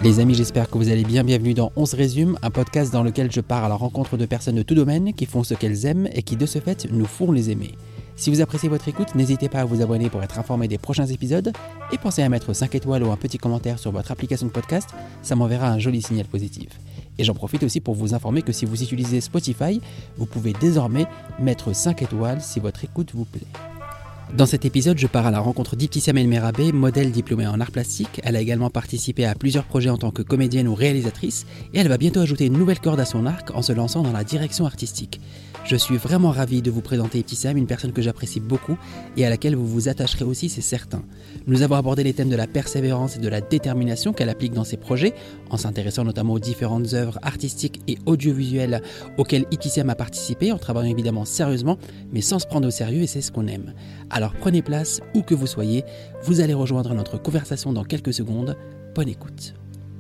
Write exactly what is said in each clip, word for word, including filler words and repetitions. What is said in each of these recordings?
Les amis, j'espère que vous allez bien. Bienvenue dans On se résume, un podcast dans lequel je pars à la rencontre de personnes de tout domaine qui font ce qu'elles aiment et qui de ce fait nous font les aimer. Si vous appréciez votre écoute, n'hésitez pas à vous abonner pour être informé des prochains épisodes et pensez à mettre cinq étoiles ou un petit commentaire sur votre application de podcast, ça m'enverra un joli signal positif. Et j'en profite aussi pour vous informer que si vous utilisez Spotify, vous pouvez désormais mettre cinq étoiles si votre écoute vous plaît. Dans cet épisode, je pars à la rencontre d'Ibtissam El Merabé, modèle diplômée en arts plastiques. Elle a également participé à plusieurs projets en tant que comédienne ou réalisatrice et elle va bientôt ajouter une nouvelle corde à son arc en se lançant dans la direction artistique. Je suis vraiment ravi de vous présenter Ibtissam, une personne que j'apprécie beaucoup et à laquelle vous vous attacherez aussi, c'est certain. Nous avons abordé les thèmes de la persévérance et de la détermination qu'elle applique dans ses projets, en s'intéressant notamment aux différentes œuvres artistiques et audiovisuelles auxquelles Ibtissam a participé, en travaillant évidemment sérieusement, mais sans se prendre au sérieux et c'est ce qu'on aime. Alors prenez place, où que vous soyez, vous allez rejoindre notre conversation dans quelques secondes. Bonne écoute.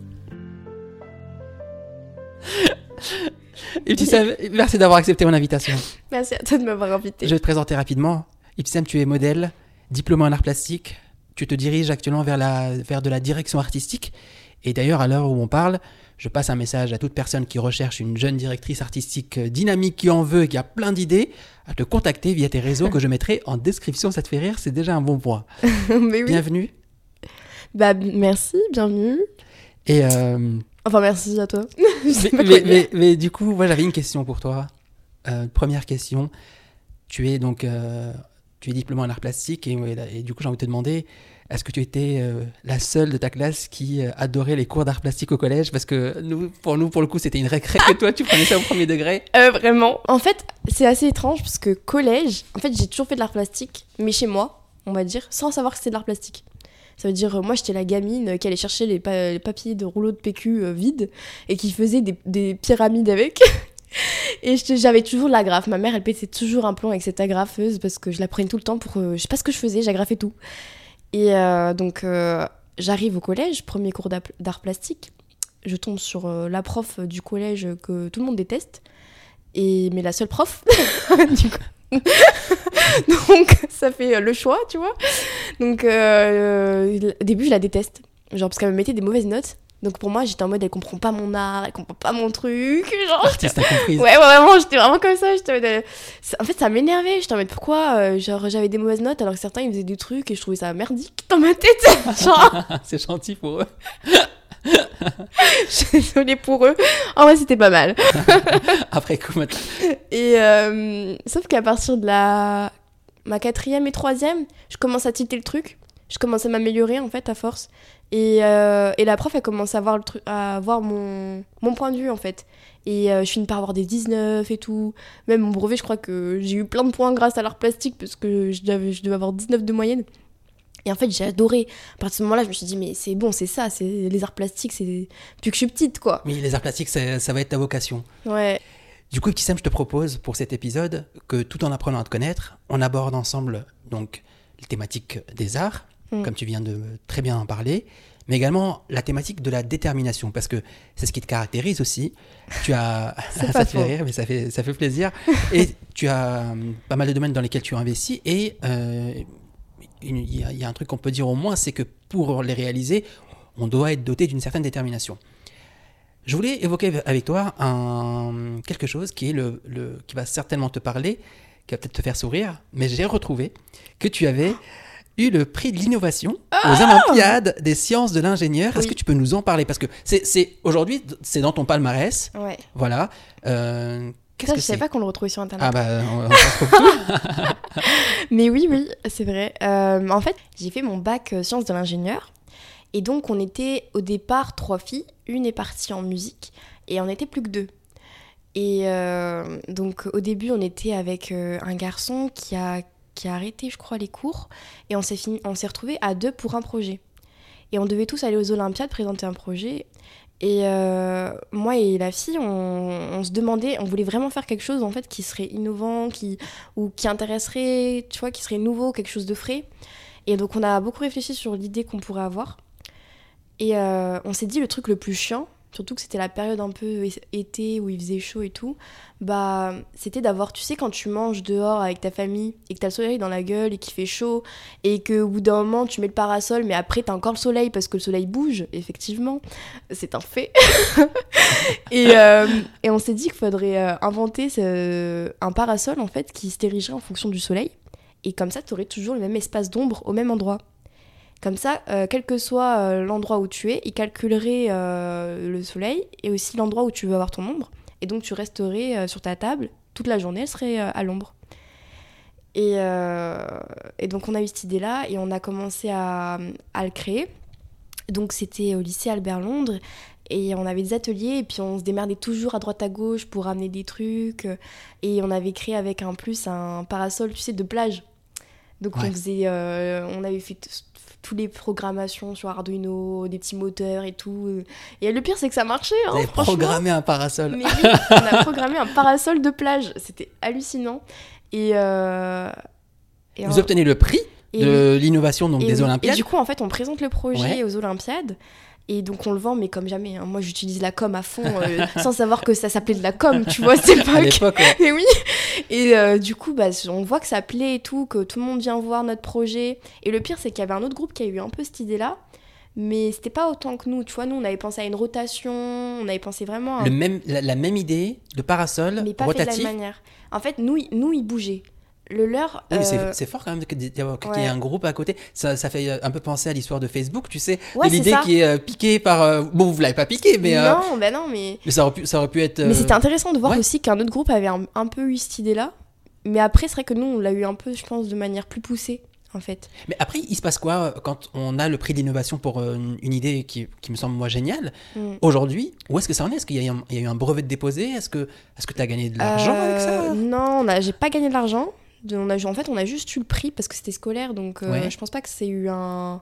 Ibtissam, merci d'avoir accepté mon invitation. Merci à toi de m'avoir invité. Je vais te présenter rapidement. Ibtissam, tu es modèle, diplômé en arts plastiques. Tu te diriges actuellement vers, la, vers de la direction artistique. Et d'ailleurs, à l'heure où on parle, je passe un message à toute personne qui recherche une jeune directrice artistique dynamique, qui en veut et qui a plein d'idées, à te contacter via tes réseaux que je mettrai en description. Ça te fait rire, c'est déjà un bon point. Mais oui. Bienvenue. Bah, merci, bienvenue. Et... Euh... Enfin, merci à toi. mais, mais, mais, mais du coup, moi, j'avais une question pour toi. Euh, première question. Tu es donc euh, tu es diplômée en arts plastiques et, et du coup, j'ai envie de te demander, est-ce que tu étais euh, la seule de ta classe qui euh, adorait les cours d'arts plastiques au collège? Parce que nous, pour nous, pour le coup, c'était une récré que toi, tu prenais ça au premier degré. Euh, vraiment. En fait, c'est assez étrange parce que collège, en fait, j'ai toujours fait de l'art plastique, mais chez moi, on va dire, sans savoir que c'était de l'art plastique. Ça veut dire, moi, j'étais la gamine qui allait chercher les, pa- les papiers de rouleau de P Q euh, vides et qui faisait des, des pyramides avec. Et j'avais toujours de l'agrafe. Ma mère, elle pétait toujours un plomb avec cette agrafeuse parce que je la prenais tout le temps pour... Euh, je sais pas ce que je faisais, j'agrafais tout. Et euh, donc, euh, j'arrive au collège, premier cours d'art plastique. Je tombe sur euh, la prof du collège que tout le monde déteste. Et, mais la seule prof, du coup... Donc ça fait le choix, tu vois. Donc euh, au début je la déteste, genre parce qu'elle me mettait des mauvaises notes. Donc pour moi j'étais en mode elle comprend pas mon art, elle comprend pas mon truc, genre. Artiste incomprise. Ouais, ouais vraiment, j'étais vraiment comme ça, j'étais en mode, euh... en fait ça m'énervait, j'étais en mode pourquoi euh, genre j'avais des mauvaises notes alors que certains ils faisaient des trucs et je trouvais ça merdique dans ma tête. Genre c'est gentil pour eux. Je suis désolée pour eux. En vrai, c'était pas mal. Après, comment Et euh, sauf qu'à partir de la ma quatrième et troisième, je commence à tilter le truc. Je commence à m'améliorer en fait à force. Et, euh, et la prof, elle commence à voir le truc, à voir mon mon point de vue en fait. Et euh, je finis par avoir des dix-neuf et tout. Même mon brevet, je crois que j'ai eu plein de points grâce à l'art plastique parce que je devais, je devais avoir dix-neuf de moyenne. Et en fait, j'ai adoré. À partir de ce moment-là, je me suis dit, mais c'est bon, c'est ça, c'est les arts plastiques, c'est depuis que je suis petite, quoi. Oui, les arts plastiques, ça, ça va être ta vocation. Ouais. Du coup, Ibtissam, je te propose pour cet épisode que tout en apprenant à te connaître, on aborde ensemble donc les thématiques des arts, mmh. comme tu viens de très bien en parler, mais également la thématique de la détermination, parce que c'est ce qui te caractérise aussi. Tu as, c'est ça pas te fait faux. rire, mais ça fait, ça fait plaisir. Et tu as euh, pas mal de domaines dans lesquels tu as investi et... Euh, Il y, a, il y a un truc qu'on peut dire au moins, c'est que pour les réaliser, on doit être doté d'une certaine détermination. Je voulais évoquer avec toi un, quelque chose qui, est le, le, qui va certainement te parler, qui va peut-être te faire sourire, mais j'ai retrouvé que tu avais eu le prix de l'innovation ah aux Olympiades des sciences de l'ingénieur. Oui. Est-ce que tu peux nous en parler? Parce que c'est, c'est, aujourd'hui, c'est dans ton palmarès. Ouais. Voilà. Euh, Qu'est-ce ça, que je savais c'est? pas qu'on le retrouvait sur Internet. Ah bah, on, on se retrouve tout. Mais oui, oui, c'est vrai. Euh, en fait, j'ai fait mon bac euh, sciences de l'ingénieur. Et donc, on était au départ trois filles. Une est partie en musique et on n'était plus que deux. Et euh, donc, au début, on était avec euh, un garçon qui a, qui a arrêté, je crois, les cours. Et on s'est, fini, on s'est retrouvés à deux pour un projet. Et on devait tous aller aux Olympiades présenter un projet. Et euh, moi et la fille, on, on se demandait, on voulait vraiment faire quelque chose en fait qui serait innovant, qui, ou qui intéresserait, tu vois, qui serait nouveau, quelque chose de frais. Et donc on a beaucoup réfléchi sur l'idée qu'on pourrait avoir. Et euh, on s'est dit le truc le plus chiant, surtout que c'était la période un peu été où il faisait chaud et tout, bah c'était d'avoir, tu sais, quand tu manges dehors avec ta famille et que t'as le soleil dans la gueule et qu'il fait chaud et qu'au bout d'un moment tu mets le parasol mais après t'as encore le soleil parce que le soleil bouge, effectivement, c'est un fait. et, euh, et on s'est dit qu'il faudrait euh, inventer ce, un parasol en fait qui se dirigerait en fonction du soleil et comme ça t'aurais toujours le même espace d'ombre au même endroit. Comme ça, euh, quel que soit euh, l'endroit où tu es, il calculerait euh, le soleil et aussi l'endroit où tu veux avoir ton ombre. Et donc, tu resterais euh, sur ta table toute la journée, elle serait euh, à l'ombre. Et, euh, et donc, on a eu cette idée-là et on a commencé à, à le créer. Donc, c'était au lycée Albert-Londres et on avait des ateliers et puis on se démerdait toujours à droite à gauche pour ramener des trucs. Et on avait créé avec un plus un parasol, tu sais, de plage. Donc, ouais. on, faisait, euh, on avait fait... T- toutes les programmations sur Arduino, des petits moteurs et tout. Et le pire, c'est que ça marchait. Hein, Vous avez programmé un parasol. Mais oui, on a programmé un parasol de plage. C'était hallucinant. Et, euh... et Vous en... obtenez le prix et de oui. l'innovation donc, des oui. Olympiades. Et du coup, en fait, on présente le projet ouais. aux Olympiades. Et donc, on le vend, mais comme jamais. Hein. Moi, j'utilise la com à fond, euh, sans savoir que ça s'appelait de la com, tu vois, c'était pas... À l'époque, ouais. Et oui. Et euh, du coup, bah, on voit que ça plaît et tout, que tout le monde vient voir notre projet. Et le pire, c'est qu'il y avait un autre groupe qui a eu un peu cette idée-là, mais c'était pas autant que nous. Tu vois, nous, on avait pensé à une rotation, on avait pensé vraiment à... Le même, la, la même idée de parasol mais pas rotatif. Fait de la même manière. En fait, nous, nous ils bougeaient. Le leur. Oui, euh... c'est, c'est fort quand même qu'il y ait ouais. un groupe à côté. Ça, ça fait un peu penser à l'histoire de Facebook, tu sais. Ouais, de l'idée qui est euh, piquée par. Euh... Bon, vous l'avez pas piquée, mais. Non, euh... bah non, mais. Mais ça aurait pu, ça aurait pu être. Euh... Mais c'était intéressant de voir ouais. aussi qu'un autre groupe avait un, un peu eu cette idée-là. Mais après, c'est vrai que nous, on l'a eu un peu, je pense, de manière plus poussée, en fait. Mais après, il se passe quoi quand on a le prix d'innovation pour une, une idée qui, qui me semble, moi, géniale mm. Aujourd'hui, où est-ce que ça en est ? Est-ce qu'il y a eu un, il y a eu un brevet de déposé ? Est-ce que est-ce que tu as gagné de l'argent euh, avec ça ? Non, on a, j'ai pas gagné de l'argent. On a, en fait, on a juste eu le prix parce que c'était scolaire, donc euh, ouais. je pense pas que c'est eu un,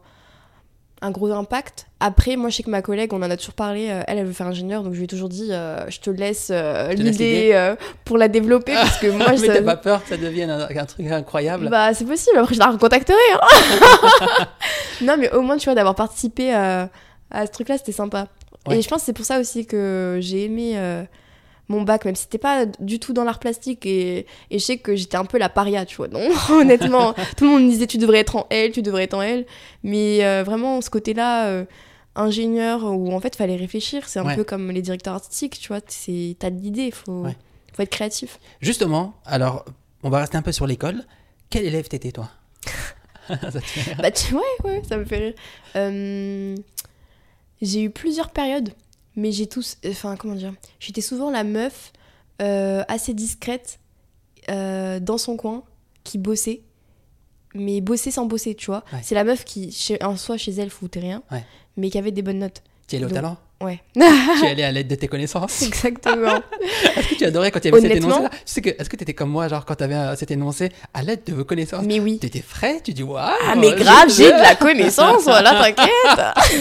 un gros impact. Après, moi, je sais que ma collègue, on en a toujours parlé, euh, elle, elle veut faire ingénieur, donc je lui ai toujours dit, euh, je te laisse euh, je te l'idée, laisse euh, pour la développer, parce que moi... Mais je, t'as pas peur que ça devienne un, un truc incroyable ? Bah, c'est possible, après je la recontacterai. Hein. Non, mais au moins, tu vois, d'avoir participé à, à ce truc-là, c'était sympa. Ouais. Et je pense que c'est pour ça aussi que j'ai aimé... Euh, mon bac, même si c'était pas du tout dans l'art plastique, et, et je sais que j'étais un peu la paria, tu vois, donc honnêtement, tout le monde me disait tu devrais être en L, tu devrais être en L, mais euh, vraiment ce côté-là, euh, ingénieur, où en fait fallait réfléchir, c'est un ouais. peu comme les directeurs artistiques, tu vois, c'est, t'as de l'idée, il faut, ouais. faut être créatif. Justement, alors, on va rester un peu sur l'école, quel élève t'étais toi ? Ça te fait rire ? Bah, tu, ouais, ouais, ça me fait rire. Euh, j'ai eu plusieurs périodes. Mais j'ai tous... Enfin, comment dire ? J'étais souvent la meuf euh, assez discrète euh, dans son coin qui bossait. Mais bossait sans bosser, tu vois. Ouais. C'est la meuf qui, chez, en soi, chez elle, foutait rien. Ouais. Mais qui avait des bonnes notes. Tu es allée au talent ? Ouais. Tu es allée à l'aide de tes connaissances. Exactement. Est-ce que tu adorais quand il y avait cet énoncé-là ? Tu sais que, est-ce que tu étais comme moi, genre quand tu avais cet énoncé à l'aide de vos connaissances ? Mais oui. Tu étais frais, tu dis waouh. Ah, mais grave, j'ai de la connaissance, voilà, t'inquiète.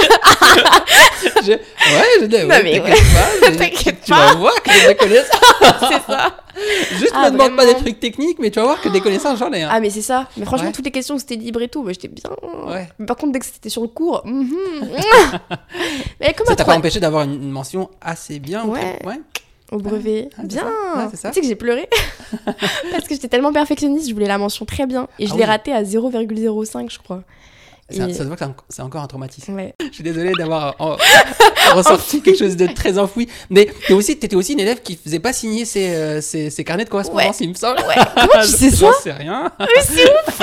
je... Ouais, je dis, ouais, non, mais t'inquiète ouais. pas. T'inquiète tu pas. vas voir que j'ai de la connaissance. C'est ça. Juste, ah, me demande pas des trucs techniques, mais tu vas voir que des connaissances, j'en ai. Hein. Ah, mais c'est ça. Mais franchement, ouais. toutes les questions, c'était libre et tout. Bah, j'étais bien. Ouais. Mais par contre, dès que c'était sur le cours. Mm-hmm. Mais comment ça t'a pas empêché d'avoir une mention assez bien ouais. ouais. Au brevet. Ah, bien. Ouais, c'est ça. Tu sais que j'ai pleuré. Parce que j'étais tellement perfectionniste, je voulais la mention très bien. Et je ah, l'ai oui. ratée à zéro virgule zéro cinq, je crois. Ça, et... ça se voit que c'est encore un traumatisme. Ouais. Je suis désolée d'avoir en... ressorti quelque chose de très enfoui. Mais t'étais aussi, t'étais aussi une élève qui faisait pas signer ses, euh, ses, ses carnets de correspondance, ouais. il me semble. Ouais. Comment tu sais ça ? J'en sais rien. Mais c'est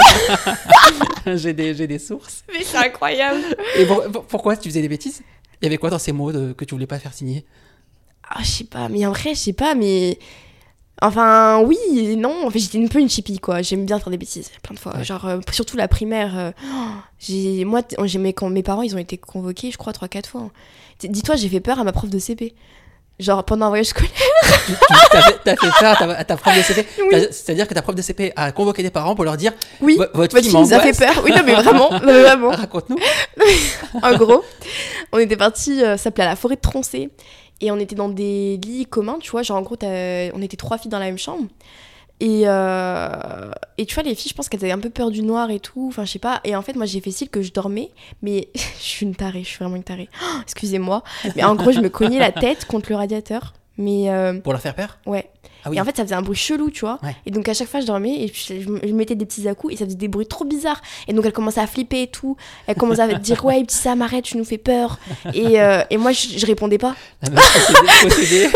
ouf. j'ai, des, j'ai des sources. Mais c'est incroyable. Et pour, pour, pourquoi tu faisais des bêtises ? Il y avait quoi dans ces mots de, que tu voulais pas faire signer ? Ah, je sais pas. Mais en vrai, je sais pas, mais... Enfin, oui et non. En fait, j'étais un peu une chippie, quoi. J'aime bien faire des bêtises, plein de fois. Ouais. Genre, euh, surtout la primaire. Euh, oh, j'ai, moi, t- j'ai, mes, quand mes parents, ils ont été convoqués, je crois, trois quatre fois. Dis-toi, j'ai fait peur à ma prof de C P. Genre, pendant un voyage scolaire. tu, tu, t'as, fait, t'as fait ça à ta, à ta prof de C P oui. C'est-à-dire que ta prof de C P a convoqué des parents pour leur dire oui, votre fille m'angoisse. Nous a fait peur. Oui, non, mais vraiment. Non, mais vraiment. Raconte-nous. En gros, on était partis, euh, ça s'appelait à la forêt de Troncé. Et on était dans des lits communs, tu vois, genre en gros, on était trois filles dans la même chambre. Et, euh, et tu vois, les filles, je pense qu'elles avaient un peu peur du noir et tout. Enfin, je sais pas. Et en fait, moi, j'ai fait style que je dormais. Mais je suis une tarée, je suis vraiment une tarée. Oh, excusez-moi. Mais en gros, je me cognais la tête contre le radiateur. Mais euh, Pour leur faire peur? Ouais. Ah oui. Et en fait, ça faisait un bruit chelou, tu vois. Ouais. Et donc, à chaque fois, je dormais et puis, je, je mettais des petits à-coups et ça faisait des bruits trop bizarres. Et donc, elle commençait à flipper et tout. Elle commençait à dire, ouais, petit Sam, arrête, tu nous fais peur. Et, euh, et moi, je, je répondais pas. La meuf possédée, possédée.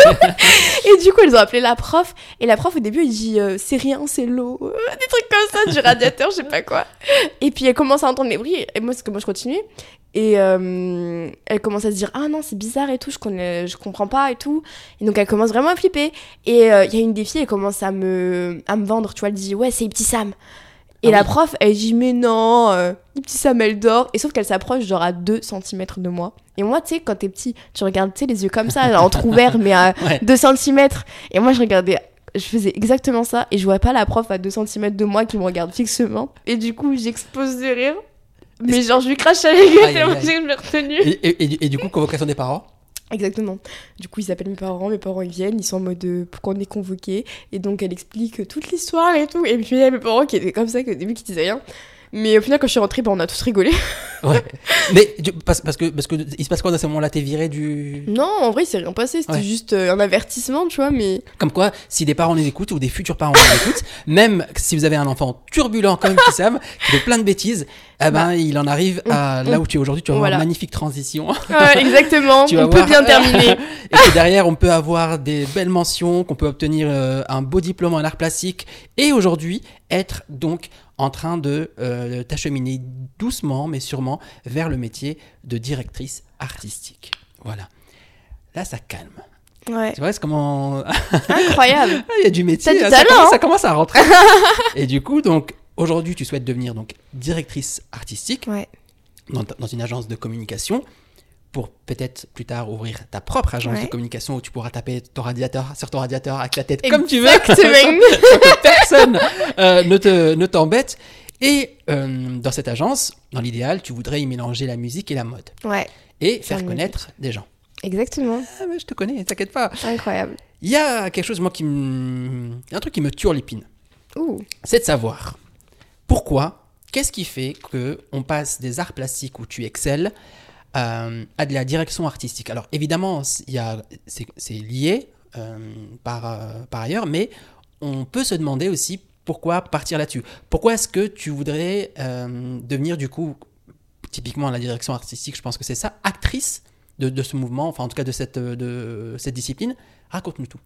Et du coup, elles ont appelé la prof. Et la prof, au début, elle dit, euh, c'est rien, c'est l'eau. Euh, des trucs comme ça, du radiateur, je sais pas quoi. Et puis, elle commence à entendre les bruits. Et moi, c'est que moi, je continuais. Et euh, elle commence à se dire, ah non, c'est bizarre et tout, je, connais, je comprends pas et tout. Et donc, elle commence vraiment à flipper. Et il euh, y a une des filles, elle commence à me, à me vendre, tu vois, elle dit, ouais, c'est petit Sam. Et ah la oui. prof, elle dit, mais non, euh, le petit Sam, elle dort. Et sauf qu'elle s'approche, genre à deux centimètres de moi. Et moi, tu sais, quand t'es petit, tu regardes, tu sais, les yeux comme ça, genre, entrouvert, mais à Ouais. deux centimètres. Et moi, je regardais, je faisais exactement ça. Et je vois pas la prof à deux centimètres de moi qui me regarde fixement. Et du coup, j'explose de rire. Mais genre, je lui crache à la gueule Aïe, aïe, tellement aïe. que je l'ai retenu. Et, et, et, du- et du coup, convocation des parents? Exactement. Du coup, ils appellent mes parents, mes parents ils viennent, ils sont en mode euh, pourquoi on est convoqués. Et donc, elle explique toute l'histoire et tout. Et puis, il y a mes parents qui étaient comme ça, qu'au début, qui disaient rien. Mais au final, quand je suis rentrée, bah, on a tous rigolé. Ouais. Mais du- parce, parce que parce que il se passe quoi dans ce moment-là? T'es viré du. Non, en vrai, il s'est rien passé. C'était Ouais. juste euh, un avertissement, tu vois. Mais Comme quoi, si des parents nous écoutent ou des futurs parents nous écoutent, même si vous avez un enfant turbulent comme petit Sam, qui fait plein de bêtises, eh ben, Bah. il en arrive à là où tu es aujourd'hui. Tu vas Voilà. avoir une magnifique transition. ouais, exactement, Tu vas on peut voir. bien terminer. Et que derrière, on peut avoir des belles mentions, qu'on peut obtenir euh, un beau diplôme en art plastique. Et aujourd'hui, être donc en train de euh, t'acheminer doucement, mais sûrement, vers le métier de directrice artistique. Voilà. Là, ça calme. Ouais, Tu vois, c'est comment... incroyable. Ah, il y a du métier, T'as du hein, talent, ça, commence, hein. ça commence à rentrer. Et du coup, donc, aujourd'hui, tu souhaites devenir donc, directrice artistique Ouais, dans, ta- dans une agence de communication pour peut-être plus tard ouvrir ta propre agence Ouais. de communication où tu pourras taper ton radiateur, sur ton radiateur avec la tête comme tu veux. exactement. Sans que personne euh, ne, te, ne t'embête. Et euh, dans cette agence, dans l'idéal, tu voudrais y mélanger la musique et la mode Ouais, et faire La connaître des gens. exactement. Ah, mais je te connais, t'inquiète pas. Incroyable. Il y a quelque chose, moi, qui me... il y a un truc qui me turlupine. Ouh. C'est de savoir pourquoi, qu'est-ce qui fait qu'on passe des arts plastiques où tu excelles euh, à de la direction artistique. Alors évidemment, il y a, c'est, c'est lié euh, par, euh, par ailleurs, mais on peut se demander aussi pourquoi partir là-dessus. Pourquoi est-ce que tu voudrais euh, devenir du coup, typiquement la direction artistique, je pense que c'est ça, actrice de, de ce mouvement, enfin en tout cas de cette, de cette discipline. Raconte-nous tout.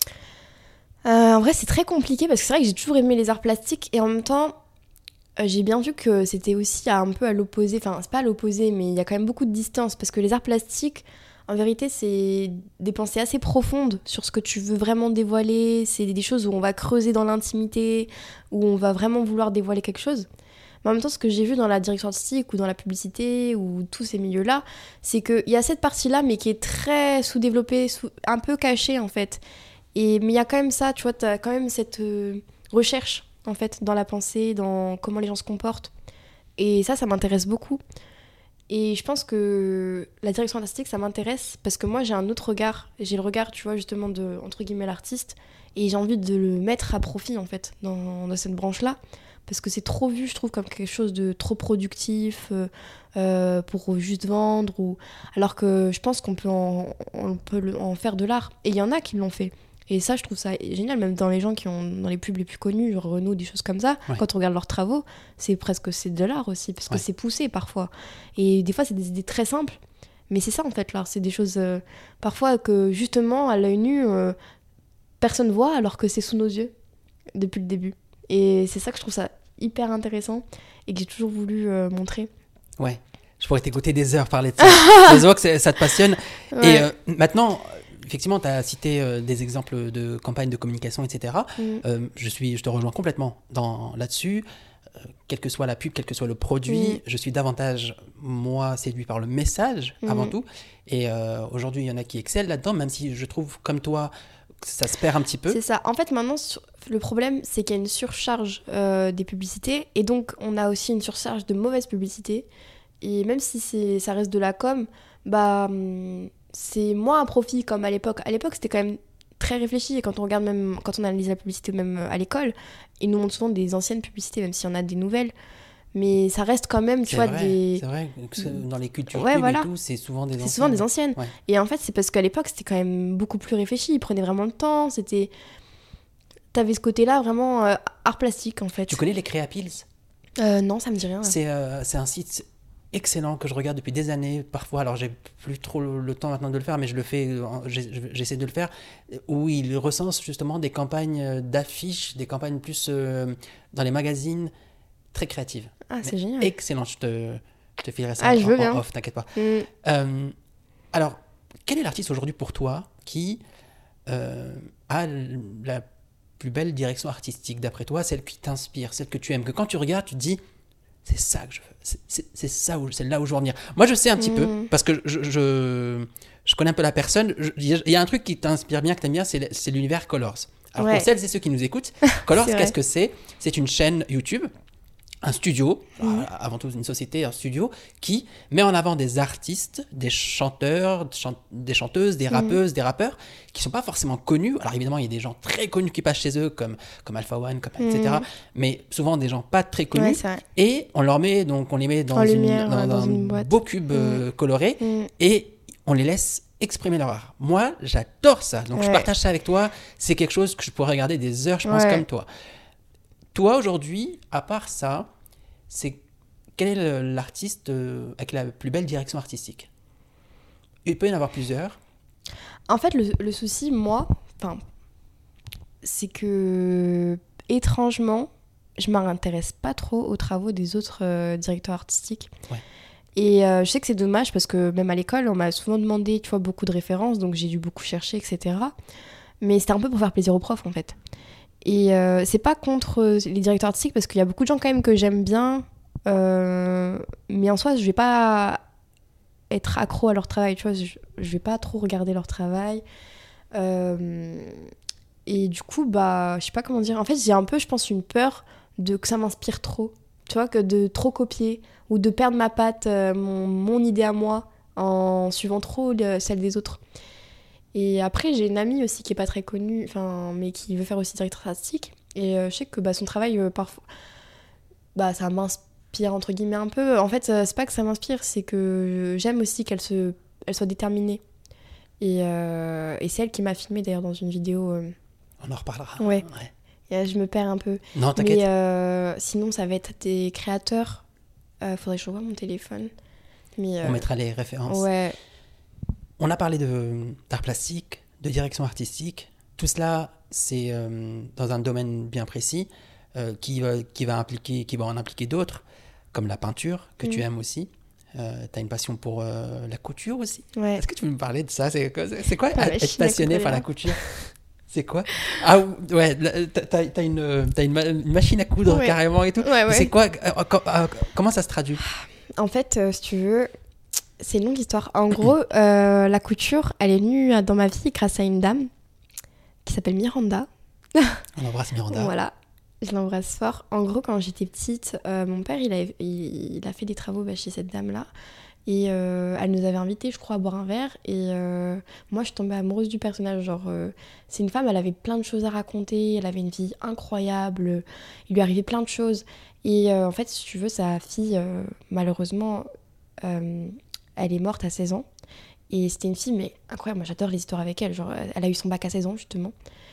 Euh, en vrai, c'est très compliqué parce que c'est vrai que j'ai toujours aimé les arts plastiques et en même temps, euh, j'ai bien vu que c'était aussi à, un peu à l'opposé. Enfin, c'est pas à l'opposé, mais il y a quand même beaucoup de distance parce que les arts plastiques, en vérité, c'est des pensées assez profondes sur ce que tu veux vraiment dévoiler. C'est des choses où on va creuser dans l'intimité, où on va vraiment vouloir dévoiler quelque chose. Mais en même temps, ce que j'ai vu dans la direction artistique ou dans la publicité ou tous ces milieux-là, c'est qu'il y a cette partie-là, mais qui est très sous-développée, sous- un peu cachée en fait. Et, mais il y a quand même ça, tu vois, tu as quand même cette euh, recherche, en fait, dans la pensée, dans comment les gens se comportent. Et ça, ça m'intéresse beaucoup. Et je pense que la direction artistique, ça m'intéresse parce que moi, j'ai un autre regard. J'ai le regard, tu vois, justement, de, entre guillemets, l'artiste. Et j'ai envie de le mettre à profit, en fait, dans, dans cette branche-là. Parce que c'est trop vu, je trouve, comme quelque chose de trop productif euh, euh, pour juste vendre. Ou... Alors que je pense qu'on peut en, on peut le- en faire de l'art. Et il y en a qui l'ont fait. Et ça, je trouve ça génial, même dans les gens qui ont, dans les pubs les plus connus, genre Renault, des choses comme ça, Ouais. quand on regarde leurs travaux, c'est presque c'est de l'art aussi, parce que Ouais. c'est poussé parfois. Et des fois, c'est des idées très simples, mais c'est ça en fait l'art, c'est des choses euh, parfois que justement, à l'œil nu, euh, personne voit, alors que c'est sous nos yeux depuis le début. Et c'est ça que je trouve ça hyper intéressant et que j'ai toujours voulu euh, montrer. Ouais, je pourrais t'écouter des heures parler de ça. Je vois que c'est- ça te passionne. Ouais. Et euh, maintenant, effectivement, tu as cité euh, des exemples de campagnes de communication, et cetera. Mm. Euh, je, suis, je te rejoins complètement dans, là-dessus. Euh, quelle que soit la pub, quel que soit le produit, Mm. je suis davantage, moi, séduit par le message avant Mm. tout. Et euh, aujourd'hui, il y en a qui excellent là-dedans, même si je trouve, comme toi, que ça se perd un petit peu. C'est ça. En fait, maintenant, sur- le problème, c'est qu'il y a une surcharge euh, des publicités. Et donc, on a aussi une surcharge de mauvaises publicités. Et même si c'est, ça reste de la com, bah, hum, c'est moins un profit comme à l'époque. À l'époque, c'était quand même très réfléchi. Et quand on regarde même, quand on analyse la publicité même à l'école, ils nous montrent souvent des anciennes publicités, même s'il y en a des nouvelles. Mais ça reste quand même, tu c'est vois, vrai, des... C'est vrai, que dans les cultures ouais, pub voilà. et tout, c'est souvent des c'est anciennes. souvent des anciennes. Ouais. Et en fait, c'est parce qu'à l'époque, c'était quand même beaucoup plus réfléchi. Ils prenaient vraiment le temps. C'était... T'avais ce côté-là, vraiment euh, art plastique, en fait. Tu connais les Créapills ? euh, Non, ça me dit rien. C'est, euh, c'est un site excellent que je regarde depuis des années parfois, alors j'ai plus trop le temps maintenant de le faire, mais je le fais, j'essaie de le faire, où il recense justement des campagnes d'affiches, des campagnes plus euh, dans les magazines, très créatives. Ah, c'est mais génial. Excellent, je te, je te filerai ça ah, en, je veux en bien. off, t'inquiète pas. Mm. Euh, alors, quel est l'artiste aujourd'hui pour toi qui euh, a la plus belle direction artistique d'après toi, celle qui t'inspire, celle que tu aimes, que quand tu regardes, tu te dis c'est ça que je veux, c'est, c'est, c'est ça où, c'est là où je veux en venir. Moi, je sais un petit mmh. peu, parce que je, je, je connais un peu la personne. Il y a un truc qui t'inspire bien, que t'aimes bien, c'est, c'est l'univers Colors. Alors, ouais. pour celles et ceux qui nous écoutent, Colors, qu'est-ce que c'est ? C'est une chaîne YouTube, un studio, mmh. avant tout une société, un studio, qui met en avant des artistes, des chanteurs, des chanteuses, des rappeuses, mmh. des rappeurs, qui ne sont pas forcément connus. Alors évidemment, il y a des gens très connus qui passent chez eux, comme, comme Alpha One, comme, mmh. et cetera. Mais souvent des gens pas très connus. Ouais, et on leur met, donc on les met dans, en une, lumière, dans, dans un une boîte. beau cube mmh. euh, coloré, mmh. et on les laisse exprimer leur art. Moi, j'adore ça. Donc ouais. je partage ça avec toi. C'est quelque chose que je pourrais regarder des heures, je pense, ouais. comme toi. Toi, aujourd'hui, à part ça, c'est quel est l'artiste avec la plus belle direction artistique ? Il peut y en avoir plusieurs. En fait, le, le souci, moi, c'est que, étrangement, je ne m'intéresse pas trop aux travaux des autres euh, directeurs artistiques. Ouais. Et euh, je sais que c'est dommage parce que même à l'école, on m'a souvent demandé, tu vois, beaucoup de références, donc j'ai dû beaucoup chercher, et cetera. Mais c'était un peu pour faire plaisir aux profs, en fait. Et euh, c'est pas contre les directeurs artistiques parce qu'il y a beaucoup de gens quand même que j'aime bien, euh, mais en soi, je vais pas être accro à leur travail, tu vois, je, je vais pas trop regarder leur travail. Euh, et du coup, bah, je sais pas comment dire. En fait, j'ai un peu, je pense, une peur de que ça m'inspire trop, tu vois, que de trop copier ou de perdre ma patte, euh, mon, mon idée à moi en suivant trop le, celle des autres. Et après, j'ai une amie aussi qui est pas très connue, enfin, mais qui veut faire aussi directrice artistique. Et euh, je sais que bah, son travail, euh, parfois, bah, ça m'inspire entre guillemets un peu. En fait, euh, c'est pas que ça m'inspire, c'est que j'aime aussi qu'elle se, elle soit déterminée. Et, euh, et c'est elle qui m'a filmée d'ailleurs dans une vidéo. Euh... On en reparlera. Ouais. ouais. Et, je me perds un peu. Non, t'inquiète. Mais euh, sinon, ça va être des créateurs. Euh, faudrait que je revoie mon téléphone. Mais, euh... On mettra les références. Ouais. On a parlé de, d'art plastique, de direction artistique. Tout cela, c'est euh, dans un domaine bien précis euh, qui, va, qui, va impliquer, qui va en impliquer d'autres, comme la peinture, que mmh. tu aimes aussi. Euh, tu as une passion pour euh, la couture aussi. Ouais. Est-ce que tu veux me parler de ça ? C'est quoi, c'est quoi ah, être passionné par la couture ? C'est quoi ? Ah ouais, t'as, t'as, une, t'as une, ma- une machine à coudre ouais. carrément et tout. Ouais, ouais. C'est quoi ? euh, Comment ça se traduit ? En fait, euh, si tu veux... C'est une longue histoire. En gros, euh, la couture, elle est venue dans ma vie grâce à une dame qui s'appelle Miranda. On embrasse Miranda. Voilà, je l'embrasse fort. En gros, quand j'étais petite, euh, mon père, il a, il, il a fait des travaux bah, chez cette dame-là. Et euh, elle nous avait invités, je crois, à boire un verre. Et euh, moi, je suis tombée amoureuse du personnage. Genre, euh, c'est une femme, elle avait plein de choses à raconter. Elle avait une vie incroyable. Il lui arrivait plein de choses. Et euh, en fait, si tu veux, sa fille, euh, malheureusement... Euh, elle est morte à seize ans. Et c'était une fille, mais incroyable. Moi, j'adore les histoires avec elle. Genre, elle a eu son bac à seize ans, justement.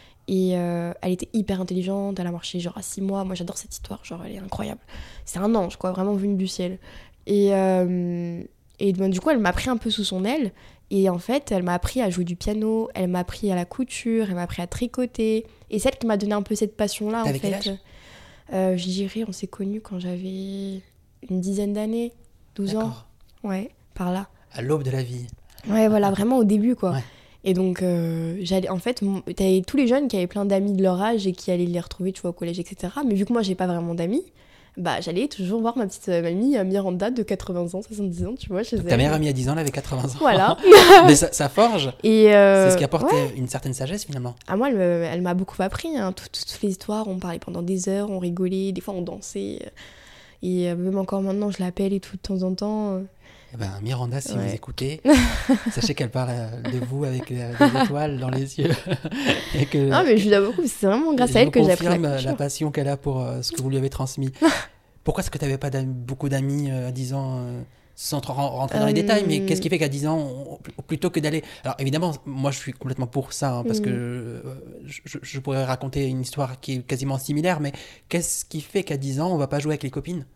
Et euh, elle était hyper intelligente. Elle a marché genre à six mois. Moi, j'adore cette histoire. Genre, elle est incroyable. C'est un ange, quoi. Vraiment venu du ciel. Et, euh, et ben, du coup, elle m'a pris un peu sous son aile. Et en fait, elle m'a appris à jouer du piano. Elle m'a appris à la couture. Elle m'a appris à tricoter. Et c'est elle qui m'a donné un peu cette passion-là, en Avec fait. Quel âge euh, je dirais, on s'est connus quand j'avais une dizaine d'années. douze D'accord. ans. Ouais. Par là. À l'aube de la vie. Ouais, voilà, vraiment au début, quoi. Ouais. Et donc, euh, j'allais, en fait, mon, t'avais tous les jeunes qui avaient plein d'amis de leur âge et qui allaient les retrouver, tu vois, au collège, et cetera. Mais vu que moi, j'ai pas vraiment d'amis, bah, j'allais toujours voir ma petite mamie Miranda de quatre-vingts ans, soixante-dix ans, tu vois, chez elle. Ta meilleure amie à dix ans, elle avait quatre-vingts ans. Voilà. Mais ça, ça forge. Et euh, c'est ce qui apporte ouais. une certaine sagesse, finalement. Ah, moi, elle, elle m'a beaucoup appris. Hein. Toutes, toutes les histoires, on parlait pendant des heures, on rigolait, des fois, on dansait. Et même encore maintenant, je l'appelle et tout de temps en temps... Eh ben, Miranda, si Ouais. vous écoutez, sachez qu'elle parle euh, de vous avec euh, des étoiles dans les yeux. Et que, Non, mais je lui dois beaucoup. C'est vraiment grâce je à elle vous que j'ai appris la confirme la culture. passion qu'elle a pour euh, ce que vous lui avez transmis. Pourquoi est-ce que tu n'avais pas d'am- beaucoup d'amis euh, à dix ans euh, sans trop ren- rentrer dans les Euh, détails, mais qu'est-ce qui fait qu'à dix ans, on- plutôt que d'aller... Alors évidemment, moi je suis complètement pour ça, hein, parce Mm. que euh, je, je pourrais raconter une histoire qui est quasiment similaire, mais qu'est-ce qui fait qu'à dix ans, on va pas jouer avec les copines?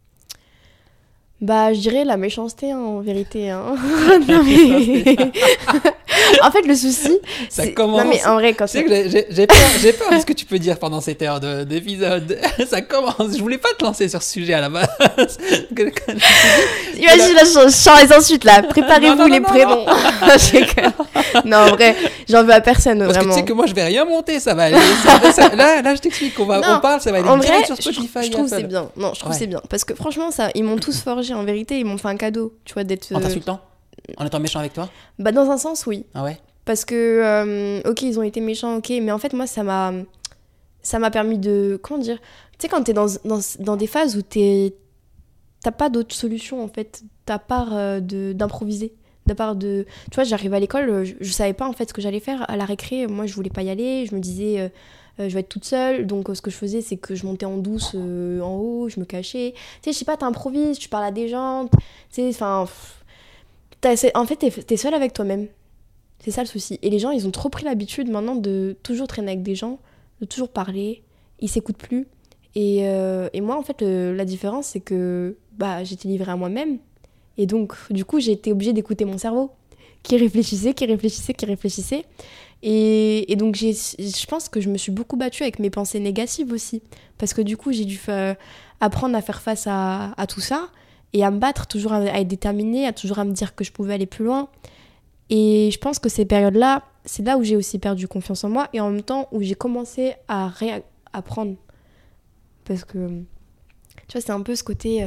Bah, je dirais la méchanceté, hein, en vérité. Hein. Non, mais... en fait, le souci, Ça c'est... commence. Non, mais en vrai, quand Tu sais que j'ai- j'ai j'ai peur, j'ai peur de ce que tu peux dire pendant cette heure de- d'épisode. Ça commence. Je voulais pas te lancer sur ce sujet à la base. Que- que- Imagine la ch- chant les insultes, là. Non, Préparez-vous non, les non, prénoms. Je déconne. Non, en vrai, j'en veux à personne, Parce vraiment. que tu sais que moi je vais rien monter, ça va aller. ça- ça- là, là, je t'explique, on, va, Non, on parle, ça va aller En direct vrai, sur je, Spotify. je trouve Apple. c'est bien. Non, je trouve Ouais. c'est bien. Parce que franchement, ça, ils m'ont tous forgé, en vérité. Ils m'ont fait un cadeau, tu vois, d'être... En euh, t'insultant? En étant méchant avec toi? Bah, dans un sens, oui. Ah ouais? Parce que, euh, ok, ils ont été méchants, ok, mais en fait, moi, ça m'a, ça m'a permis de, comment dire, tu sais, quand t'es dans, dans, dans des phases où t'es, t'as pas d'autre solution, en fait, t'as part euh, de, d'improviser, de part de, tu vois, j'arrive à l'école, je, je savais pas, en fait, ce que j'allais faire à la récré, moi, je voulais pas y aller, je me disais, euh, euh, je vais être toute seule, donc euh, ce que je faisais, c'est que je montais en douce euh, en haut, je me cachais, tu sais, je sais pas, t'improvises, tu parles à des gens, tu sais, enfin, pff, t'as- c'est- en fait, t'es, t'es seule avec toi-même. C'est ça le souci. Et les gens, ils ont trop pris l'habitude maintenant de toujours traîner avec des gens, de toujours parler. Ils s'écoutent plus. Et, euh, et moi, en fait, le- la différence, c'est que bah, j'étais livrée à moi-même. Et donc, du coup, j'ai été obligée d'écouter mon cerveau, qui réfléchissait, qui réfléchissait, qui réfléchissait. Et, et donc, j'ai, je pense que je me suis beaucoup battue avec mes pensées négatives aussi. Parce que du coup, j'ai dû fa- apprendre à faire face à, à tout ça et à me battre, toujours à, à être déterminée, à toujours à me dire que je pouvais aller plus loin. Et je pense que ces périodes-là, c'est là où j'ai aussi perdu confiance en moi et en même temps où j'ai commencé à réapprendre. Parce que, tu vois, c'est un peu ce côté... Euh,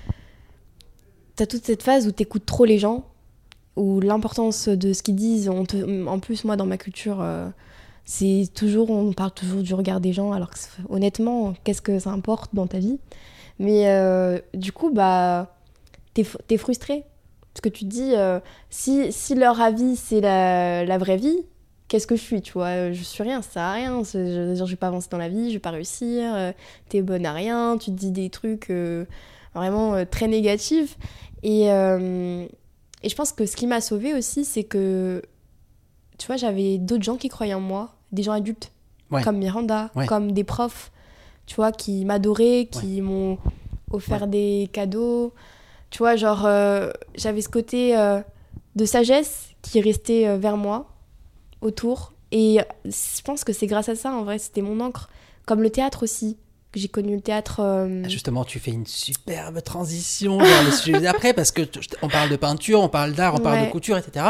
t'as toute cette phase où t'écoutes trop les gens, où l'importance de ce qu'ils disent... On te, en plus, moi, dans ma culture, euh, c'est toujours... On parle toujours du regard des gens, alors que, honnêtement, qu'est-ce que ça importe dans ta vie? Mais euh, du coup, bah, t'es, t'es frustré. Parce que tu te dis, euh, si, si leur avis, c'est la, la vraie vie, qu'est-ce que je suis, tu vois? Je suis rien, ça sert à rien. C'est- Je veux dire, je vais pas avancer dans la vie, je vais pas réussir, euh, t'es bonne à rien, tu te dis des trucs euh, vraiment euh, très négatifs. Et, euh, et je pense que ce qui m'a sauvée aussi, c'est que, tu vois, j'avais d'autres gens qui croyaient en moi, des gens adultes, Ouais. comme Miranda, Ouais. comme des profs, tu vois, qui m'adoraient, qui m'ont offert Ouais. des cadeaux. Tu vois, genre, euh, j'avais ce côté euh, de sagesse qui restait euh, vers moi, autour. Et je pense que c'est grâce à ça, en vrai, c'était mon encre. Comme le théâtre aussi. J'ai connu le théâtre... euh, Justement, tu fais une superbe transition vers le sujet d'après, parce que t- on parle de peinture, on parle d'art, on parle Ouais. de couture, et cetera.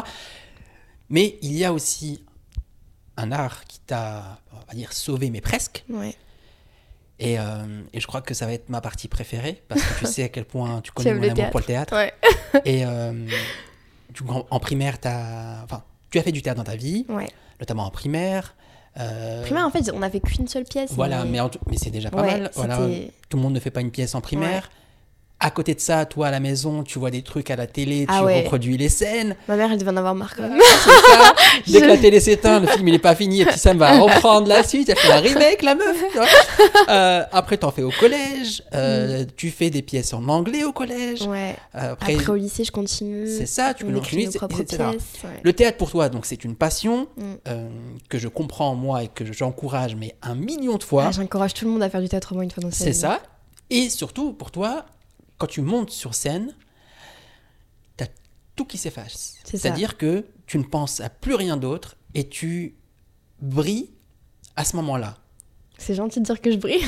Mais il y a aussi un art qui t'a, on va dire, sauvé, mais presque. Ouais. Et, euh, et je crois que ça va être ma partie préférée, parce que tu sais à quel point tu connais aimes mon le amour théâtre. pour le théâtre. Ouais. Et euh, tu- en, en primaire, t'as, enfin, tu as fait du théâtre dans ta vie, Ouais. notamment en primaire. Euh, Primaire, en fait, on n'avait qu'une seule pièce. Voilà, mais, mais, en tout- mais c'est déjà pas ouais, mal. Voilà, c'était- tout le monde ne fait pas une pièce en primaire. À côté de ça, toi à la maison, tu vois des trucs à la télé, tu Ah ouais. reproduis les scènes. Ma mère, elle devait en avoir marre quand même. C'est ça. Dès Je- que la télé s'éteint, le film il est pas fini et puis Sam va reprendre la suite. Elle fait un remake, la meuf. Tu vois. Euh, après, t'en fais au collège. Euh, Tu fais des pièces en anglais au collège. Ouais. Euh, après, Après, au lycée, je continue. c'est ça, tu peux On écrit continuer, nos c'est- propres et cetera. pièces. Ouais. Le théâtre pour toi, donc c'est une passion Mm. euh, que je comprends moi et que j'encourage, mais un million de fois. Ah, j'encourage tout le monde à faire du théâtre au moins une fois dans sa C'est vie. ça. Et surtout, pour toi, quand tu montes sur scène, t'as tout qui s'efface. C'est ça. C'est-à-dire que tu ne penses à plus rien d'autre et tu brilles à ce moment-là. C'est gentil de dire que je brille.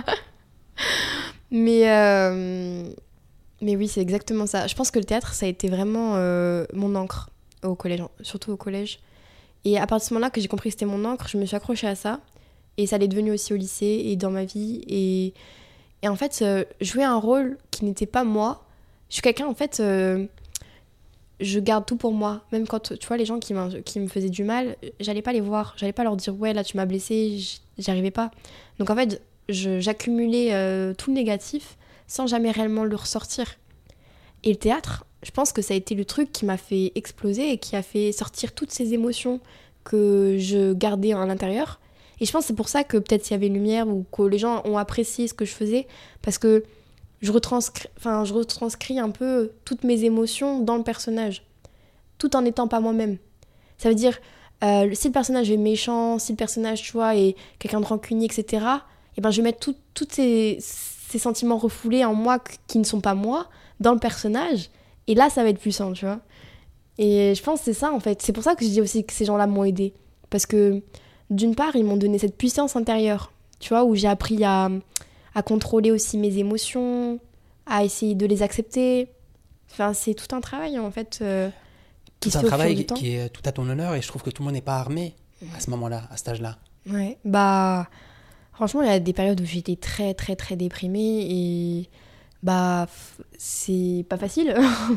mais, euh, mais oui, c'est exactement ça. Je pense que le théâtre, ça a été vraiment euh, mon encre au collège, surtout au collège. Et à partir de ce moment-là que j'ai compris que c'était mon encre, je me suis accrochée à ça. Et ça l'est devenu aussi au lycée et dans ma vie. Et, et en fait, euh, jouer un rôle qui n'était pas moi. Je suis quelqu'un, en fait, euh, je garde tout pour moi. Même quand, tu vois, les gens qui, m'in- qui me faisaient du mal, j'allais pas les voir. J'allais pas leur dire, ouais, là, tu m'as blessée, j- j'y arrivais pas. Donc en fait, je- j'accumulais euh, tout le négatif sans jamais réellement le ressortir. Et le théâtre, je pense que ça a été le truc qui m'a fait exploser et qui a fait sortir toutes ces émotions que je gardais à l'intérieur. Et je pense que c'est pour ça que peut-être s'il y avait une lumière ou que les gens ont apprécié ce que je faisais, parce que je retranscris, enfin, je retranscris un peu toutes mes émotions dans le personnage, tout en n'étant pas moi-même. Ça veut dire, euh, si le personnage est méchant, si le personnage, tu vois, est quelqu'un de rancunier, et cetera, et ben je vais mettre tous ces, ces sentiments refoulés en moi qui ne sont pas moi, dans le personnage, et là, ça va être puissant, tu vois. Et je pense que c'est ça, en fait. C'est pour ça que je dis aussi que ces gens-là m'ont aidée. Parce que, d'une part, ils m'ont donné cette puissance intérieure, tu vois, où j'ai appris à... à contrôler aussi mes émotions, à essayer de les accepter. Enfin, c'est tout un travail, en fait, euh, qui se fait au fil du temps. C'est un travail qui est tout à ton honneur et je trouve que tout le monde n'est pas armé à ce moment-là, à cet âge-là. Ouais, bah... Franchement, il y a des périodes où j'étais très, très, très déprimée et... Bah, c'est pas facile.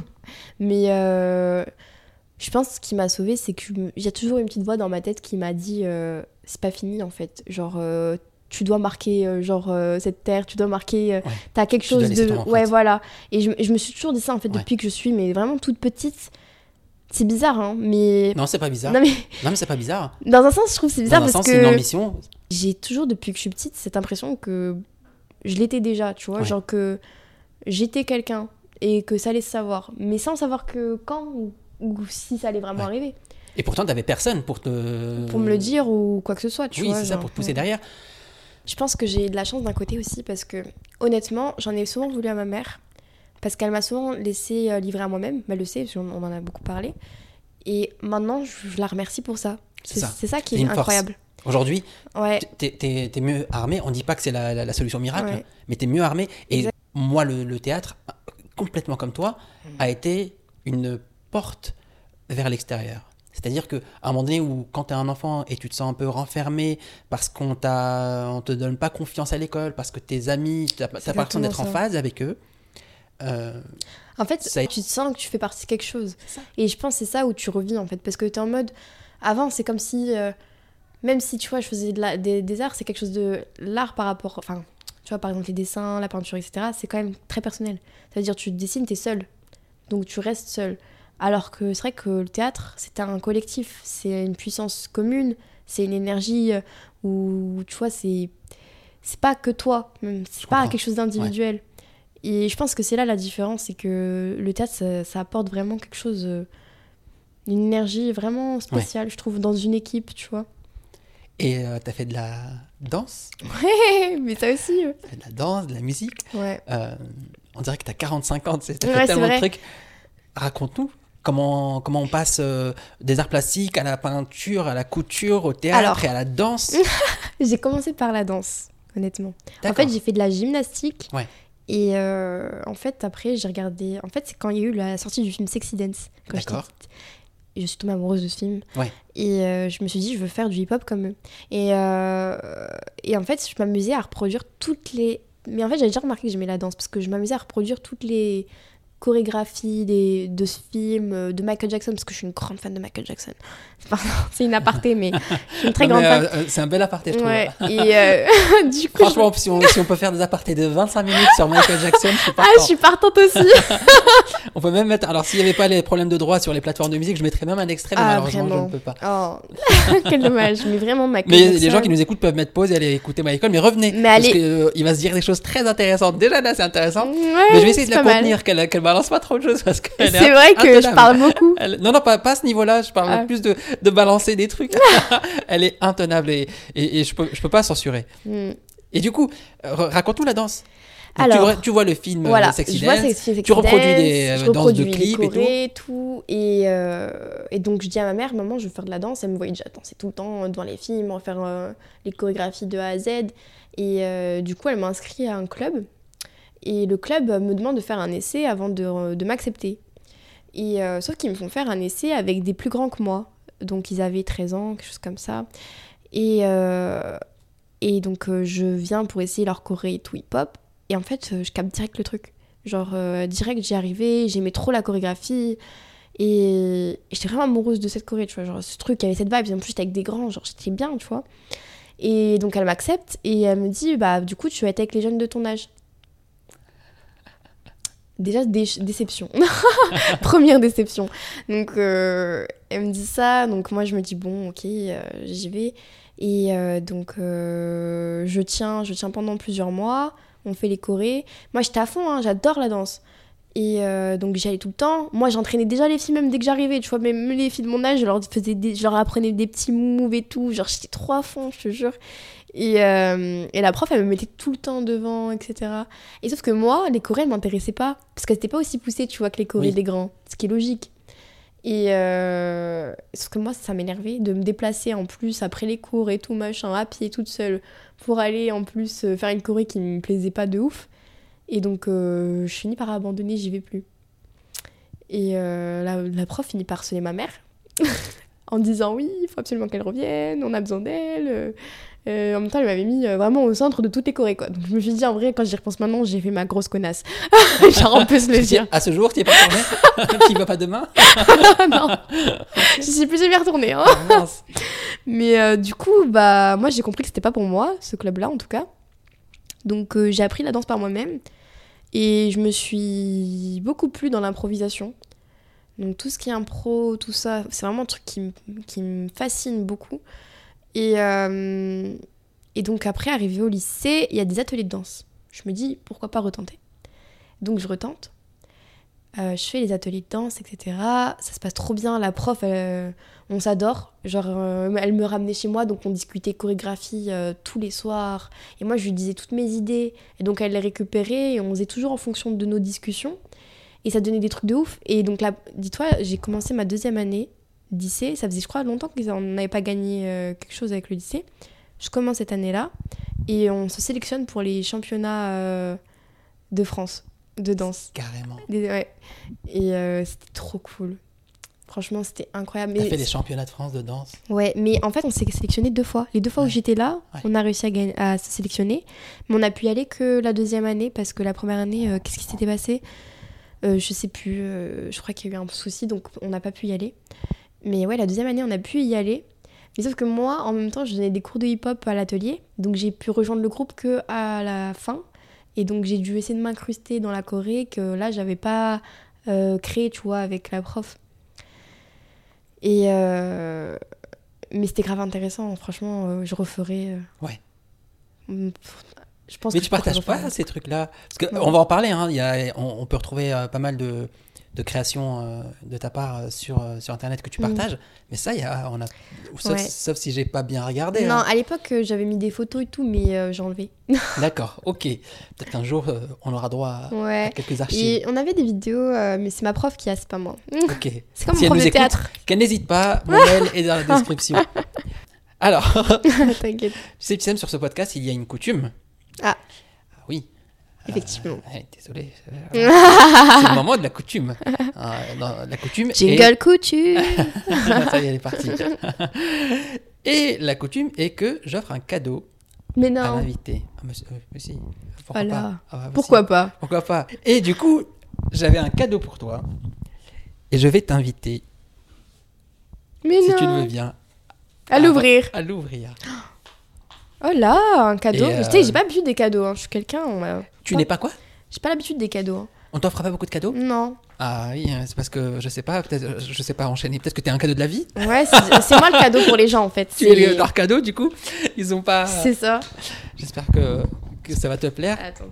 Mais euh, je pense que ce qui m'a sauvée, c'est qu'il y a toujours une petite voix dans ma tête qui m'a dit euh, c'est pas fini, en fait. Genre... Euh, tu dois marquer euh, genre euh, cette terre, tu dois marquer euh, ouais. T'as quelque chose de temps, ouais fait. Voilà, et je, je me suis toujours dit ça en fait ouais. Depuis que je suis mais vraiment toute petite. C'est bizarre hein, mais non c'est pas bizarre. Non mais, non mais c'est pas bizarre. Dans un sens je trouve que c'est bizarre. Dans un parce sens, que c'est une ambition. J'ai toujours depuis que je suis petite cette impression que je l'étais déjà, tu vois, ouais. Genre que j'étais quelqu'un et que ça allait se savoir, mais sans savoir que quand ou, ou si ça allait vraiment ouais. Arriver. Et pourtant t'avais personne pour te pour me le dire ou quoi que ce soit, tu oui, vois. Oui c'est genre, ça pour te pousser ouais. Derrière. Je pense que j'ai de la chance d'un côté aussi parce que, honnêtement, j'en ai souvent voulu à ma mère parce qu'elle m'a souvent laissé livrer à moi-même. Elle le sait, on en a beaucoup parlé. Et maintenant, je la remercie pour ça. C'est, c'est, ça. c'est ça qui est, est incroyable. Force. Aujourd'hui, ouais. t'es, t'es, t'es mieux armé. On ne dit pas que c'est la, la, la solution miracle, ouais. Mais t'es mieux armé. Et exact. Moi, le, le théâtre, complètement comme toi, a été une porte vers l'extérieur. C'est-à-dire qu'à un moment donné où quand tu es un enfant et tu te sens un peu renfermé parce qu'on ne te donne pas confiance à l'école, parce que tes amis, tu n'as pas l'impression d'être ça. En phase avec eux. Euh, en fait, ça... tu te sens que tu fais partie de quelque chose. Et je pense que c'est ça où tu revis en fait. Parce que tu es en mode... Avant, c'est comme si... Euh, même si tu vois, je faisais de la, des, des arts, c'est quelque chose de... L'art par rapport... Enfin, tu vois, par exemple, les dessins, la peinture, et cetera. C'est quand même très personnel. C'est-à-dire tu dessines, tu es seul. Donc tu restes seul. Alors que c'est vrai que le théâtre, c'est un collectif, c'est une puissance commune, c'est une énergie où, tu vois, c'est, c'est pas que toi, même, c'est je pas comprends. Quelque chose d'individuel. Ouais. Et je pense que c'est là la différence, c'est que le théâtre, ça, ça apporte vraiment quelque chose, une énergie vraiment spéciale, ouais. Je trouve, dans une équipe, tu vois. Et euh, t'as fait de la danse ? Ouais, mais ça aussi. Ouais. T'as fait de la danse, de la musique. Ouais. Euh, on dirait que t'as quarante-cinq ans, t'as ouais, fait tellement de trucs. Raconte-nous. Comment, comment on passe euh, des arts plastiques à la peinture, à la couture, au théâtre Alors, et à la danse. J'ai commencé par la danse, honnêtement. D'accord. En fait, j'ai fait de la gymnastique. Ouais. Et euh, en fait, après, j'ai regardé... En fait, c'est quand il y a eu la sortie du film Sexy Dance. Quand D'accord. Je suis tombée amoureuse de ce film. Ouais. Et euh, je me suis dit, je veux faire du hip-hop comme eux. Et, euh, et en fait, je m'amusais à reproduire toutes les... Mais en fait, j'avais déjà remarqué que j'aimais la danse parce que je m'amusais à reproduire toutes les... chorégraphie des, de ce film, de Michael Jackson, parce que je suis une grande fan de Michael Jackson. Pardon, c'est une aparté, mais je suis une très non, grande mais, fan. Euh, c'est un bel aparté, je trouve. Ouais, et euh, du coup... Franchement, je... si, on, si on peut faire des apartés de vingt-cinq minutes sur Michael Jackson, je suis partant. Ah, je suis partante aussi. On peut même mettre... Alors, s'il n'y avait pas les problèmes de droit sur les plateformes de musique, je mettrais même un extrait, mais ah, malheureusement, vraiment. Je ne peux pas. Oh, quel dommage. Mais vraiment, Michael mais Jackson... Mais les gens qui nous écoutent peuvent mettre pause et aller écouter Michael, mais revenez, mais parce allez... qu'il euh, va se dire des choses très intéressantes. Déjà, là, c'est intéressant. Ouais, mais je vais essayer de la contenir, qu'elle, qu'elle balance pas trop de choses. Parce que c'est vrai que intenable. Je parle beaucoup. Elle... Non, non, pas, pas à ce niveau-là. Je parle ah. plus de, de balancer des trucs. Elle est intenable et, et, et je peux, je peux pas censurer. Mm. Et du coup, raconte-nous la danse. Donc, alors, tu, vois, tu vois le film voilà, Sexy je Dance, vois Sexy tu reproduis Dance, des je danses reproduis de clips les chorés, et tout. tout et, euh, et donc, je dis à ma mère, maman, je veux faire de la danse. Elle me voyait déjà danser tout le temps devant les films, faire euh, les chorégraphies de A à Z. Et euh, du coup, elle m'a inscrit à un club. Et le club me demande de faire un essai avant de, de m'accepter. Et euh, sauf qu'ils me font faire un essai avec des plus grands que moi. Donc, ils avaient treize ans, quelque chose comme ça. Et, euh, et donc, euh, je viens pour essayer leur choré et tout hip-hop. Et en fait, euh, je capte direct le truc. Genre, euh, direct, j'y arrivais, j'aimais trop la chorégraphie. Et, et j'étais vraiment amoureuse de cette choré, tu vois. Genre, ce truc, il y avait cette vibe. En plus, j'étais avec des grands, genre, j'étais bien, tu vois. Et donc, elle m'accepte et elle me dit, bah, du coup, tu vas être avec les jeunes de ton âge. Déjà, dé- déception. Première déception. Donc, euh, elle me dit ça. Donc, moi, je me dis, bon, ok, euh, j'y vais. Et euh, donc, euh, je tiens, je tiens pendant plusieurs mois. On fait les chorés. Moi, j'étais à fond, hein, j'adore la danse. Et euh, donc, j'y allais tout le temps. Moi, j'entraînais déjà les filles, même dès que j'arrivais. Tu vois, même les filles de mon âge, je leur, faisais des, je leur apprenais des petits moves et tout. Genre, j'étais trop à fond, je te jure. Et, euh, et la prof, elle me mettait tout le temps devant, et cetera. Et sauf que moi, les chorés, elles m'intéressaient pas. Parce qu'elles n'étaient pas aussi poussées, tu vois, que les chorés Oui. des grands. Ce qui est logique. Et euh, sauf que moi, ça m'énervait de me déplacer en plus après les cours et tout, machin, à pied, toute seule, pour aller en plus euh, faire une choré qui me plaisait pas de ouf. Et donc, euh, je finis par abandonner, j'y vais plus. Et euh, la, la prof finit par harceler ma mère en disant oui, il faut absolument qu'elle revienne, on a besoin d'elle. Euh, euh, en même temps, elle m'avait mis euh, vraiment au centre de toutes les chorés, quoi. Donc, je me suis dit, en vrai, quand j'y repense maintenant, j'ai fait ma grosse connasse. Genre, on peut se le dire. À ce jour, tu n'y es pas retourné? Tu n'y vas pas demain? Non, je suis plus jamais retournée. Hein. Ah, mince. Mais euh, du coup, bah, moi, j'ai compris que c'était pas pour moi, ce club-là, en tout cas. Donc, euh, j'ai appris la danse par moi-même. Et je me suis beaucoup plu dans l'improvisation. Donc, tout ce qui est impro, tout ça, c'est vraiment un truc qui, m- qui me fascine beaucoup. Et, euh, et donc, après, arrivé au lycée, il y a des ateliers de danse. Je me dis, pourquoi pas retenter? Donc, je retente. Euh, je fais les ateliers de danse, et cetera. Ça se passe trop bien. La prof, elle, on s'adore. Genre, euh, elle me ramenait chez moi, donc on discutait chorégraphie euh, tous les soirs. Et moi, je lui disais toutes mes idées. Et donc, elle les récupérait et on faisait toujours en fonction de nos discussions. Et ça donnait des trucs de ouf. Et donc, là, dis-toi, j'ai commencé ma deuxième année lycée. Ça faisait, je crois, longtemps qu'on n'avait pas gagné euh, quelque chose avec le lycée. Je commence cette année-là. Et on se sélectionne pour les championnats euh, de France de danse. Carrément. Des- ouais. Et euh, c'était trop cool. Franchement, c'était incroyable. T'as Mais fait les championnats de France de danse? ouais, mais en fait, on s'est sélectionné deux fois. Les deux fois Ouais. où j'étais là, Ouais. on a réussi à, gagner, à se sélectionner. Mais on n'a pu y aller que la deuxième année parce que la première année, euh, qu'est-ce qui s'était passé? Euh, Je sais plus. euh, je crois qu'il y a eu un souci, donc on n'a pas pu y aller. Mais ouais, la deuxième année, on a pu y aller. Mais sauf que moi, en même temps, je donnais des cours de hip-hop à l'atelier. Donc j'ai pu rejoindre le groupe que à la fin. Et donc j'ai dû essayer de m'incruster dans la choré que là, j'avais pas euh, créé, tu vois, avec la prof. Et euh, mais c'était grave intéressant, franchement, euh, je referais. euh, Ouais. mm, Je pense Mais que tu je pourrais partages pas refaire. ces trucs-là? Parce Non. qu'on va en parler, hein. Il y a, on, on peut retrouver euh, pas mal de, de créations euh, de ta part euh, sur, euh, sur Internet que tu Mm. partages. Mais ça, il y a, on a, sauf, Ouais. sauf si j'ai pas bien regardé. Non, hein. à l'époque, euh, j'avais mis des photos et tout, mais euh, j'ai enlevé. D'accord, ok. Peut-être qu'un jour, euh, on aura droit à, à Ouais. quelques archives. Et on avait des vidéos, euh, mais c'est ma prof qui a, c'est pas moi. Ok. C'est comme Si mon elle prof nous de écoute, théâtre. qu'elle n'hésite pas, mon mail est dans la description. Alors, T'inquiète. tu sais, Pissem, sur ce podcast, il y a une coutume. Ah. Ah oui. Effectivement. Euh, ouais, désolé. Euh, C'est le moment de la coutume. Euh, non, la coutume. Jingle est... couture. Ça y est, elle est partie. Et la coutume est que j'offre un cadeau Mais à non. l'invité. Ah, mais, euh, mais si. Pourquoi Voilà. pas ah, bah, Pourquoi si. pas? Pourquoi pas? Et du coup, j'avais un cadeau pour toi. Et je vais t'inviter, Mais si non. tu le veux bien, À l'ouvrir. à l'ouvrir. Oh là, un cadeau. Et, euh, Tu sais, j'ai pas l'habitude des cadeaux. hein. Je suis quelqu'un. on m'a- Tu pas- n'es pas quoi? J'ai pas l'habitude des cadeaux. hein. On t'offre pas beaucoup de cadeaux? Non. Ah oui, c'est parce que je sais pas, peut-être, je sais pas enchaîner. Peut-être que t'es un cadeau de la vie. Ouais, c'est c'est moi le cadeau pour les gens en fait. Tu C'est es leur cadeau, du coup. Ils ont pas. c'est ça. J'espère que, que ça va te plaire. Attends.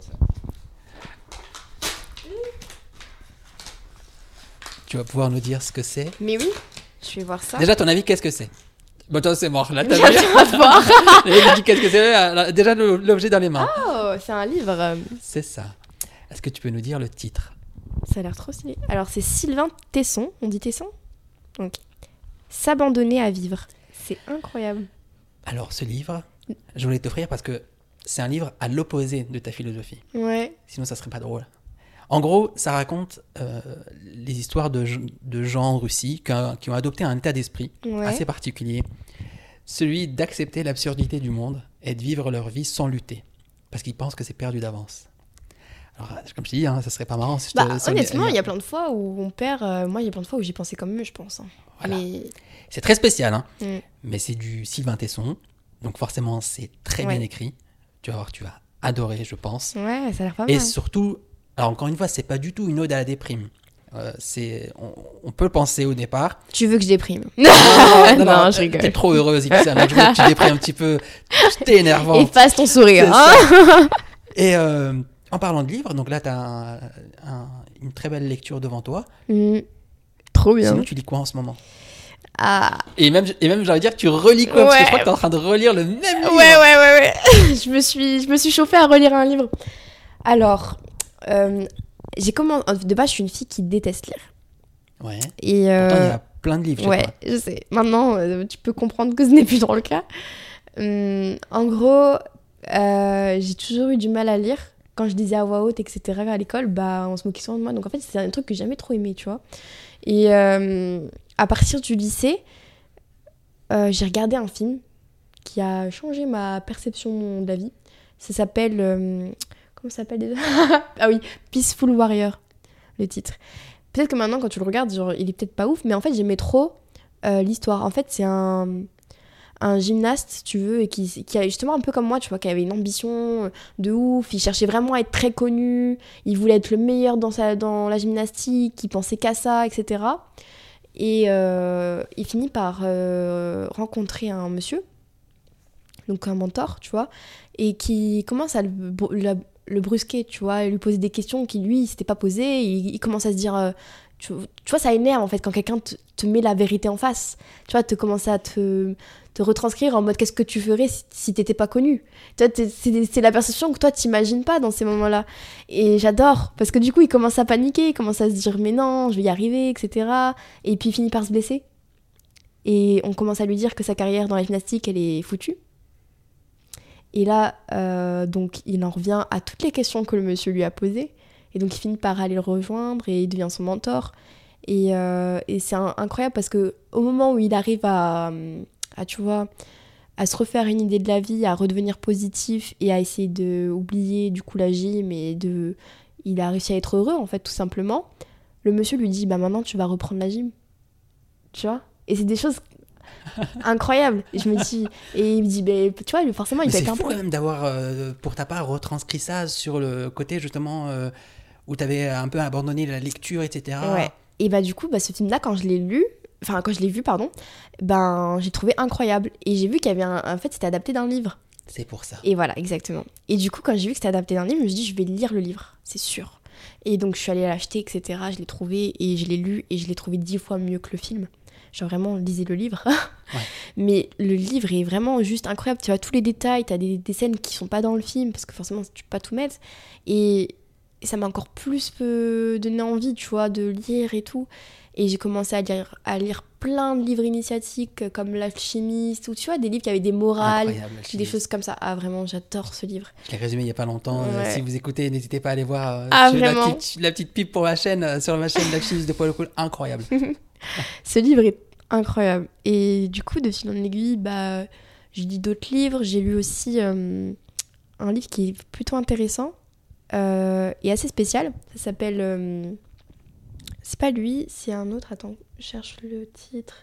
Tu vas pouvoir nous dire ce que c'est. Mais oui, je vais voir ça. Déjà, ton avis, qu'est-ce que c'est? Bon, toi, c'est mort. Là, t'as vu. J'attends de voir. Il dit qu'est-ce que c'est. Alors, déjà, le- l'objet dans les mains. Oh, c'est un livre. euh, C'est ça. Est-ce que tu peux nous dire le titre? Ça a l'air trop stylé. Alors, c'est Sylvain Tesson. On dit Tesson? Ok. S'abandonner à vivre. C'est incroyable. Alors, ce livre, je voulais t'offrir parce que c'est un livre à l'opposé de ta philosophie. Ouais. Sinon, ça serait pas drôle. En gros, ça raconte euh, les histoires de, g- de gens en Russie qui, ont- qui ont adopté un état d'esprit Ouais. assez particulier, celui d'accepter l'absurdité du monde et de vivre leur vie sans lutter, parce qu'ils pensent que c'est perdu d'avance. Alors, comme je te dis, hein, ça serait pas marrant si je te... Bah, si on- honnêtement, il y a plein de fois où on perd. euh, moi, il y a plein de fois où j'y pensais comme eux, je pense. hein. Voilà. Mais. C'est très spécial, hein, Mm. mais c'est du Sylvain Tesson, donc forcément, c'est très Ouais. bien écrit. Tu vas voir, tu vas adorer, je pense. Ouais, ça a l'air pas Et mal. surtout, Alors encore une fois, c'est pas du tout une ode à la déprime. Euh, c'est, on, on peut le penser au départ. Tu veux que je déprime? Non, non, non, Non, non, je rigole. T'es trop heureuse, Ipsa. Donc je veux que tu déprimes un petit peu. T'es énervant. Efface ton sourire. C'est Hein. Et euh, en parlant de livres, donc là, t'as un, un, une très belle lecture devant toi. Mm, trop bien. Sinon, tu lis quoi en ce moment? Ah. Et même, et même, j'ai envie de dire, tu relis quoi? Parce que Ouais. je crois que t'es en train de relire le même livre. Ouais, ouais, ouais, ouais. je, me suis, je me suis chauffée à relire un livre. Alors, euh, j'ai commencé. De base, je suis une fille qui déteste lire. Ouais. Et Pourtant, il y euh, a plein de livres chez ouais, toi. je sais. Maintenant, euh, tu peux comprendre que ce n'est plus dans le cas. Hum, en gros, euh, j'ai toujours eu du mal à lire. Quand je disais à voix haute, et cetera à l'école, bah, on se moquait souvent de moi. Donc en fait, c'est un truc que j'ai jamais trop aimé, tu vois. Et euh, à partir du lycée, euh, j'ai regardé un film qui a changé ma perception de la vie. Ça s'appelle... euh, comment ça s'appelle déjà? Ah oui, Peaceful Warrior, le titre. Peut-être que maintenant, quand tu le regardes, genre, il est peut-être pas ouf, mais en fait, j'aimais trop euh, l'histoire. En fait, c'est un, un gymnaste, si tu veux, et qui, qui a justement un peu comme moi, tu vois, qui avait une ambition de ouf. Il cherchait vraiment à être très connu. Il voulait être le meilleur dans, sa, dans la gymnastique. Il pensait qu'à ça, et cetera. Et euh, il finit par euh, rencontrer un monsieur, donc un mentor, tu vois, et qui commence à le, le, le brusquer, tu vois, et lui poser des questions qui, lui, il s'était pas posées. Il, il commence à se dire... Euh, tu, tu vois, ça énerve, en fait, quand quelqu'un te, te met la vérité en face. Tu vois, te commence à te, te retranscrire en mode qu'est-ce que tu ferais si, si t'étais pas connu. Tu vois, c'est, c'est la perception que toi, t'imagines pas dans ces moments-là. Et j'adore, parce que du coup, il commence à paniquer, il commence à se dire mais non, je vais y arriver, et cetera. Et puis, il finit par se blesser. Et on commence à lui dire que sa carrière dans la gymnastique, elle est foutue. Et là, euh, donc, il en revient à toutes les questions que le monsieur lui a posées. Et donc, il finit par aller le rejoindre et il devient son mentor. Et, euh, et c'est un, incroyable parce qu'au moment où il arrive à, à, tu vois, à se refaire une idée de la vie, à redevenir positif et à essayer d'oublier du coup la gym et de... il a réussi à être heureux, en fait, tout simplement. Le monsieur lui dit, bah maintenant, tu vas reprendre la gym. Tu vois? Et c'est des choses... incroyable. Et je me dis, et il me dit, bah, tu vois, forcément, il Mais peut c'est être un fou peu. quand même d'avoir, euh, pour ta part, retranscrit ça sur le côté justement euh, où tu avais un peu abandonné la lecture, et cetera. Ouais. Et bah, du coup, bah, ce film-là, quand je l'ai lu, enfin, quand je l'ai vu, pardon, ben, j'ai trouvé incroyable. Et j'ai vu qu'il y avait un. En fait, c'était adapté d'un livre. C'est pour ça. Et voilà, exactement. Et du coup, quand j'ai vu que c'était adapté d'un livre, je me suis dit, je vais lire le livre, c'est sûr. Et donc, je suis allée l'acheter, et cetera. Je l'ai trouvé et je l'ai lu et je l'ai trouvé dix fois mieux que le film. Genre vraiment, lisez le livre. Ouais. Mais le livre est vraiment juste incroyable. Tu as tous les détails, tu as des, des scènes qui sont pas dans le film, parce que forcément, tu peux pas tout mettre. Et, et ça m'a encore plus euh, donné envie, tu vois, de lire et tout. Et j'ai commencé à lire, à lire plein de livres initiatiques, comme L'Alchimiste, ou tu vois, des livres qui avaient des morales, des choses comme ça. Ah, vraiment, j'adore ce livre. Je l'ai résumé il n'y a pas longtemps. Ouais. Euh, si vous écoutez, n'hésitez pas à aller voir euh, Ah, la, vraiment petite, la petite pub pour ma chaîne, euh, sur ma chaîne d'Alchimiste de Poil au Cool. Incroyable. Ce livre est incroyable. Et du coup, de fil en aiguille, bah, je lis d'autres livres. J'ai lu aussi euh, un livre qui est plutôt intéressant euh, et assez spécial. Ça s'appelle... Euh, c'est pas lui, c'est un autre. Attends, je cherche le titre.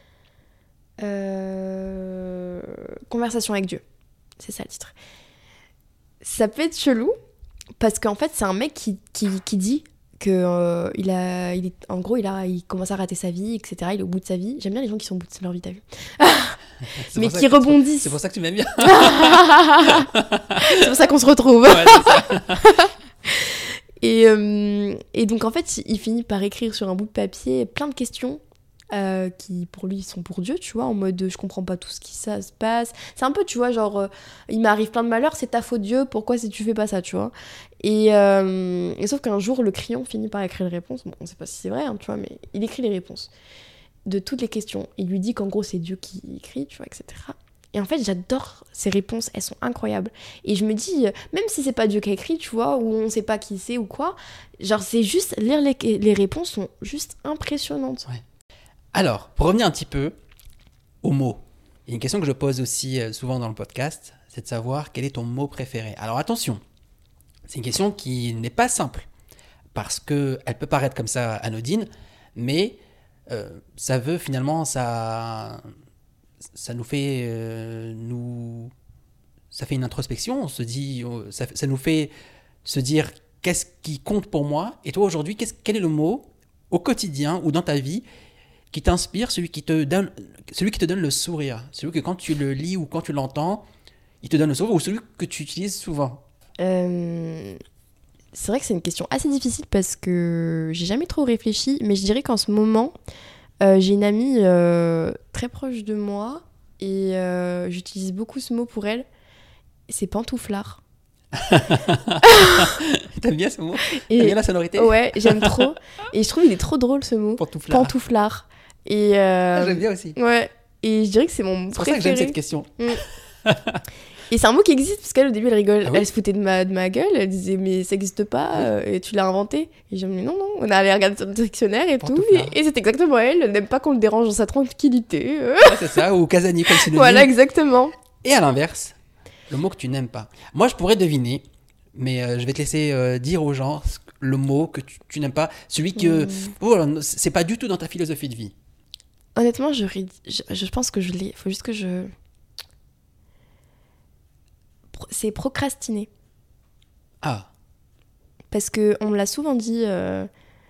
Euh, Conversation avec Dieu. C'est ça le titre. Ça peut être chelou parce qu'en fait, c'est un mec qui, qui, qui dit que euh, il a, il est, en gros, il a, il commence à rater sa vie, et cetera. Il est au bout de sa vie. J'aime bien les gens qui sont au bout de leur vie, t'as vu? Mais qui que, rebondissent. C'est pour ça que tu m'aimes bien. C'est pour ça qu'on se retrouve. Ouais, c'est ça. et, euh, et donc, en fait, il finit par écrire sur un bout de papier plein de questions euh, qui, pour lui, sont pour Dieu, tu vois, en mode je comprends pas tout ce qui ça se passe. C'est un peu, tu vois, genre, euh, il m'arrive plein de malheurs, c'est ta faute, Dieu, pourquoi si tu fais pas ça, tu vois. Et, euh, et sauf qu'un jour, le crayon finit par écrire les réponses. Bon, on sait pas si c'est vrai, hein, tu vois, mais il écrit les réponses de toutes les questions. Il lui dit qu'en gros, c'est Dieu qui écrit, tu vois, et cetera. Et en fait, j'adore ces réponses, elles sont incroyables. Et je me dis, même si c'est pas Dieu qui a écrit, tu vois, ou on sait pas qui c'est ou quoi, genre, c'est juste, lire les, les réponses sont juste impressionnantes. Ouais. Alors, pour revenir un petit peu aux mots, il y a une question que je pose aussi souvent dans le podcast, c'est de savoir quel est ton mot préféré. Alors attention, c'est une question qui n'est pas simple, parce qu'elle peut paraître comme ça anodine, mais euh, ça veut finalement, ça, ça nous fait, euh, nous, ça fait une introspection, on se dit, ça, ça nous fait se dire qu'est-ce qui compte pour moi. Et toi, aujourd'hui, qu'est-ce, quel est le mot au quotidien ou dans ta vie qui t'inspire, celui qui te donne, celui qui te donne le sourire, celui que quand tu le lis ou quand tu l'entends, il te donne le sourire, ou celui que tu utilises souvent? Euh, C'est vrai que c'est une question assez difficile parce que j'ai jamais trop réfléchi, mais je dirais qu'en ce moment, euh, j'ai une amie euh, très proche de moi et euh, j'utilise beaucoup ce mot pour elle. C'est pantouflard. T'aimes bien ce mot? Et T'aimes bien la sonorité? ouais, j'aime trop. Et je trouve qu'il est trop drôle ce mot. Pantouflard. Pantouflard. Et euh, Ah, j'aime bien aussi. ouais. Et je dirais que c'est mon C'est pour ça que préféré. j'aime cette question. Et c'est un mot qui existe parce qu'elle au début elle rigole, Ah ouais elle se foutait de ma, de ma gueule, elle disait mais ça existe pas euh, et tu l'as inventé. Et j'ai dit mais non non, on a allé regarder sur le dictionnaire et tout Pantouflard. et, et c'est exactement elle, elle n'aime pas qu'on le dérange dans sa tranquillité. euh. Ouais, c'est ça, ou Casani comme synonyme. Voilà exactement. Et à l'inverse, le mot que tu n'aimes pas. Moi, je pourrais deviner, mais euh, je vais te laisser euh, dire aux gens ce- le mot que tu, tu n'aimes pas, celui que Hmm. oh, c'est pas du tout dans ta philosophie de vie. Honnêtement je, je, je pense que je l'ai, faut juste que je... Pro- C'est procrastiner. Ah, Parce qu'on me l'a souvent dit... euh,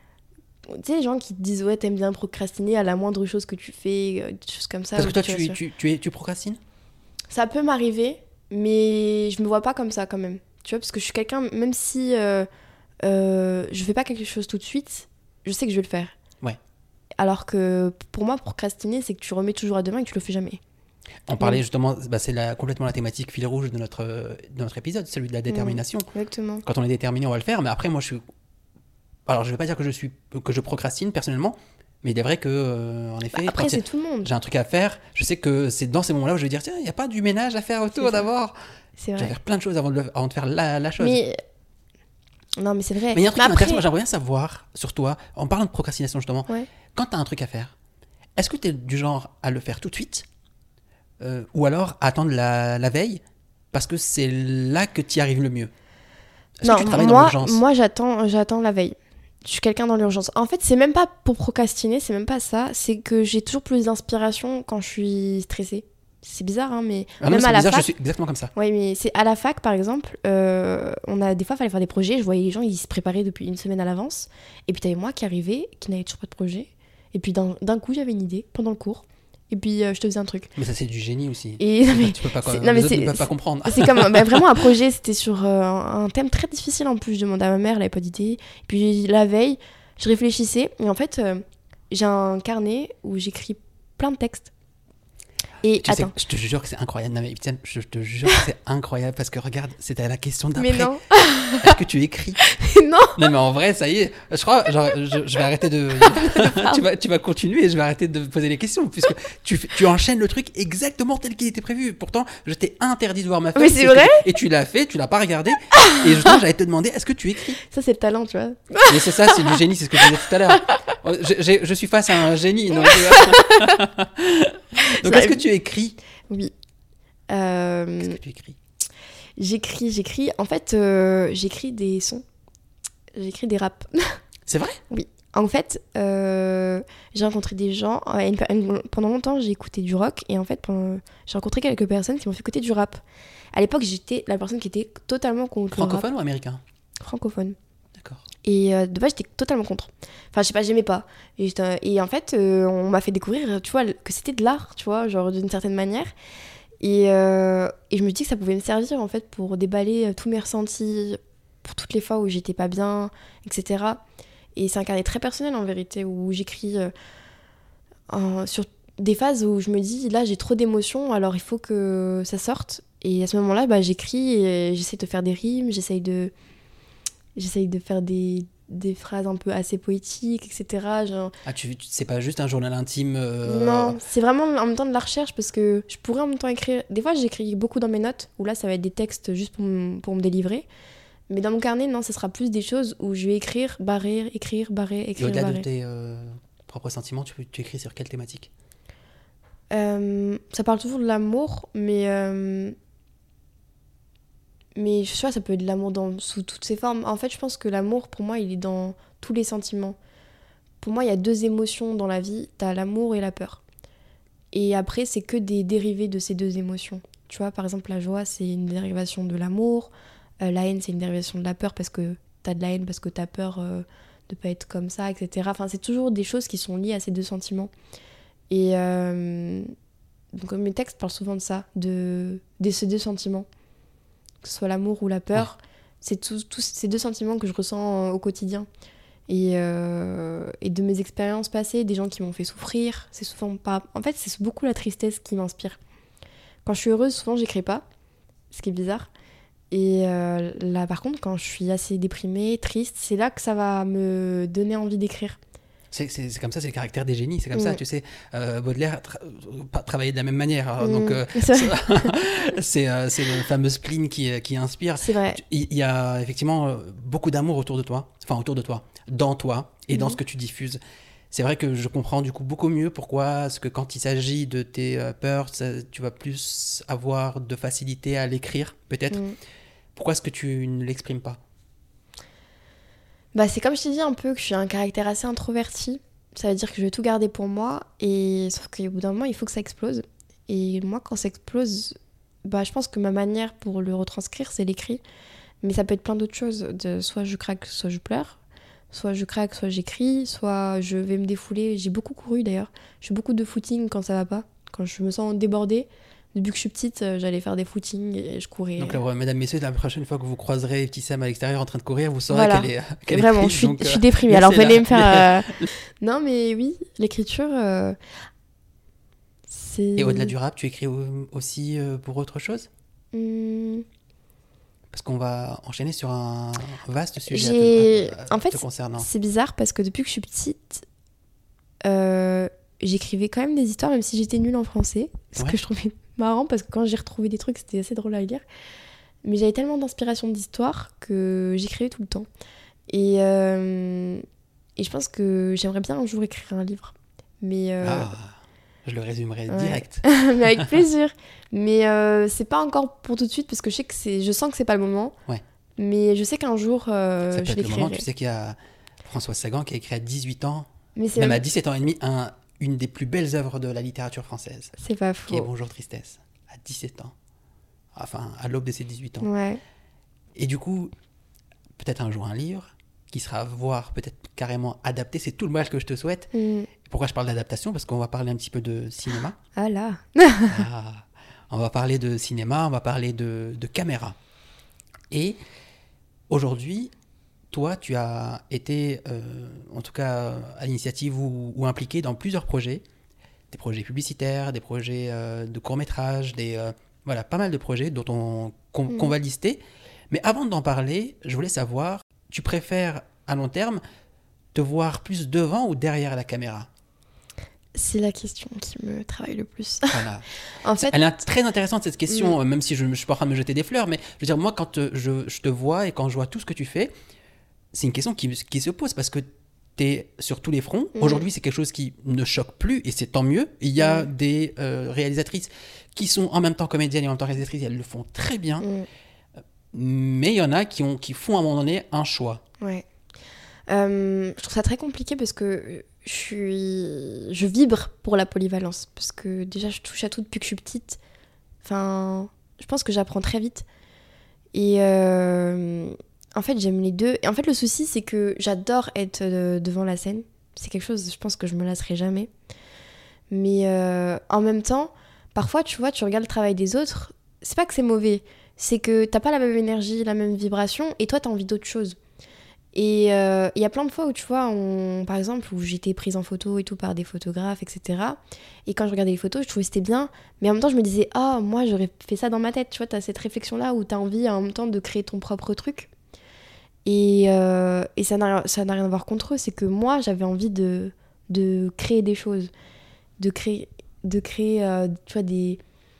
Tu sais, les gens qui te disent ouais t'aimes bien procrastiner à la moindre chose que tu fais, euh, des choses comme ça. parce ou que toi, tu vas tu, sur- tu, tu, es, tu procrastines? Ça peut m'arriver, mais je me vois pas comme ça quand même. Tu vois, parce que je suis quelqu'un, même si euh, euh, je fais pas quelque chose tout de suite, je sais que je vais le faire. Ouais. Alors que pour moi, procrastiner, c'est que tu remets toujours à demain et que tu le fais jamais. On parlait Oui. justement, bah, c'est la, complètement la thématique fil rouge de notre, euh, de notre épisode, celui de la détermination. Exactement. Quand on est déterminé, on va le faire, mais après, moi, je suis... Alors, je vais pas dire que je, suis, que je procrastine personnellement, mais il est vrai que, euh, en effet, Après, quand c'est il- tout le monde. j'ai un truc à faire, je sais que c'est dans ces moments-là où je vais dire, tiens, il n'y a pas du ménage à faire autour C'est ça. d'abord. C'est Je vais vrai. faire plein de choses avant de, le- avant de faire la, la chose. Mais. Non, mais c'est vrai. Mais il y a un truc qui après... m'intéresse, moi j'aimerais bien savoir sur toi, en parlant de procrastination justement, Ouais. quand tu as un truc à faire, est-ce que tu es du genre à le faire tout de suite euh, ou alors à attendre la, la veille parce que c'est là que tu y arrives le mieux? Est-ce Non, que tu travailles dans moi, l'urgence? moi j'attends, j'attends la veille. Je suis quelqu'un dans l'urgence. En fait, c'est même pas pour procrastiner, c'est même pas ça. C'est que j'ai toujours plus d'inspiration quand je suis stressée. C'est bizarre, hein, mais Ah non, même c'est à la bizarre, fac. je suis exactement comme ça. Oui, mais c'est à la fac, par exemple, euh, on a des fois, il fallait faire des projets. Je voyais les gens, ils se préparaient depuis une semaine à l'avance. Et puis, t'avais moi qui arrivais, qui n'avait toujours pas de projet. Et puis, d'un, d'un coup, j'avais une idée pendant le cours. Et puis, euh, je te faisais un truc. Mais ça c'est du génie aussi. Et non, mais Tu peux pas, c'est- les non, mais autres c'est- ne peuvent pas c'est- comprendre. c'est comme bah, vraiment un projet, c'était sur euh, un un thème très difficile en plus. Je demandais à ma mère, elle avait pas d'idée. Puis la veille, je réfléchissais. Et en fait, euh, j'ai un carnet où j'écris plein de textes. Et Tu sais, attends. je te jure que c'est incroyable. Non, mais tiens, je te jure que c'est incroyable parce que regarde, c'était la question d'après. Mais non, Est-ce que tu écris? non. Non, mais en vrai, ça y est. Je crois, genre, je, je vais arrêter de. tu, vas, tu vas continuer et je vais arrêter de poser les questions puisque tu, fais- tu enchaînes le truc exactement tel qu'il était prévu. Pourtant, je t'ai interdit de voir ma feuille. Mais c'est et que- vrai Et tu l'as fait, tu l'as pas regardé. Et justement, j'allais te demander, est-ce que tu écris? Ça, c'est le talent, tu vois. Mais c'est ça, c'est du génie, c'est ce que je disais tout à l'heure. Je, j'ai- je suis face à un génie. Donc, euh, donc Ça- est-ce que tu écris? Oui. Euh, Qu'est-ce que tu écris? j'écris, j'écris. En fait, euh, j'écris des sons. J'écris des raps. C'est vrai? En fait, euh, j'ai rencontré des gens. à une- une- pendant longtemps, j'ai écouté du rock. Et en fait, pendant- j'ai rencontré quelques personnes qui m'ont fait écouter du rap. À l'époque, j'étais la personne qui était totalement contre le rap. Francophone ou américain? Francophone. D'accord. Et euh, de base, j'étais totalement contre. Enfin, je sais pas, j'aimais pas. Et, j'étais- et en fait, euh, on m'a fait découvrir, tu vois, que c'était de l'art, tu vois, genre d'une certaine manière. Et, euh, et je me dis que ça pouvait me servir, en fait, pour déballer euh, tous mes ressentis, pour toutes les fois où j'étais pas bien, et cetera. Et c'est un carnet très personnel, en vérité, où j'écris euh, en- sur des phases où je me dis, là, j'ai trop d'émotions, alors il faut que ça sorte. Et à ce moment-là, bah, j'écris et j'essaie de faire des rimes, j'essaye de... J'essaye de faire des, des phrases un peu assez poétiques, et cetera. Genre... Ah, tu, tu- c'est pas juste un journal intime. euh, Non, c'est vraiment en même temps de la recherche parce que je pourrais en même temps écrire. Des fois, j'écris beaucoup dans mes notes où là, ça va être des textes juste pour, m- pour me délivrer. Mais dans mon carnet, non, ce sera plus des choses où je vais écrire, barrer, écrire, barrer, Et écrire, au-delà de barrer. tes euh, propres sentiments, tu, tu écris sur quelle thématique? Euh, ça parle toujours de l'amour, mais. euh, Mais je sais pas, ça peut être de l'amour dans, sous toutes ses formes. En fait, je pense que l'amour, pour moi, il est dans tous les sentiments. Pour moi, il y a deux émotions dans la vie. T'as l'amour et la peur. Et après, c'est que des dérivés de ces deux émotions. Tu vois, par exemple, la joie, c'est une dérivation de l'amour. Euh, la haine, c'est une dérivation de la peur parce que t'as de la haine parce que t'as peur euh, de pas être comme ça, et cetera. Enfin, c'est toujours des choses qui sont liées à ces deux sentiments. Et euh, donc mes textes parlent souvent de ça, de, de ces deux sentiments, que ce soit l'amour ou la peur. Ouais. C'est tous ces deux sentiments que je ressens au quotidien. Et, euh, et de mes expériences passées, des gens qui m'ont fait souffrir, c'est souvent pas... En fait, c'est beaucoup la tristesse qui m'inspire. Quand je suis heureuse, souvent, j'écris pas, ce qui est bizarre. Et euh, là, par contre, quand je suis assez déprimée, triste, c'est là que ça va me donner envie d'écrire. C'est, c'est, c'est comme ça, c'est le caractère des génies, c'est comme mmh. ça, tu sais. Euh, Baudelaire tra- travaillait de la même manière. Alors, mmh. Donc, euh, c'est, c'est, euh, c'est le fameux spleen qui, qui inspire. C'est vrai. Il y a effectivement beaucoup d'amour autour de toi, enfin autour de toi, dans toi et mmh. dans ce que tu diffuses. C'est vrai que je comprends du coup beaucoup mieux pourquoi est-ce que quand il s'agit de tes euh, peurs, ça, tu vas plus avoir de facilité à l'écrire, peut-être. Mmh. Pourquoi est-ce que tu ne l'exprimes pas ? Bah, c'est comme je t'ai dit un peu que je suis un caractère assez introverti. Ça veut dire que je vais tout garder pour moi. Et sauf qu'au bout d'un moment, il faut que ça explose. Et moi, quand ça explose, bah, je pense que ma manière pour le retranscrire, c'est l'écrit. Mais ça peut être plein d'autres choses. De, soit je craque, soit je pleure. Soit je craque, soit j'écris. Soit je vais me défouler. J'ai beaucoup couru d'ailleurs. Je fais beaucoup de footing quand ça va pas. Quand je me sens débordée. Depuis que je suis petite, j'allais faire des footings et je courais. Donc, là, mesdames, messieurs, la prochaine fois que vous croiserez petit Sam à l'extérieur en train de courir, vous saurez voilà. qu'elle est, qu'elle Vraiment, est prise, je suis, donc, je suis déprimée. Alors, venez là. me faire... Euh... Non, mais oui, l'écriture, euh... c'est... Et au-delà du rap, tu écris aussi pour autre chose ? mmh. Parce qu'on va enchaîner sur un vaste sujet J'ai... à te, à, à en fait, te concernant. C'est bizarre parce que depuis que je suis petite... Euh... j'écrivais quand même des histoires, même si j'étais nulle en français. Ce ouais. que je trouvais marrant, parce que quand j'ai retrouvé des trucs, c'était assez drôle à lire. Mais j'avais tellement d'inspiration d'histoire que j'écrivais tout le temps. Et, euh, et je pense que j'aimerais bien un jour écrire un livre. Mais euh, ah, je le résumerai ouais. direct. Mais avec plaisir. Mais euh, c'est pas encore pour tout de suite, parce que je sais que c'est, je sens que c'est pas le moment. Ouais. Mais je sais qu'un jour, euh, ça peut je être l'écrirai. le moment. Tu sais qu'il y a François Sagan qui a écrit à dix-huit ans, mais c'est même, même à dix-sept ans et demi, un... une des plus belles œuvres de la littérature française. C'est pas faux. Qui est Bonjour Tristesse, à dix-sept ans. Enfin, à l'aube de ses dix-huit ans. Ouais. Et du coup, peut-être un jour un livre qui sera, voire peut-être carrément adapté. C'est tout le mal que je te souhaite. Mm. Pourquoi je parle d'adaptation ? Parce qu'on va parler un petit peu de cinéma. Ah là ah, on va parler de cinéma, on va parler de, de caméra. Et aujourd'hui... Toi, tu as été, euh, en tout cas, à l'initiative ou, ou impliqué dans plusieurs projets, des projets publicitaires, des projets euh, de court-métrage, des, euh, voilà, pas mal de projets dont on, qu'on, mmh. qu'on va lister. Mais avant d'en parler, je voulais savoir, tu préfères, à long terme, te voir plus devant ou derrière la caméra ? C'est la question qui me travaille le plus. Voilà. En fait, elle est très intéressante cette question, mmh. même si je ne suis pas en train de me jeter des fleurs, mais je veux dire, moi, quand je, je te vois et quand je vois tout ce que tu fais, c'est une question qui, qui se pose parce que tu es sur tous les fronts. Mmh. Aujourd'hui, c'est quelque chose qui ne choque plus et c'est tant mieux. Il y a mmh. des euh, réalisatrices qui sont en même temps comédiennes et en même temps réalisatrices et elles le font très bien. Mmh. Mais il y en a qui, ont, qui font à un moment donné un choix. Ouais. Euh, je trouve ça très compliqué parce que je, suis... je vibre pour la polyvalence. Parce que déjà, je touche à tout depuis que je suis petite. Enfin, je pense que j'apprends très vite. Et... Euh... En fait, j'aime les deux. Et en fait, le souci, c'est que j'adore être euh, devant la scène. C'est quelque chose, je pense que je me lasserai jamais. Mais euh, en même temps, parfois, tu vois, tu regardes le travail des autres. C'est pas que c'est mauvais. C'est que t'as pas la même énergie, la même vibration. Et toi, t'as envie d'autre chose. Et il euh, y a plein de fois où, tu vois, on, par exemple, où j'étais prise en photo et tout par des photographes, et cetera. Et quand je regardais les photos, je trouvais que c'était bien. Mais en même temps, je me disais, ah, oh, moi, j'aurais fait ça dans ma tête. Tu vois, t'as cette réflexion-là où t'as envie en même temps de créer ton propre truc. Et, euh, et ça, n'a, ça n'a rien à voir contre eux, c'est que moi j'avais envie de, de créer des choses, de créer, de créer euh, tu vois, des...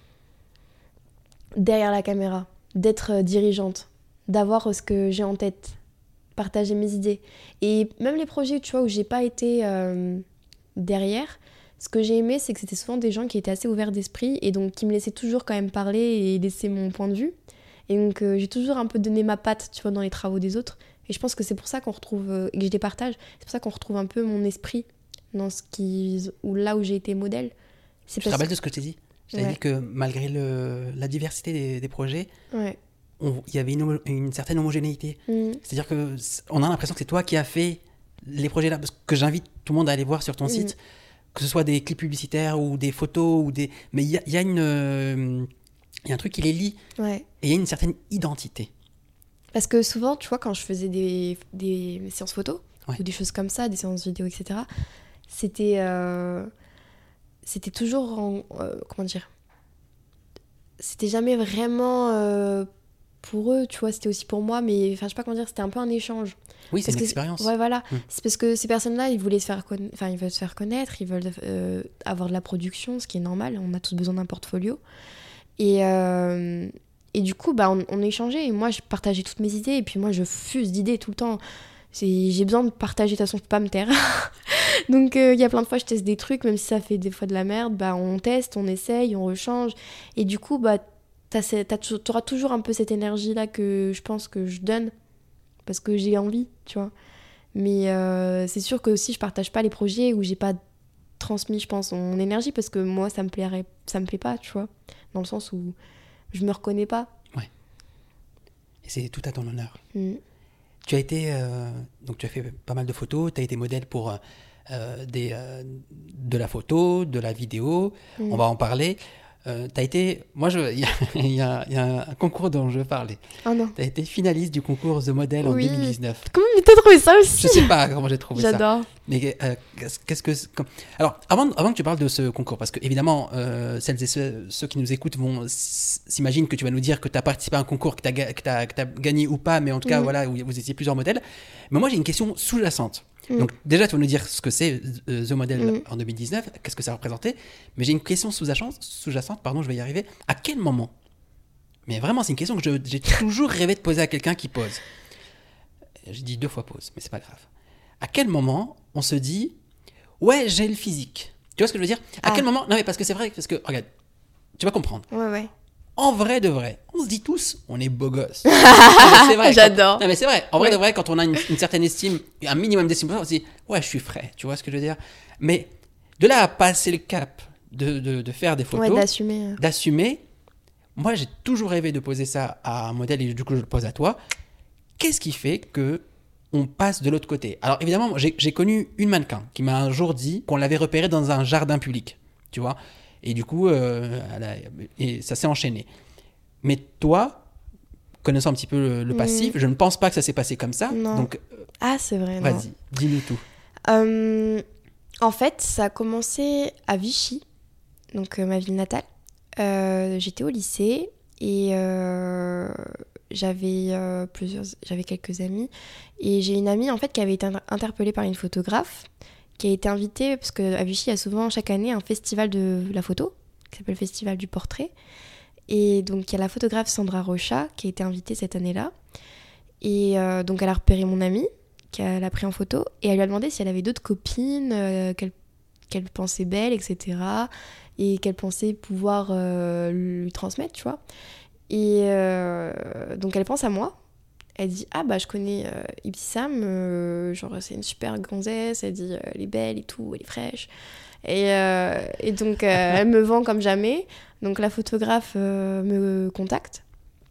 derrière la caméra, d'être euh, dirigeante, d'avoir ce que j'ai en tête, partager mes idées. Et même les projets, tu vois, où j'ai pas été euh, derrière, ce que j'ai aimé, c'est que c'était souvent des gens qui étaient assez ouverts d'esprit et donc qui me laissaient toujours quand même parler et laisser mon point de vue. Et donc, euh, j'ai toujours un peu donné ma patte, tu vois, dans les travaux des autres. Et je pense que c'est pour ça qu'on retrouve, euh, et que je les partage, c'est pour ça qu'on retrouve un peu mon esprit dans ce qui, ou là où j'ai été modèle. C'est tu te rappelles que... de ce que je t'ai dit ? Je t'ai ouais. dit que malgré le, la diversité des, des projets, ouais. il y avait une, une certaine homogénéité. Mm. C'est-à-dire qu'on a l'impression que c'est toi qui as fait les projets-là, parce que j'invite tout le monde à aller voir sur ton Mm. site, que ce soit des clips publicitaires ou des photos, ou des... mais il y a, il y a une... euh, il y a un truc qui les lie, Ouais. et il y a une certaine identité. Parce que souvent, tu vois, quand je faisais des, des séances photos, Ouais. ou des choses comme ça, des séances vidéo, et cetera, c'était, euh, c'était toujours, en, euh, comment dire, c'était jamais vraiment euh, pour eux, tu vois, c'était aussi pour moi, mais enfin, je sais pas comment dire, c'était un peu un échange. Oui, c'est Parce une que expérience. Ouais, voilà. Mm. C'est parce que ces personnes-là, ils voulaient se faire conna- enfin, ils veulent se faire connaître, ils veulent euh, avoir de la production, ce qui est normal. On a tous besoin d'un portfolio. Et, euh, et du coup, bah, on, on échangeait. Et moi, je partageais toutes mes idées. Et puis moi, je fuse d'idées tout le temps. C'est, j'ai besoin de partager. De toute façon, je peux pas me taire. Donc, il euh, y a plein de fois, je teste des trucs, même si ça fait des fois de la merde. Bah, on teste, on essaye, on rechange. Et du coup, bah, t'as, t'as, t'auras toujours un peu cette énergie-là que je pense que je donne. Parce que j'ai envie, tu vois. Mais euh, c'est sûr que aussi je partage pas les projets où j'ai pas transmis, je pense, mon énergie, parce que moi ça me plairait, ça me plaît pas, tu vois, dans le sens où je me reconnais pas. Ouais. Et c'est tout à ton honneur. Mm. Tu as été, euh, donc tu as fait pas mal de photos, tu as été modèle pour euh, des, euh, de la photo, de la vidéo, Mm. on va en parler. Euh, tu as été, moi il y, y, y a un concours dont je veux parler. Oh non. Tu as été finaliste du concours The Model Oui. en deux mille dix-neuf. Comment t'as trouvé ça aussi? Je sais pas comment j'ai trouvé ça. J'adore. Mais euh, qu'est-ce que... comme- Alors, avant, avant que tu parles de ce concours, parce que évidemment, euh, celles et ceux, ceux qui nous écoutent vont s- s'imaginent que tu vas nous dire que tu as participé à un concours, que tu as gagné ou pas, mais en tout cas, Mhm. voilà, où vous étiez plusieurs modèles. Mais moi, j'ai une question sous-jacente. Mhm. Donc, déjà, tu vas nous dire ce que c'est euh, The Model Mhm. en deux mille dix-neuf, qu'est-ce que ça représentait. Mais j'ai une question sous-jacente, sous-jacente, pardon, je vais y arriver. À quel moment? Mais vraiment, c'est une question que je- j'ai toujours rêvé de poser à quelqu'un qui pose. J'ai dit deux fois pause, mais c'est pas grave. À quel moment on se dit ouais, j'ai le physique? Tu vois ce que je veux dire? À Ah. quel moment? Non, mais parce que c'est vrai, parce que regarde, tu vas comprendre. Ouais, ouais. En vrai de vrai, on se dit tous, on est beau gosse. Non, mais c'est vrai. J'adore. Non, mais c'est vrai. En vrai Ouais. de vrai, quand on a une, une certaine estime, un minimum d'estime, on se dit ouais, je suis frais. Tu vois ce que je veux dire? Mais de là à passer le cap de, de, de faire des photos, Ouais, d'assumer. euh. d'assumer, moi j'ai toujours rêvé de poser ça à un modèle et du coup je le pose à toi. Qu'est-ce qui fait que on passe de l'autre côté? Alors évidemment, j'ai, j'ai connu une mannequin qui m'a un jour dit qu'on l'avait repérée dans un jardin public, tu vois. Et du coup, euh, elle a- et ça s'est enchaîné. Mais toi, connaissant un petit peu le, le passif, Mm. je ne pense pas que ça s'est passé comme ça. Non. Donc Ah, c'est vrai, non. vas-y, dis-nous tout. Euh, en fait, ça a commencé à Vichy, donc euh, ma ville natale. Euh, j'étais au lycée et euh, j'avais euh, plusieurs, j'avais quelques amis et j'ai une amie en fait qui avait été inter- interpellée par une photographe qui a été invitée parce qu'à Vichy il y a souvent chaque année un festival de la photo qui s'appelle le Festival du Portrait et donc il y a la photographe Sandra Rocha qui a été invitée cette année-là et euh, donc elle a repéré mon amie qu'elle a pris en photo et elle lui a demandé si elle avait d'autres copines euh, qu'elle, qu'elle pensait belles, et cetera. Et qu'elle pensait pouvoir euh, lui transmettre, tu vois. Et euh, donc elle pense à moi. Elle dit « Ah bah je connais euh, Ibtissam, euh, genre c'est une super gonzesse, elle dit euh, elle est belle et tout, elle est fraîche. » Et, euh, et donc euh, elle me vend comme jamais. Donc la photographe euh, me contacte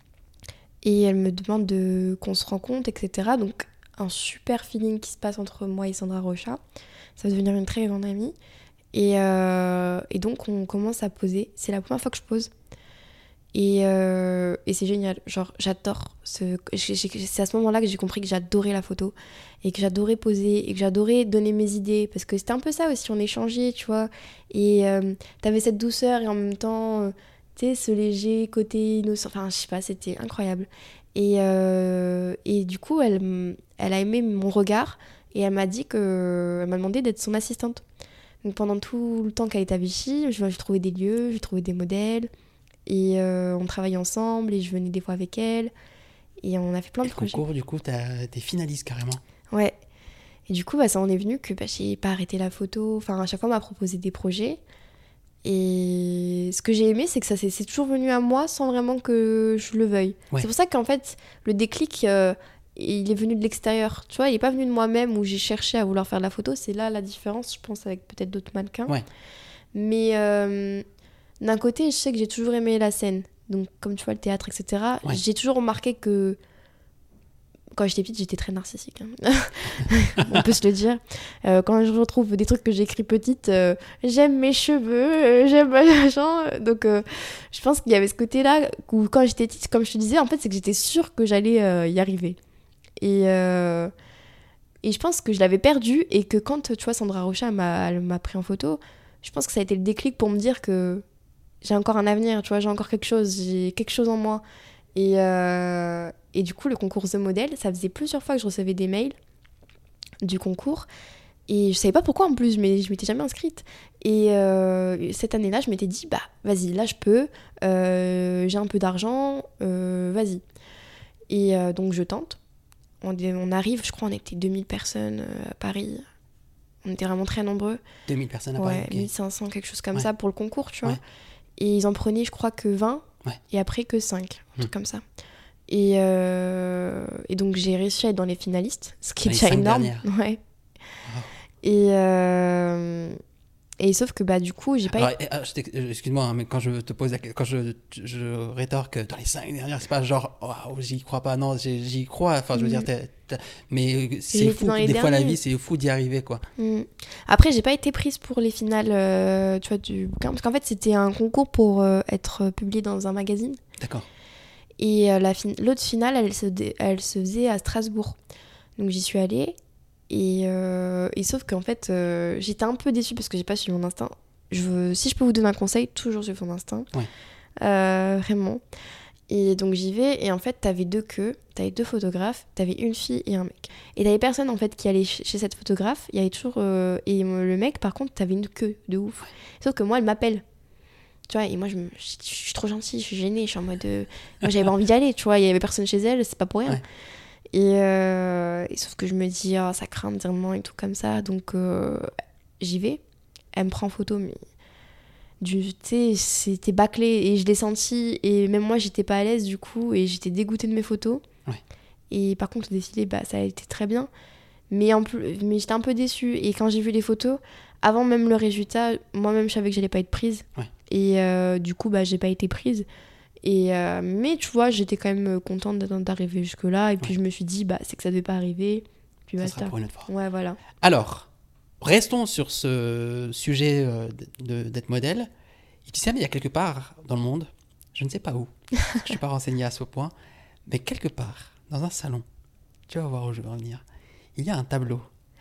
et elle me demande de, qu'on se rencontre, et cetera. Donc un super feeling qui se passe entre moi et Sandra Rocha. Ça va devenir une très grande amie. Et, euh, et donc on commence à poser. C'est la première fois que je pose. Et, euh, et c'est génial. Genre j'adore. Ce... j'ai- j'ai- C'est à ce moment-là que j'ai compris que j'adorais la photo. Et que j'adorais poser. Et que j'adorais donner mes idées. Parce que c'était un peu ça aussi. On échangeait, tu vois. Et euh, t'avais cette douceur et en même temps, euh, tu sais, ce léger côté innocent. Enfin, je sais pas, c'était incroyable. Et, euh, et du coup, elle, m- elle a aimé mon regard. Et elle m'a dit que... Elle m'a demandé d'être son assistante. Donc pendant tout le temps qu'elle était à Vichy, je- j'ai trouvé des lieux, j'ai trouvé des modèles. Et euh, on travaillait ensemble et je venais des fois avec elle. Et on a fait plein Et de le projets. concours, du coup, t'as, t'es finaliste carrément. Ouais. Et du coup, bah, ça en est venu que bah, j'ai pas arrêté la photo. Enfin, à chaque fois, on m'a proposé des projets. Et ce que j'ai aimé, c'est que ça c'est, c'est toujours venu à moi sans vraiment que je le veuille. Ouais. C'est pour ça qu'en fait, le déclic, euh, il est venu de l'extérieur. Tu vois, il est pas venu de moi-même où j'ai cherché à vouloir faire de la photo. C'est là la différence, je pense, avec peut-être d'autres mannequins. Ouais. Mais euh, d'un côté, je sais que j'ai toujours aimé la scène. Donc, comme tu vois, le théâtre, et cetera. Ouais. J'ai toujours remarqué que quand j'étais petite, j'étais très narcissique. Hein. On peut se le dire. Euh, quand je retrouve des trucs que j'ai écrits petite, euh, j'aime mes cheveux, euh, j'aime machin. Donc, euh, je pense qu'il y avait ce côté-là où, quand j'étais petite, comme je te disais, en fait, c'est que j'étais sûre que j'allais euh, y arriver. Et, euh, et je pense que je l'avais perdu et que quand, tu vois, Sandra Rocha m'a, elle m'a pris en photo, je pense que ça a été le déclic pour me dire que j'ai encore un avenir, tu vois, j'ai encore quelque chose, j'ai quelque chose en moi. Et, euh, et du coup, le concours The Model, ça faisait plusieurs fois que je recevais des mails du concours. Et je savais pas pourquoi en plus, mais je m'étais jamais inscrite. Et euh, cette année-là, je m'étais dit, bah vas-y, là je peux, euh, j'ai un peu d'argent, euh, vas-y. Et euh, donc je tente. On, on arrive, je crois, on était deux mille personnes euh, à Paris. On était vraiment très nombreux. deux mille personnes à ouais, Paris. Okay. mille cinq cents, quelque chose comme ouais. ça pour le concours, tu vois. Ouais. Et ils en prenaient, je crois, que vingt. Ouais. Et après que cinq, un mmh. truc comme ça. Et, euh, et donc j'ai réussi à être dans les finalistes, ce qui est les déjà énorme. Dernières. Ouais. Oh. Et, euh, et sauf que bah du coup j'ai pas. Alors, et, euh, excuse-moi, hein, mais quand je te pose, la... quand je, je rétorque dans les cinq dernières, c'est pas genre waouh, j'y crois pas, non, j'y, j'y crois. Enfin, je veux mmh. dire, t'es, t'es... mais c'est j'ai fou. Des derniers. fois, la vie, c'est fou d'y arriver, quoi. Mmh. Après, j'ai pas été prise pour les finales, euh, tu vois, du bouquin, parce qu'en fait, c'était un concours pour euh, être publié dans un magazine. D'accord. Et euh, la fin... l'autre finale, elle se, dé... elle se faisait à Strasbourg. Donc j'y suis allée. Et, euh... et sauf qu'en fait, euh, j'étais un peu déçue parce que j'ai pas suivi mon instinct. Je veux... Si je peux vous donner un conseil, toujours suivre son instinct. Ouais. Euh, vraiment. Et donc j'y vais. Et en fait, t'avais deux queues. T'avais deux photographes. T'avais une fille et un mec. Et t'avais personne en fait qui allait chez cette photographe. Il y avait toujours... Euh... Et le mec, par contre, t'avais une queue de ouf. Ouais. Sauf que moi, elle m'appelle. Tu vois, et moi, je, me, je, je suis trop gentille, je suis gênée, je suis en mode... Euh, moi, j'avais pas envie d'y aller, tu vois, il y avait personne chez elle, c'est pas pour rien. Ouais. Et, euh, et sauf que je me dis, oh, ça craint de dire non et tout comme ça, donc euh, j'y vais. Elle me prend en photo, mais... Tu sais, c'était bâclé, et je l'ai senti, et même moi, j'étais pas à l'aise, du coup, et j'étais dégoûtée de mes photos. Ouais. Et par contre, le défilé, bah, ça a été très bien. Mais, en plus, mais j'étais un peu déçue, et quand j'ai vu les photos, avant même le résultat, moi-même, je savais que j'allais pas être prise. Ouais. Et euh, du coup, bah, j'ai pas été prise. Et, euh, mais tu vois, j'étais quand même contente d'arriver jusque-là. Et puis, ouais. je me suis dit, bah, c'est que ça devait pas arriver. Puis ça basta. sera pour une autre fois. Ouais, voilà. Alors, restons sur ce sujet de, de, d'être modèle. Et tu sais, mais il y a quelque part dans le monde, je ne sais pas où, je ne suis pas renseignée à ce point, mais quelque part, dans un salon, tu vas voir où je veux en venir, il y a un tableau.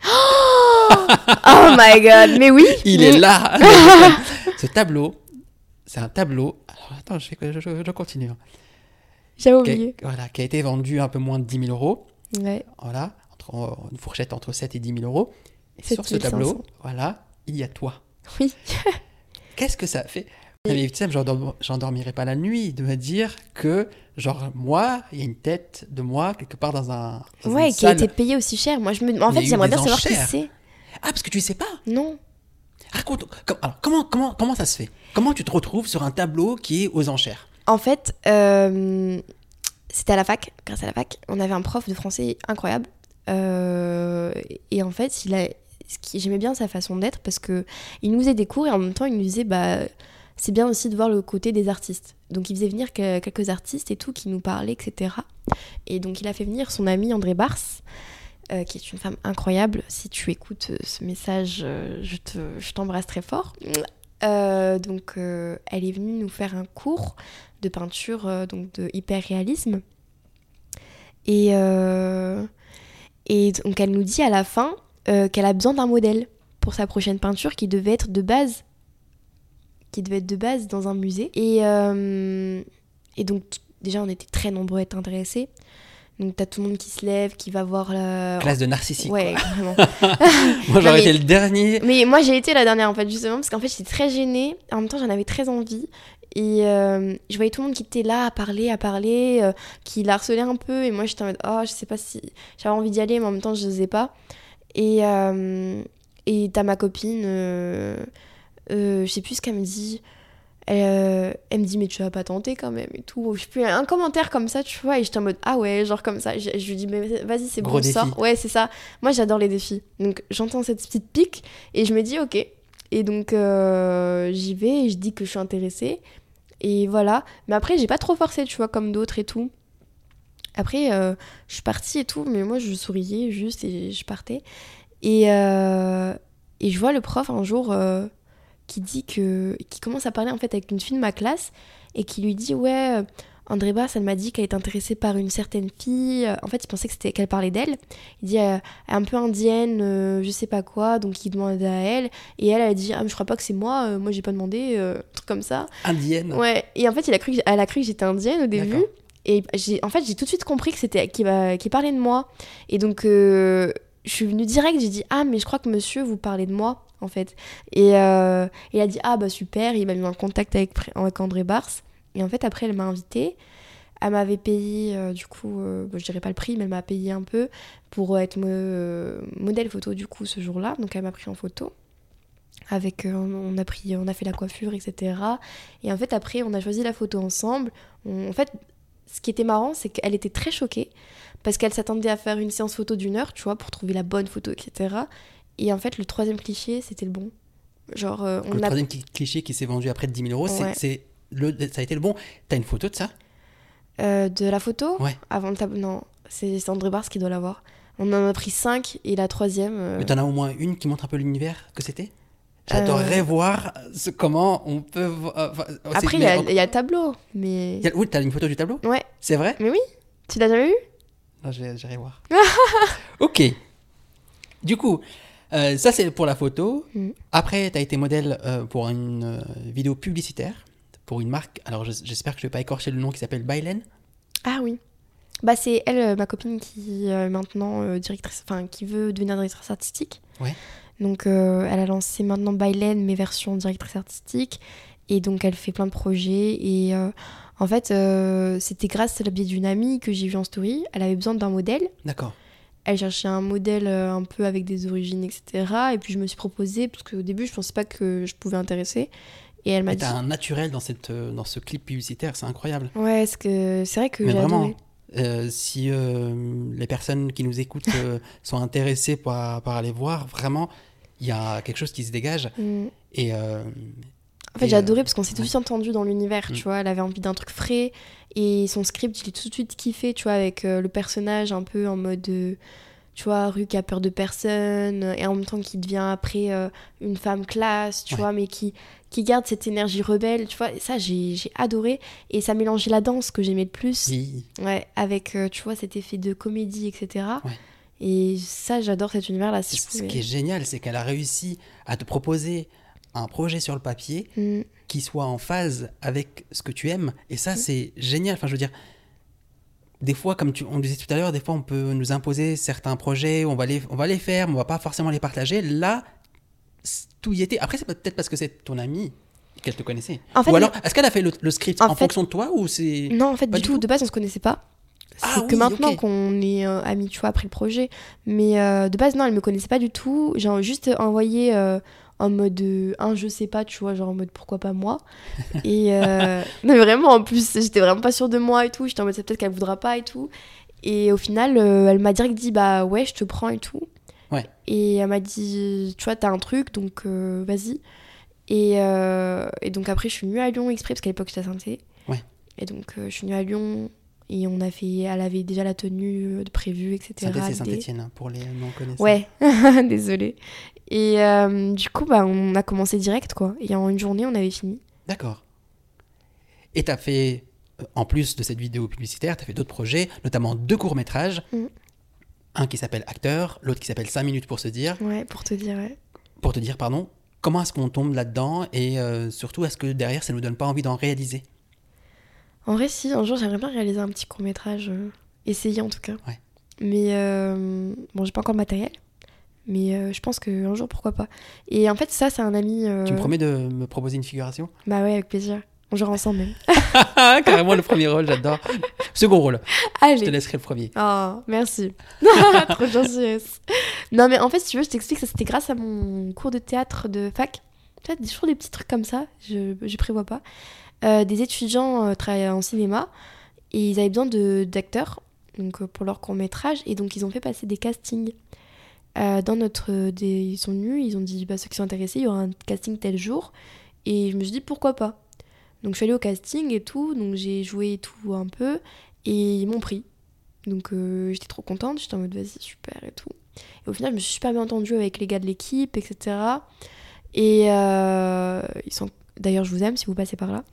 Oh my god, mais oui. Il mais... est là. Ce tableau, c'est un tableau. Alors attends, je, je, je, je continue. J'avais oublié. Qui a, voilà, qui a été vendu un peu moins de dix mille euros. Ouais. Voilà, entre, une fourchette entre sept et dix mille euros. Et sur ce tableau, voilà, il y a toi. Oui. Qu'est-ce que ça fait? Mais tu sais, j'endorm, j'endormirai pas la nuit de me dire que, genre, moi, il y a une tête de moi quelque part dans un. Dans ouais, une qui salle. a été payée aussi cher. Moi, je me... En fait, j'aimerais bien savoir qui c'est. Ah, parce que tu ne sais pas? Non. Raconte. Alors, comment, comment, comment ça se fait? Comment tu te retrouves sur un tableau qui est aux enchères? En fait, euh, c'était à la fac, grâce à la fac. On avait un prof de français incroyable. Euh, et en fait, il a, ce qui, j'aimais bien sa façon d'être parce qu'il nous faisait des cours et en même temps, il nous disait bah, c'est bien aussi de voir le côté des artistes. Donc, il faisait venir que, quelques artistes et tout qui nous parlaient, et cetera. Et donc, il a fait venir son ami André Barthes. Euh, qui est une femme incroyable. Si tu écoutes euh, ce message, euh, je, te, je t'embrasse très fort. Euh, donc, euh, elle est venue nous faire un cours de peinture, euh, donc de hyper-réalisme. Et, euh, et donc, elle nous dit à la fin euh, qu'elle a besoin d'un modèle pour sa prochaine peinture qui devait être de base, qui devait être de base dans un musée. Et, euh, et donc, t- déjà, on était très nombreux à être intéressés. Donc t'as tout le monde qui se lève, qui va voir la... Classe de narcissique. Ouais, vraiment. Moi j'aurais non, mais... été le dernier. Mais moi j'ai été la dernière en fait, justement, parce qu'en fait j'étais très gênée. En même temps j'en avais très envie. Et euh, je voyais tout le monde qui était là à parler, à parler, euh, qui la harcelait un peu. Et moi j'étais en mode, oh je sais pas si... J'avais envie d'y aller, mais en même temps je n'osais pas. Et, euh, et t'as ma copine, euh, euh, je sais plus ce qu'elle me dit... Elle, euh, elle me dit mais tu vas pas tenter quand même et tout, je fais un commentaire comme ça tu vois et j'étais en mode ah ouais genre comme ça, je, je lui dis mais vas-y c'est Gros bon sors, ouais c'est ça, moi j'adore les défis donc j'entends cette petite pique et je me dis ok et donc euh, j'y vais et je dis que je suis intéressée Et voilà. Mais après, j'ai pas trop forcé, tu vois, comme d'autres et tout. Après, euh, je suis partie et tout, mais moi, je souriais juste et je partais. Et, euh, et je vois le prof un jour euh, qui dit que... qui commence à parler en fait avec une fille de ma classe et qui lui dit « Ouais, euh, André Bars, elle m'a dit qu'elle est intéressée par une certaine fille. » En fait, il pensait que c'était, qu'elle parlait d'elle. Il dit euh, « Elle est un peu indienne, euh, je sais pas quoi. » Donc, il demande à elle. Et elle, elle a dit « Ah, mais je crois pas que c'est moi. Euh, moi, j'ai pas demandé. Euh, » Un truc comme ça. Indienne. Ouais. Et en fait, il a cru que, elle a cru que j'étais indienne au début. D'accord. Et j'ai, en fait, j'ai tout de suite compris que c'était qu'il, va, qu'il parlait de moi. Et donc, euh, je suis venue direct, j'ai dit « Ah, mais je crois que monsieur, vous parlez de moi, en fait. » Et euh, il a dit « Ah, bah super. » Il m'a mis en contact avec, avec André Bars. Et en fait, après, elle m'a invitée. Elle m'avait payé, euh, du coup, euh, bon, je dirais pas le prix, mais elle m'a payé un peu pour être me, euh, modèle photo, du coup, ce jour-là. Donc, elle m'a pris en photo. Avec, euh, on, a pris, on a fait la coiffure, et cetera. Et en fait, après, on a choisi la photo ensemble. On, en fait... Ce qui était marrant, c'est qu'elle était très choquée parce qu'elle s'attendait à faire une séance photo d'une heure, tu vois, pour trouver la bonne photo, et cetera. Et en fait, le troisième cliché, c'était le bon. Genre, euh, on Le a... troisième cliché qui s'est vendu à près de dix mille euros, c'est, Ouais. c'est le, ça a été le bon. T'as une photo de ça ? Euh, de la photo ? Ouais. Avant le tableau, non. C'est, c'est André Bars qui doit l'avoir. On en a pris cinq et la troisième... Euh... Mais t'en as au moins une qui montre un peu l'univers que c'était ? J'adorerais Euh... voir ce, comment on peut... Euh, Après, il y, y a le tableau, mais... Y a, oui, t'as une photo du tableau ? Ouais. C'est vrai ? Mais oui. Tu l'as jamais vu ? Non, je vais, j'irai voir. Ok. Du coup, euh, ça c'est pour la photo. Mm. Après, t'as été modèle euh, pour une euh, vidéo publicitaire, pour une marque. Alors, je, j'espère que je vais pas écorcher le nom, qui s'appelle Bailen. Ah oui. Bah c'est elle, euh, ma copine, qui est euh, maintenant euh, directrice... Enfin, qui veut devenir directrice artistique. Ouais. Donc, euh, elle a lancé maintenant Bailen, mais version directrice artistique. Et donc, elle fait plein de projets. Et euh, en fait, euh, c'était grâce à la biais d'une amie que j'ai vue en story. Elle avait besoin d'un modèle. D'accord. Elle cherchait un modèle euh, un peu avec des origines, et cetera. Et puis, je me suis proposée, parce qu'au début, je pensais pas que je pouvais intéresser. Et elle m'a Et dit... t'as un naturel dans, cette, euh, dans ce clip publicitaire, c'est incroyable. Ouais, c'est, que... c'est vrai que Mais j'ai vraiment, adoré. euh, si euh, les personnes qui nous écoutent euh, sont intéressées par, par aller voir, vraiment, il y a quelque chose qui se dégage. Mm. Et... Euh, En fait, et, j'ai adoré euh, parce qu'on s'est tout de ouais. suite entendu dans l'univers, Mm. tu vois. Elle avait envie d'un truc frais et son script, je l'ai tout de suite kiffé, tu vois, avec euh, le personnage un peu en mode, euh, tu vois, rue qui a peur de personne et en même temps qui devient après euh, une femme classe, tu Ouais. vois, mais qui, qui garde cette énergie rebelle, tu vois. Et ça, j'ai, j'ai adoré. Et ça mélangeait la danse que j'aimais le plus, Oui. ouais, avec, euh, tu vois, cet effet de comédie, et cetera. Ouais. Et ça, j'adore cet univers-là. Si Ce je ce pouvais... qui est génial, c'est qu'elle a réussi à te proposer un projet sur le papier Mm. qui soit en phase avec ce que tu aimes. Et ça, Mm. c'est génial. Enfin, je veux dire, des fois, comme tu, on le disait tout à l'heure, des fois, on peut nous imposer certains projets, on va les, on va les faire, mais on va pas forcément les partager. Là, c- tout y était. Après, c'est peut-être parce que c'est ton amie qu'elle te connaissait. En fait, ou alors, est-ce qu'elle a fait le, le script En en, fait- fonction de toi ou c'est... Non, en fait, Pas du du tout. tout. De base, on se connaissait pas. C'est Ah que oui, maintenant ok. qu'on est euh, amis, tu vois, après le projet. Mais euh, de base, non, elle me connaissait pas du tout. J'ai juste envoyé euh, en mode euh, un je sais pas, tu vois, genre en mode pourquoi pas moi. Et euh, non, mais vraiment, en plus, j'étais vraiment pas sûre de moi et tout. J'étais en mode c'est peut-être qu'elle voudra pas et tout. Et au final, euh, elle m'a direct dit bah ouais, je te prends et tout. Ouais. Et elle m'a dit tu vois, t'as un truc, donc euh, vas-y. Et, euh, et donc après, je suis venue à Lyon exprès parce qu'à l'époque, j'étais à Saint-Étienne. Ouais. Et donc, euh, je suis venue à Lyon. Et on a fait, elle avait déjà la tenue euh, prévue, et cetera. Saint-Étienne, c'est Des- Saint-Étienne, hein, pour les non-connaissants. Ouais, désolée. Et euh, du coup, bah, on a commencé direct, quoi. Et en une journée, on avait fini. D'accord. Et tu as fait, euh, en plus de cette vidéo publicitaire, tu as fait d'autres projets, notamment deux courts-métrages. Mm. Un qui s'appelle Acteur, l'autre qui s'appelle cinq minutes pour se dire. Ouais, pour te dire, ouais. Pour te dire, pardon, comment est-ce qu'on tombe là-dedans et euh, surtout, est-ce que derrière, ça nous donne pas envie d'en réaliser ? En vrai, si, un jour, j'aimerais bien réaliser un petit court-métrage. euh, essayer, en tout cas. Ouais. Mais, euh, bon, j'ai pas encore le matériel. Mais euh, je pense qu'un jour, pourquoi pas. Et en fait, ça, c'est un ami... euh, Tu me promets de me proposer une figuration ? Bah ouais, avec plaisir. On jouera ensemble, même. Carrément le premier rôle, j'adore. Second rôle, je te Allez. laisserai le premier. Oh, merci. Trop gentillesse. Non, mais en fait, si tu veux, je t'explique, ça c'était grâce à mon cours de théâtre de fac. Tu vois, toujours des petits trucs comme ça, je, je prévois pas. Euh, des étudiants euh, travaillaient en cinéma et ils avaient besoin de, d'acteurs donc, euh, pour leur court-métrage. Et donc, ils ont fait passer des castings. Euh, dans notre, des, ils sont venus, ils ont dit, bah, ceux qui sont intéressés, il y aura un casting tel jour. Et je me suis dit, pourquoi pas ? Donc je suis allée au casting et tout, donc j'ai joué et tout un peu, et ils m'ont pris. Donc euh, j'étais trop contente, j'étais en mode vas-y, super et tout. Et au final, je me suis super bien entendue avec les gars de l'équipe, et cetera. Et euh, ils sont... D'ailleurs, je vous aime si vous passez par là.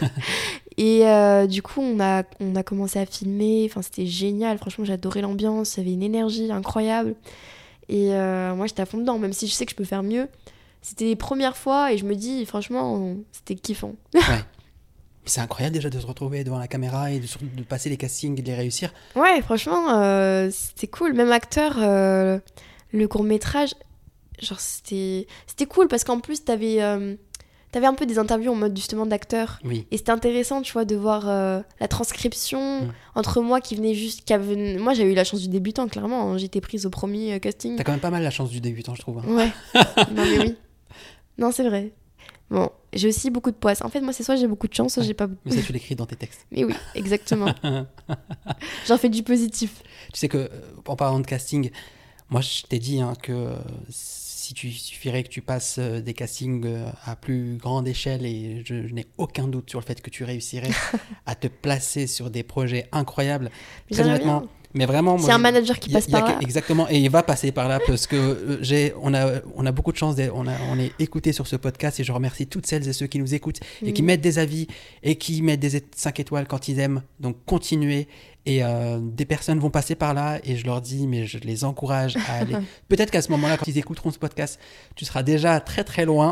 Et euh, du coup, on a, on a commencé à filmer, enfin, c'était génial, franchement, j'adorais l'ambiance, il y avait une énergie incroyable. Et euh, moi, j'étais à fond dedans, même si je sais que je peux faire mieux. C'était les premières fois et je me dis, franchement, c'était kiffant. Ouais. C'est incroyable déjà de se retrouver devant la caméra et de, de passer les castings et de les réussir. Ouais, franchement, euh, c'était cool. Même acteur, euh, le court-métrage, genre, c'était, c'était cool parce qu'en plus, t'avais, euh, t'avais un peu des interviews en mode justement d'acteur. Oui. Et c'était intéressant, tu vois, de voir euh, la transcription Mm. entre moi qui venait juste. Qui avait... Moi, j'ai eu la chance du débutant, clairement. Hein. J'étais prise au premier euh, casting. T'as quand même pas mal la chance du débutant, je trouve. Hein. Ouais. Non, mais oui. Non, c'est vrai. Bon, j'ai aussi beaucoup de poisse. En fait, moi, c'est soit j'ai beaucoup de chance, soit Ouais. j'ai pas. Mais ça, tu l'écris dans tes textes. Mais oui, exactement. J'en fais du positif. Tu sais que, euh, en parlant de casting, moi, je t'ai dit hein, que euh, si tu il suffirait que tu passes euh, des castings euh, à plus grande échelle, et je, je n'ai aucun doute sur le fait que tu réussirais à te placer sur des projets incroyables. Très J'aimerais honnêtement. bien. Mais vraiment, C'est moi, un je- manager qui y a- passe y a par que- là. Exactement, et il va passer par là parce que euh, j'ai, on a, on a beaucoup de chance, d'être- on, a, on est écouté sur ce podcast et je remercie toutes celles et ceux qui nous écoutent et qui Mm. mettent des avis et qui mettent des cinq étoiles quand ils aiment. Donc continuez et euh, des personnes vont passer par là et je leur dis, mais je les encourage à aller. Peut-être qu'à ce moment-là, quand ils écouteront ce podcast, tu seras déjà très très loin.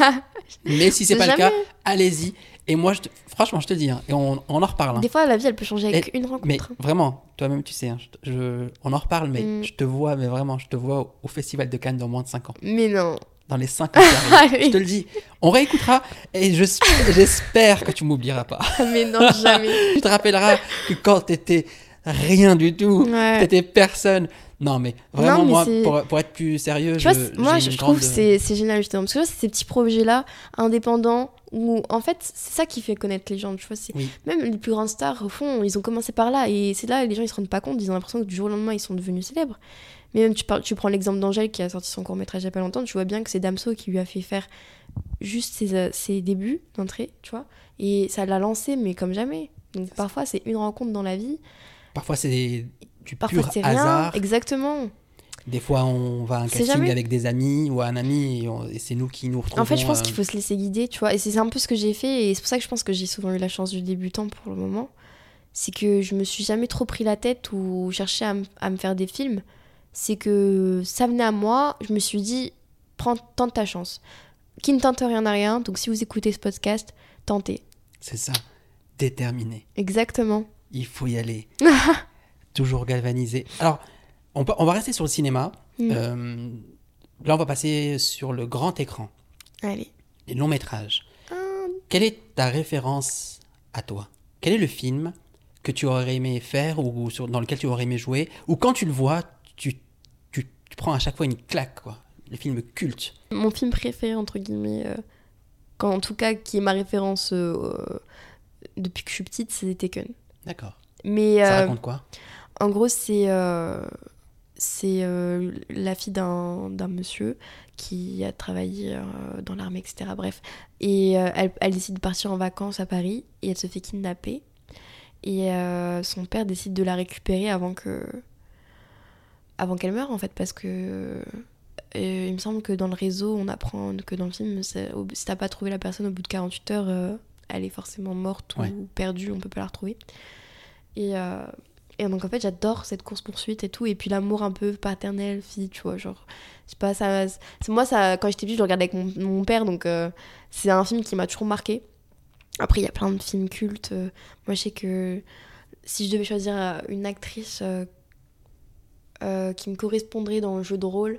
Mais si c'est C'est pas le jamais. cas, allez-y. Et moi, je te- franchement, je te dis, hein, et on, on en reparle. hein. Des fois, la vie, elle peut changer avec Et- une rencontre. Mais vraiment, toi-même, tu sais, hein, je, te- je- on en reparle, mais Mm. je te vois, mais vraiment, je te vois au, au Festival de Cannes dans moins de cinq ans. Mais non. Dans les cinq ans qui arrivent. Allez. Je te le dis. On réécoutera et je- j'espère que tu m'oublieras pas. Mais non, jamais. Tu te rappelleras que quand t'étais rien du tout, Ouais. t'étais personne. Non, mais vraiment, Non, mais moi, c'est- pour, pour être plus sérieux, Tu je, vois, c'est- moi, j'ai je, une je trouve grande- que c'est, c'est génial, justement. Parce que là, c'est ces petits projets-là, indépendants, où, en fait, c'est ça qui fait connaître les gens, tu vois. C'est... Oui. Même les plus grandes stars, au fond, ils ont commencé par là. Et c'est là, les gens, ils se rendent pas compte. Ils ont l'impression que du jour au lendemain, ils sont devenus célèbres. Mais même, tu, parles, tu prends l'exemple d'Angèle, qui a sorti son court-métrage il y a pas longtemps. Tu vois bien que c'est Damso qui lui a fait faire juste ses, euh, ses débuts d'entrée, tu vois. Et ça l'a lancé, mais comme jamais. Donc, C'est parfois, c'est une rencontre dans la vie. Parfois, c'est du Parfois, pur c'est rien. hasard. Exactement. Des fois, on va à un C'est casting jamais- avec des amis ou un ami et, on- et c'est nous qui nous retrouvons. En fait, je pense euh, qu'il faut se laisser guider, tu vois. Et c'est un peu ce que j'ai fait. Et c'est pour ça que je pense que j'ai souvent eu la chance du débutant pour le moment. C'est que je me suis jamais trop pris la tête ou cherché à, m- à me faire des films. C'est que ça venait à moi. Je me suis dit, prends, tente ta chance. Qui ne tente rien n'a rien. Donc si vous écoutez ce podcast, tentez. C'est ça, déterminé. Exactement. Il faut y aller. Toujours galvanisé. Alors, on, peut- on va rester sur le cinéma. Mm. Euh, là, on va passer sur le grand écran, Allez. les longs métrages. Hum, Quelle est ta référence à toi? Quel est le film que tu aurais aimé faire ou sur- dans lequel tu aurais aimé jouer? Ou quand tu le vois, tu, tu, tu prends à chaque fois une claque, quoi. Le film culte. Mon film préféré, entre guillemets, euh, quand, en tout cas, qui est ma référence euh, euh, depuis que je suis petite, c'est Taken. D'accord. Mais Ça euh, raconte quoi? en gros, c'est euh, c'est euh, la fille d'un d'un monsieur qui a travaillé euh, dans l'armée, et cetera. Bref. Et euh, elle, elle décide de partir en vacances à Paris et elle se fait kidnapper. Et euh, son père décide de la récupérer avant que avant qu'elle meure, en fait, parce que euh, il me semble que dans le réseau, on apprend que dans le film, c'est- au- si t'as pas trouvé la personne au bout de quarante-huit heures, euh, elle est forcément morte Ouais. ou perdue, on peut pas la retrouver. Et, euh, et donc en fait j'adore cette course-poursuite et tout, et puis l'amour un peu paternel, fille, tu vois, genre, je sais pas, ça, c'est, moi ça, quand j'étais petite je le regardais avec mon, mon père, donc euh, c'est un film qui m'a toujours marqué. Après il y a plein de films cultes, euh, moi je sais que si je devais choisir euh, une actrice euh, euh, qui me correspondrait dans le jeu de rôle,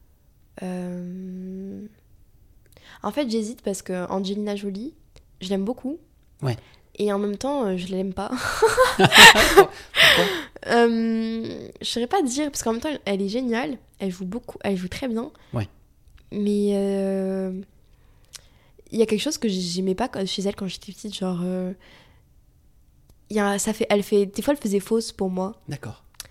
euh, en fait j'hésite parce que Angelina Jolie, je l'aime beaucoup. Ouais. Et en même temps, euh, je l'aime pas. Pourquoi? Euh, je saurais pas dire, parce qu'en même temps, elle est géniale. Elle joue beaucoup, elle joue très bien. Ouais. Mais euh, il y a quelque chose que j'aimais pas chez elle quand j'étais petite, genre. euh, il y a, ça fait, elle fait, des fois, elle faisait fausse pour moi. D'accord.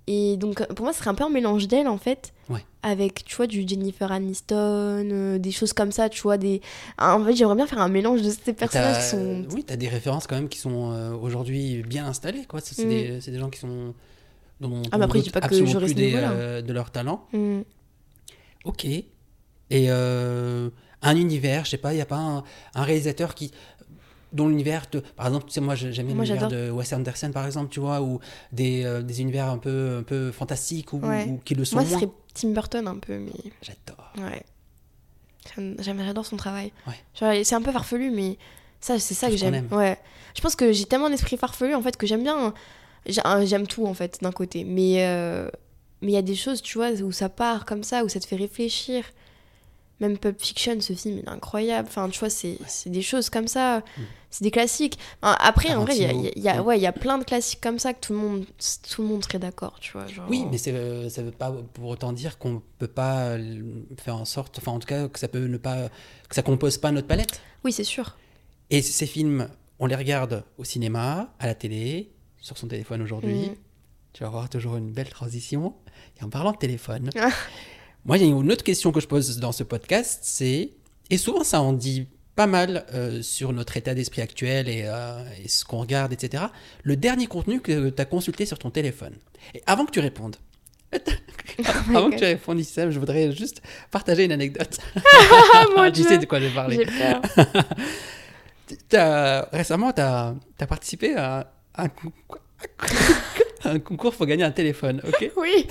Et donc, pour moi, ce serait un peu un mélange d'elle, en fait. Ouais. Avec, tu vois, du Jennifer Aniston, euh, des choses comme ça, tu vois. Des... En fait, j'aimerais bien faire un mélange de ces personnages qui sont... Oui, t'as des références quand même qui sont euh, aujourd'hui bien installées, quoi. C'est, c'est, Mm. des, c'est des gens qui sont... dont Ah, mais après, je dis pas que absolument j'aurais plus ce des, niveau-là. euh, de leur talent. Mm. Ok. Et euh, un univers, je sais pas, il n'y a pas un, un réalisateur qui... dont l'univers te... Par exemple, tu sais, moi j'aime bien Moi, l'univers j'adore. de Wes Anderson, par exemple, tu vois, ou des, euh, des univers un peu, un peu fantastiques ou, Ouais. ou qui le sont Moi, ce moins. serait Tim Burton, un peu, mais... J'adore. Ouais. J'aime- j'aime- J'adore son travail. Ouais. Genre, c'est un peu farfelu, mais ça, c'est ça Tout que ce qu'on j'aime. aime. Ouais. Je pense que j'ai tellement d'esprit farfelu, en fait, que j'aime bien... j'ai- J'aime tout, en fait, d'un côté. Mais euh, mais il y a des choses, tu vois, où ça part comme ça, où ça te fait réfléchir. Même Pulp Fiction, ce film, il est incroyable. Enfin, tu vois, c'est Ouais. c'est des choses comme ça. Mm. C'est des classiques. Enfin, après, en vrai, il y a, Tarantino. il y, a, Mm. ouais, il y a plein de classiques comme ça que tout le monde, tout le monde serait d'accord, tu vois. Genre... Oui, mais c'est, euh, ça veut pas pour autant dire qu'on peut pas euh, faire en sorte, enfin en tout cas que ça peut ne pas, que ça compose pas notre palette. Oui, c'est sûr. Et ces films, on les regarde au cinéma, à la télé, sur son téléphone aujourd'hui. Mm. Tu vas avoir toujours une belle transition. Et en parlant de téléphone, Ah. moi, il y a une autre question que je pose dans ce podcast, c'est, et souvent ça en dit pas mal euh, sur notre état d'esprit actuel et, euh, et ce qu'on regarde, et cetera. Le dernier contenu que tu as consulté sur ton téléphone. Et avant que tu répondes, avant que tu répondes, Issa, je voudrais juste partager une anecdote. Ah, mon Tu Dieu. sais de quoi je vais parler. J'ai peur. T'as- récemment, tu as participé à un concours. Un concours pour gagner un téléphone, ok? Oui.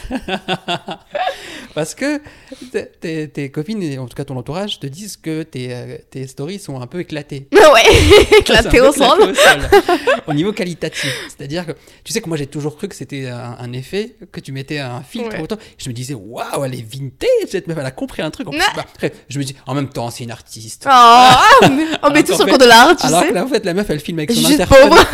Parce que tes- tes, tes copines, et en tout cas ton entourage, te disent que tes, euh, tes stories sont un peu éclatées. Ouais, C'est éclaté un peu au sol. éclaté au sol, au niveau qualitatif. C'est-à-dire que, tu sais que moi j'ai toujours cru que c'était un, un effet, que tu mettais un filtre Ouais. autour. Je me disais, waouh, elle est vintage, cette meuf, elle a compris un truc. En plus, Non. bah, après, je me dis, en même temps, c'est une artiste. Oh, ah, mais, oh, mais Alors tout qu'en sur le fait- compte de l'art, tu Alors sais. que là, en fait, la meuf, elle filme avec son Juste interphone. pauvre.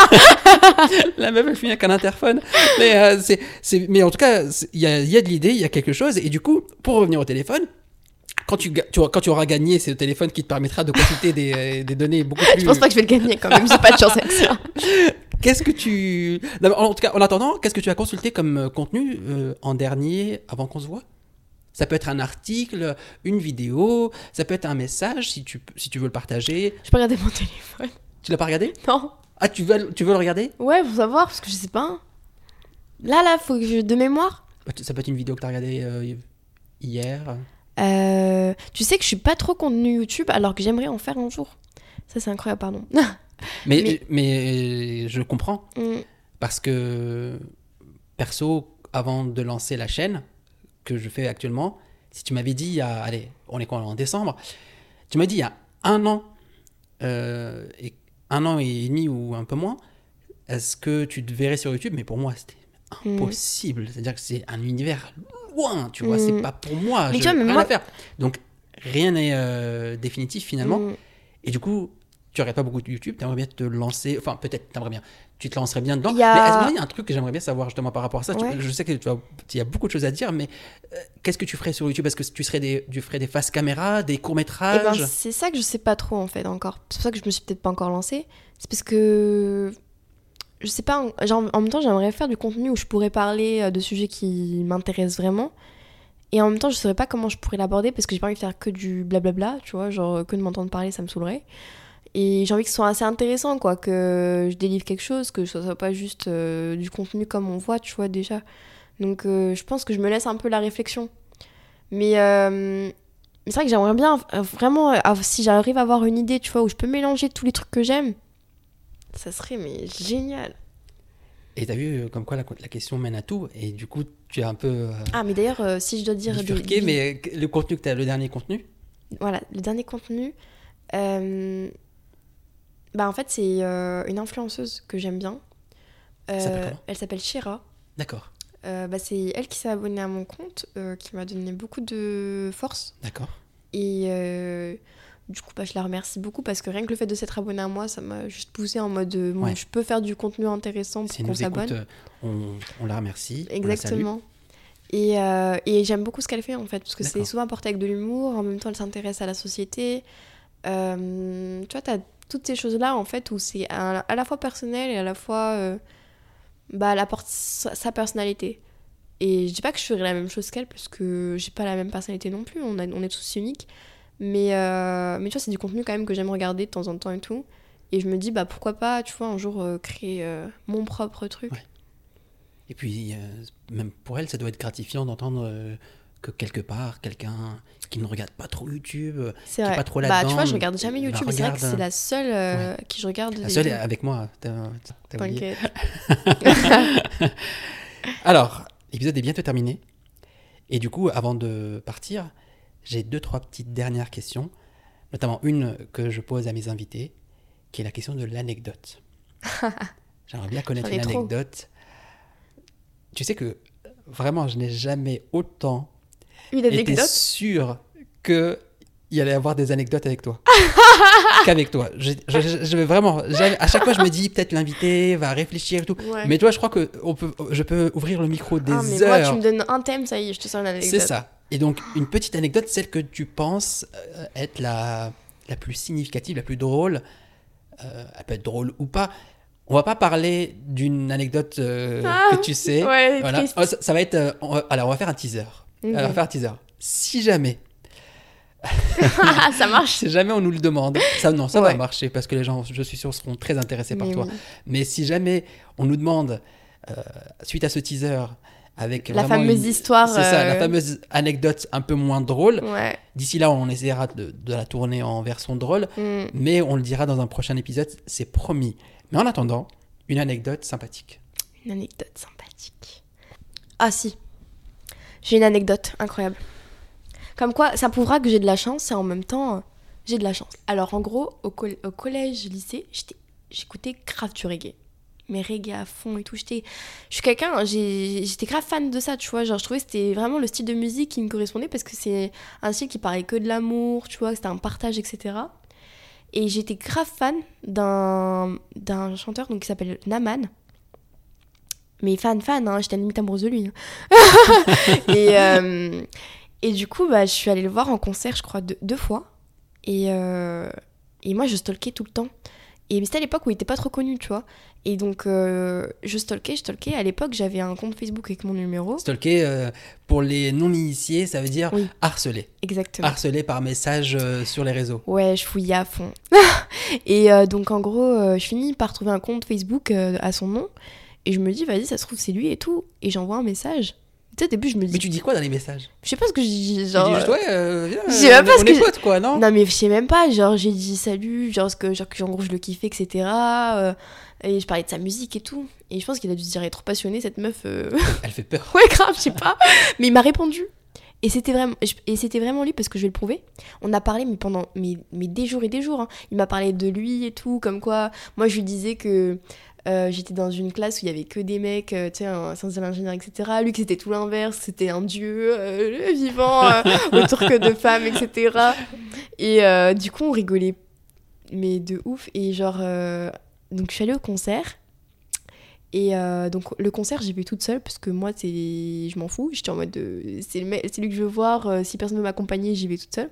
La meuf, elle filme avec un interphone. Mais, euh, c'est, c'est, mais en tout cas, c'est- il y a, il y a de l'idée, il y a quelque chose. Et du coup, pour revenir au téléphone, quand tu, ga- tu, quand tu auras gagné, c'est le téléphone qui te permettra de consulter des, euh, des données beaucoup plus... Je pense pas que je vais le gagner quand même, j'ai pas de chance avec ça. Qu'est-ce que tu... Non, mais en tout cas, en attendant, qu'est-ce que tu as consulté comme euh, contenu euh, en dernier, avant qu'on se voit? Ça peut être un article, une vidéo, ça peut être un message, si tu, si tu veux le partager. Je peux regarder mon téléphone. Tu l'as pas regardé? Non. Ah, tu veux, tu veux le regarder? Ouais, faut savoir, parce que je sais pas. Là, là, faut que je... De mémoire. Ça peut être une vidéo que tu as regardée euh, hier. Euh, tu sais que je suis pas trop contenu YouTube, alors que j'aimerais en faire un jour. Ça, c'est incroyable, pardon. Mais, Mais- mais je comprends. Mm. Parce que, perso, avant de lancer la chaîne, que je fais actuellement, si tu m'avais dit, il y a, allez, on est quoi, en décembre, tu m'as dit il y a un an, euh, et un an et demi ou un peu moins, est-ce que tu te verrais sur YouTube? Mais pour moi, c'était impossible. C'est-à-dire que c'est un univers loin, tu vois, Mm. c'est pas pour moi, Mais je tu vois, mais rien moi- à faire. Donc, rien n'est euh, définitif finalement. Mm. Et du coup, tu regardes pas beaucoup de YouTube, tu aimerais bien te lancer, enfin peut-être t'aimerais bien, tu te lancerais bien dedans. Il y a- Mais est-ce qu'il y a un truc que j'aimerais bien savoir justement par rapport à ça? Tu- Ouais. Je sais que tu as, il y a beaucoup de choses à dire, mais euh, qu'est-ce que tu ferais sur YouTube? Est-ce que tu, serais des, tu ferais des face caméra, des Eh ben, courts-métrages? c'est ça que je sais pas trop en fait encore. C'est pour ça que je me suis peut-être pas encore lancée. C'est parce que je sais pas. en- Genre, en même temps, j'aimerais faire du contenu où je pourrais parler euh, de sujets qui m'intéressent vraiment. Et en même temps, je saurais pas comment je pourrais l'aborder parce que j'ai pas envie de faire que du blablabla, tu vois, genre que de m'entendre parler, ça me saoulerait. Et j'ai envie que ce soit assez intéressant, quoi, que je délivre quelque chose, que ce soit pas juste euh, du contenu comme on voit, tu vois, déjà. Donc euh, je pense que je me laisse un peu la réflexion. Mais, euh, mais c'est vrai que j'aimerais bien, euh, vraiment, euh, si j'arrive à avoir une idée, tu vois, où je peux mélanger tous les trucs que j'aime, ça serait mais génial. Et t'as vu euh, comme quoi la, la question mène à tout, et du coup tu as un peu euh, Ah, mais d'ailleurs, euh, si je dois dire... des- bifurqué, des- mais le contenu que t'as, le dernier contenu, Voilà, le dernier contenu... euh, Bah en fait, c'est euh, une influenceuse que j'aime bien. Elle s'appelle Euh, comment elle s'appelle Shira. d'accord, Euh, bah, c'est elle qui s'est abonnée à mon compte, euh, qui m'a donné beaucoup de force. d'accord. Et euh, du coup, bah, je la remercie beaucoup parce que rien que le fait de s'être abonnée à moi, ça m'a juste poussé en mode euh, bon, Ouais. je peux faire du contenu intéressant pour Si elle qu'on nous écoute, s'abonne. euh, on, on la remercie. on la salue. Exactement. Et, euh, et j'aime beaucoup ce qu'elle fait en fait, parce que c'est D'accord. souvent apporté avec de l'humour, en même temps elle s'intéresse à la société. Euh, tu vois, t'as toutes ces choses-là en fait où c'est à, à la fois personnel et à la fois. Euh, bah, elle apporte sa, sa personnalité. Et je dis pas que je ferais la même chose qu'elle, parce que j'ai pas la même personnalité non plus, on, a, on est tous uniques. Mais, euh, mais tu vois, c'est du contenu quand même que j'aime regarder de temps en temps et tout. Et je me dis, bah pourquoi pas, tu vois, un jour euh, créer euh, mon propre truc. Ouais. Et puis, euh, même pour elle, ça doit être gratifiant d'entendre euh, que quelque part, quelqu'un qui ne regarde pas trop YouTube, C'est qui vrai. n'est pas trop Bah là-dedans. tu vois, je regarde jamais YouTube, la et c'est vrai que regarde. c'est la seule euh, Ouais. qui je regarde. La des seule est vidéos. avec moi, t'as, t'as oublié. T'inquiète. Alors, l'épisode est bientôt terminé. Et du coup, avant de partir, j'ai deux, trois petites dernières questions, notamment une que je pose à mes invités, qui est la question de l'anecdote. J'aimerais bien connaître J'en ai une trop. anecdote. Tu sais que vraiment, je n'ai jamais autant Une été anecdote. sûr qu'il y allait avoir des anecdotes avec toi qu'avec toi. Je, je, je, je vais vraiment, jamais- à chaque fois, je me dis peut-être l'invité va réfléchir et tout. Ouais. Mais toi, je crois que on peut, je peux ouvrir le micro des Ah, mais heures. moi, tu me donnes un thème, ça y est, je te sors une anecdote. C'est ça. Et donc, une petite anecdote, celle que tu penses euh, être la, la plus significative, la plus drôle. Euh, elle peut être drôle ou pas. On va pas parler d'une anecdote euh, Ah, que tu sais. ouais, Voilà. triste. Oh, ça, ça va être. euh, on va- alors, on va faire un teaser. Ok. Alors, on va faire un teaser. Si jamais, Ça marche. si jamais on nous le demande, ça non, ça Ouais. va marcher parce que les gens, je suis sûr, seront très intéressés par Mais toi. oui. Mais si jamais on nous demande, euh, suite à ce teaser, avec La vraiment fameuse une- histoire, c'est ça, la euh, fameuse anecdote un peu moins drôle. Ouais. D'ici là, on essaiera de, de la tourner en version drôle, Mm. mais on le dira dans un prochain épisode, c'est promis. Mais en attendant, une anecdote sympathique. Une anecdote sympathique. Ah si. J'ai une anecdote incroyable. Comme quoi, ça prouvera que j'ai de la chance et en même temps, euh, j'ai de la chance. Alors en gros, au, col- au collège, lycée, j'étais- j'écoutais grave du reggae. Mais reggae à fond et tout. J'étais, je suis quelqu'un, hein, j'ai- j'étais grave fan de ça, tu vois. Genre, je trouvais que c'était vraiment le style de musique qui me correspondait parce que c'est un style qui parlait que de l'amour, tu vois, que c'était un partage, et cetera. Et j'étais grave fan d'un, d'un chanteur donc, qui s'appelle Naman. Mais fan, fan, hein, j'étais limite amoureuse de lui. hein. et, euh, et du coup, bah, je suis allée le voir en concert, je crois, deux, deux fois. Et, euh, et moi, je stalkais tout le temps. Et c'était à l'époque où il était pas trop connu, tu vois. Et donc, euh, je stalkais, je stalkais. À l'époque, j'avais un compte Facebook avec mon numéro. Stalker, euh, pour les non-initiés, ça veut dire Oui. harceler. Exactement. Harceler par message euh, sur les réseaux. Ouais, je fouillais à fond. et euh, donc, en gros, euh, je finis par trouver un compte Facebook euh, à son nom. Et je me dis, vas-y, ça se trouve, c'est lui et tout. Et j'envoie un message. Tu sais, au début, je me dis. Mais tu dis quoi dans les messages? Je sais pas ce que je dis. Genre, Genre. tu dis juste, ouais, euh, viens, je sais même euh, pas on ce est que potes, quoi, non? Non, mais je sais même pas. Genre, j'ai dit salut, genre, ce que, genre, que en gros, je le kiffais, et cetera. euh, et je parlais de sa musique et tout. Et je pense qu'il a dû se dire, elle est trop passionnée, cette meuf. euh. Elle fait peur. Ouais, grave, je sais pas. Mais il m'a répondu. Et c'était vraiment, et c'était vraiment lui, parce que je vais le prouver. On a parlé, mais pendant mais, mais des jours et des jours. hein. Il m'a parlé de lui et tout, comme quoi. Moi, je lui disais que euh, j'étais dans une classe où il y avait que des mecs, euh, tu sais, un sciences de l'ingénieur, et cetera. Lui, que c'était tout l'inverse, c'était un dieu euh, vivant euh, autour que de femmes, et cetera. Et euh, du coup, on rigolait, mais de ouf. Et genre, euh, donc je suis allée au concert. Et euh, donc le concert, j'ai vu toute seule parce que moi, c'est... je m'en fous. J'étais en mode de... c'est, le me- c'est lui que je veux voir. euh, si personne ne veut m'accompagner, j'y vais toute seule.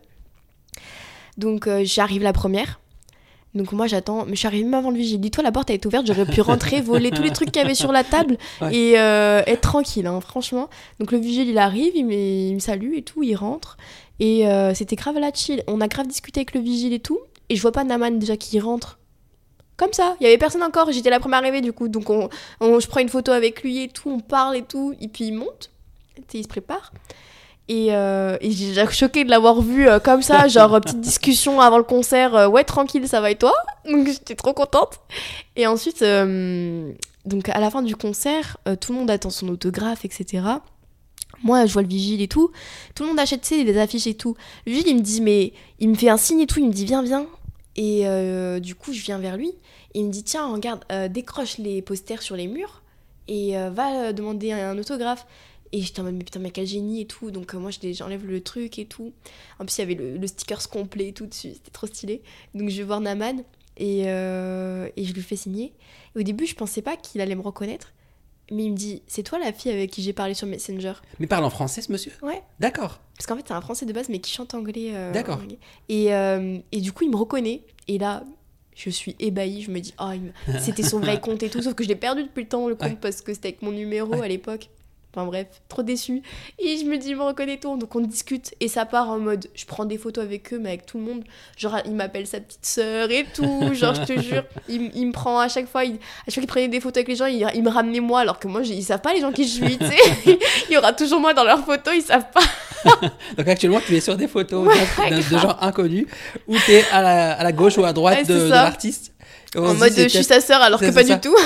Donc euh, j'arrive la première. Donc moi j'attends, mais je suis arrivée même avant le vigile. Dis-toi, la porte elle est ouverte, j'aurais pu rentrer, voler tous les trucs qu'il y avait sur la table Ouais. et euh, être tranquille, hein, franchement. Donc le vigile il arrive, il me, il me salue et tout, il rentre. Et euh, c'était grave la chill. On a grave discuté avec le vigile et tout. Et je vois pas Naman déjà qui rentre. Comme ça, il y avait personne encore, j'étais la première arrivée du coup. Donc on, on- je prends une photo avec lui et tout, on parle et tout. Et puis il monte, tu sais, il se prépare. Et, euh, et j'ai déjà choquée de l'avoir vu euh, comme ça, genre euh, petite discussion avant le concert, euh, ouais tranquille, ça va et toi? Donc j'étais trop contente. Et ensuite, euh, donc à la fin du concert, euh, tout le monde attend son autographe, et cetera. Moi, je vois le vigile et tout, tout le monde achète tu sais, des affiches et tout. Le vigile, il me dit, mais il me fait un signe et tout, il me dit viens, viens. Et euh, du coup, je viens vers lui, et il me dit tiens, regarde, euh, décroche les posters sur les murs et euh, va euh, demander un, un autographe. Et j'étais en mode, mais putain, mais quel génie et tout. Donc, euh, moi, je- j'enlève le truc et tout. En plus, il y avait le, le stickers complet et tout dessus. C'était trop stylé. Donc, je vais voir Naman et, euh, et je lui fais signer. Et au début, je pensais pas qu'il allait me reconnaître. Mais il me dit, c'est toi la fille avec qui j'ai parlé sur Messenger? Mais parle en français, ce monsieur? Ouais. D'accord. Parce qu'en fait, c'est un français de base, mais qui chante anglais. euh, D'accord. anglais. Et, euh, et du coup, il me reconnaît. Et là, je suis ébahie. Je me dis, oh, il me- c'était son vrai compte et tout. Sauf que je l'ai perdu depuis le temps, le compte, Ouais. parce que c'était avec mon numéro Ouais. à l'époque. Enfin bref, trop déçue. Et je me dis, je me reconnais tout. Donc on discute. Et ça part en mode, je prends des photos avec eux, mais avec tout le monde. Genre, il m'appelle sa petite sœur et tout. Genre, je te jure, il, il me prend à chaque fois. Il, à chaque fois qu'il prenait des photos avec les gens, il, il me ramenait moi. Alors que moi, ils savent pas les gens qui je suis, tu sais. Il y aura toujours moi dans leurs photos, ils savent pas. Donc actuellement, tu es sur des photos Ouais, de, de gens inconnus où tu es à la, à la gauche ou à droite Ouais, de, c'est de ça. l'artiste. Et on En se mode, dit, c'est je suis peut-être- sa sœur alors c'est- que pas c'est ça. du tout.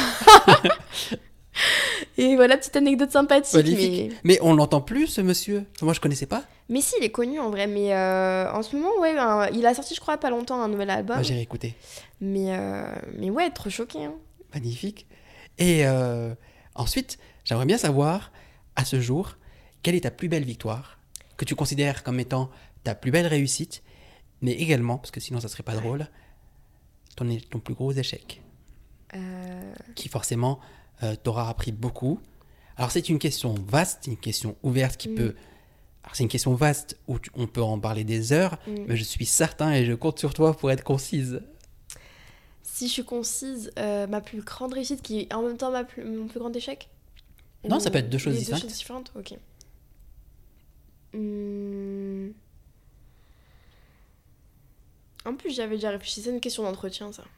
Et voilà, petite anecdote sympathique. Magnifique. Mais... Mais on l'entend plus, ce monsieur. Moi, je connaissais pas. mais si, il est connu en vrai. Mais euh, en ce moment, ouais, un- il a sorti, je crois, pas longtemps, un nouvel album. Moi, j'ai réécouté. Mais, euh, mais ouais, trop choqué. Hein. Magnifique. Et euh, ensuite, j'aimerais bien savoir, à ce jour, quelle est ta plus belle victoire que tu considères comme étant ta plus belle réussite, mais également, parce que sinon ça serait pas drôle, ton, é- ton plus gros échec, Euh, qui forcément euh, t'aura appris beaucoup. Alors c'est une question vaste, une question ouverte qui Mm. peut... Alors c'est une question vaste où tu- on peut en parler des heures, mm. mais je suis certain et je compte sur toi pour être concise. Si je suis concise, euh, ma plus grande réussite qui est en même temps ma plus, mon plus grand échec. Non, Ou ça peut être deux choses les distinctes. Deux choses différentes, ok. Hmm. En plus, j'avais déjà réfléchi, c'est une question d'entretien, ça.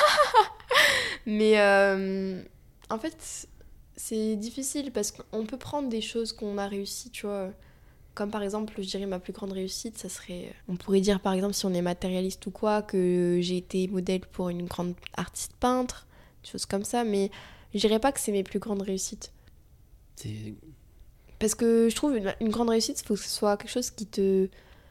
Mais euh, en fait, c'est difficile parce qu'on peut prendre des choses qu'on a réussi, tu vois. Comme par exemple, je dirais ma plus grande réussite, ça serait... On pourrait dire par exemple, si on est matérialiste ou quoi, que j'ai été modèle pour une grande artiste peintre, des choses comme ça, mais je dirais pas que c'est mes plus grandes réussites. C'est... Parce que je trouve une, une grande réussite, il faut que ce soit quelque chose qui te...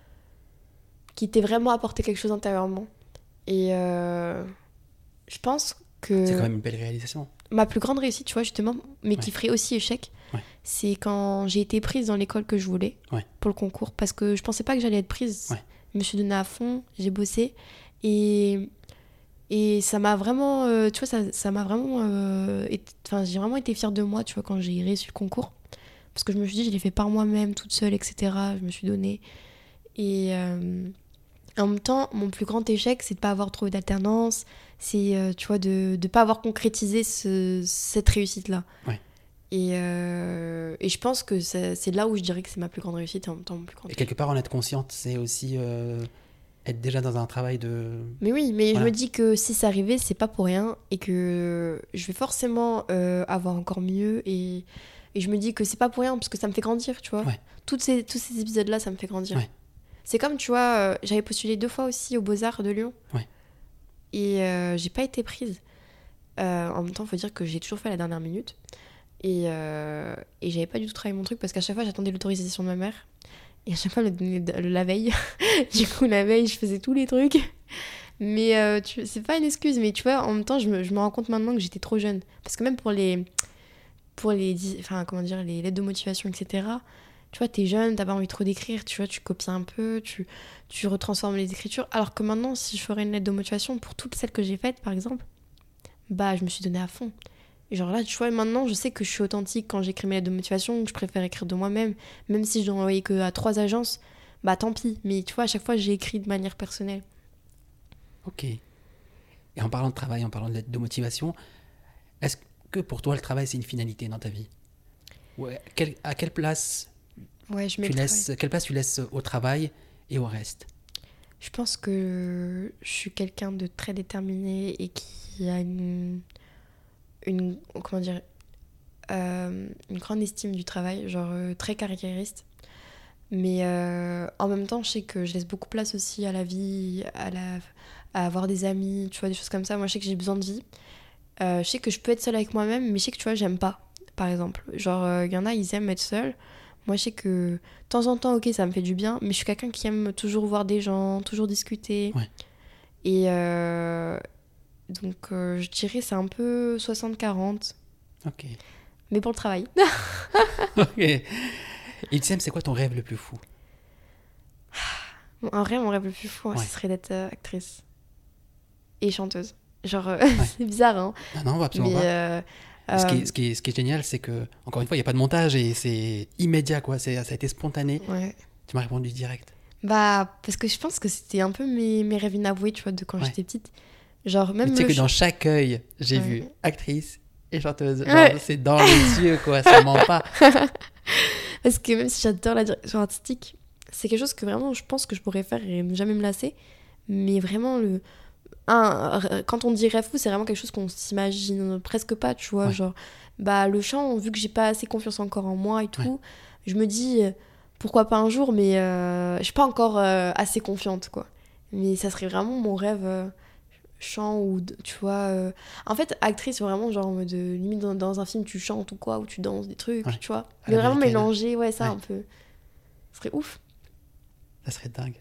qui t'ait vraiment apporté quelque chose intérieurement. Et euh, je pense que... c'est quand même une belle réalisation. Ma plus grande réussite, tu vois, justement, mais qui Ouais. ferait aussi échec, Ouais. c'est quand j'ai été prise dans l'école que je voulais Ouais. pour le concours. Parce que je pensais pas que j'allais être prise. Ouais. Je me suis donnée à fond, j'ai bossé. Et, et ça m'a vraiment... euh, tu vois, ça, ça m'a vraiment... euh, été- Enfin, j'ai vraiment été fière de moi, tu vois, quand j'ai réussi le concours. Parce que je me suis dit, je l'ai fait par moi-même, toute seule, et cetera. Je me suis donnée. Et... euh, en même temps, mon plus grand échec, c'est de pas avoir trouvé d'alternance, c'est, euh, tu vois, de ne pas avoir concrétisé ce, cette réussite-là. Ouais. Et, euh, et je pense que c'est, c'est là où je dirais que c'est ma plus grande réussite et en même temps mon plus grand Et échec. quelque part, en être consciente, c'est aussi euh, être déjà dans un travail de... Mais oui, mais Voilà. je me dis que si c'est arrivé, c'est pas pour rien et que je vais forcément euh, avoir encore mieux. Et, et je me dis que c'est pas pour rien parce que ça me fait grandir, tu vois. Ouais. Toutes ces, tous ces épisodes-là, ça me fait grandir. Ouais. C'est comme, tu vois, euh, j'avais postulé deux fois aussi aux Beaux-Arts de Lyon. Ouais. Et euh, j'ai pas été prise. Euh, en même temps, il faut dire que j'ai toujours fait à la dernière minute. Et, euh, et j'avais pas du tout travaillé mon truc parce qu'à chaque fois, j'attendais l'autorisation de ma mère. Et à chaque fois, elle me donnait de- la veille. Du coup, la veille, je faisais tous les trucs. Mais euh, tu, c'est pas une excuse. Mais tu vois, en même temps, je me, je me rends compte maintenant que j'étais trop jeune. Parce que même pour les, pour les, dis- enfin, comment dire, les lettres de motivation, et cetera, tu vois, t'es jeune, t'as pas envie trop d'écrire, tu vois, tu copies un peu, tu, tu retransformes les écritures. Alors que maintenant, si je ferais une lettre de motivation pour toutes celles que j'ai faites, par exemple, bah, je me suis donnée à fond. Et genre là, tu vois, maintenant, je sais que je suis authentique quand j'écris mes lettres de motivation, que je préfère écrire de moi-même. Même si je dois envoyer que à trois agences, bah tant pis. Mais tu vois, à chaque fois, j'ai écrit de manière personnelle. Ok. Et en parlant de travail, en parlant de, de motivation, est-ce que pour toi, le travail, c'est une finalité dans ta vie? Ouais. Quelle- à quelle place, Ouais, je mets tu le laisses, quelle place tu laisses au travail et au reste? Je pense que je suis quelqu'un de très déterminé et qui a une, une comment dire, euh, une grande estime du travail, genre euh, très carriériste. Mais euh, en même temps, je sais que je laisse beaucoup place aussi à la vie, à, la, à avoir des amis, tu vois, des choses comme ça. Moi, je sais que j'ai besoin de vie. Euh, je sais que je peux être seule avec moi-même, mais je sais que, tu vois, j'aime pas, par exemple. Genre, il y en a, ils aiment être seuls. Moi, je sais que de temps en temps, ok, ça me fait du bien, mais je suis quelqu'un qui aime toujours voir des gens, toujours discuter. Ouais. Et euh, donc, euh, je dirais c'est un peu soixante quarante, Ok. mais pour le travail. Ok. Et Itsem, c'est quoi ton rêve le plus fou? En vrai, mon rêve le plus fou, hein, Ouais. ce serait d'être euh, actrice et chanteuse. Genre, euh, Ouais. c'est bizarre, hein. Non, non, absolument Mais pas. euh, Ce, qui euh, est, ce, qui est, ce qui est génial, c'est que, encore une fois, il n'y a pas de montage et c'est immédiat, quoi. C'est, ça a été spontané. ouais. Tu m'as répondu direct. Bah, parce que je pense que c'était un peu mes, mes rêves inavoués, tu vois, de quand Ouais. j'étais petite. Genre, même Mais tu sais le que ch- dans chaque œil, j'ai Ouais. vu actrice et chanteuse. Genre, Ouais. c'est dans les yeux, quoi. Ça ment pas. Parce que même si j'adore la direction artistique, c'est quelque chose que vraiment je pense que je pourrais faire et ne jamais me lasser. Mais vraiment, le... Un, quand on dit rêve fou, c'est vraiment quelque chose qu'on s'imagine presque pas, tu vois. Ouais. Genre, bah, le chant, vu que j'ai pas assez confiance encore en moi et tout, Ouais. je me dis pourquoi pas un jour, mais euh, je suis pas encore euh, assez confiante, quoi. Mais ça serait vraiment mon rêve, euh, chant ou, tu vois. Euh... En fait, actrice, vraiment, genre, en mode, euh, limite dans, dans un film, tu chantes ou quoi, ou tu danses des trucs, Ouais. tu vois. À Mais vraiment l'américaine. mélanger, ouais, ça Ouais. un peu. Ce serait ouf. Ça serait dingue.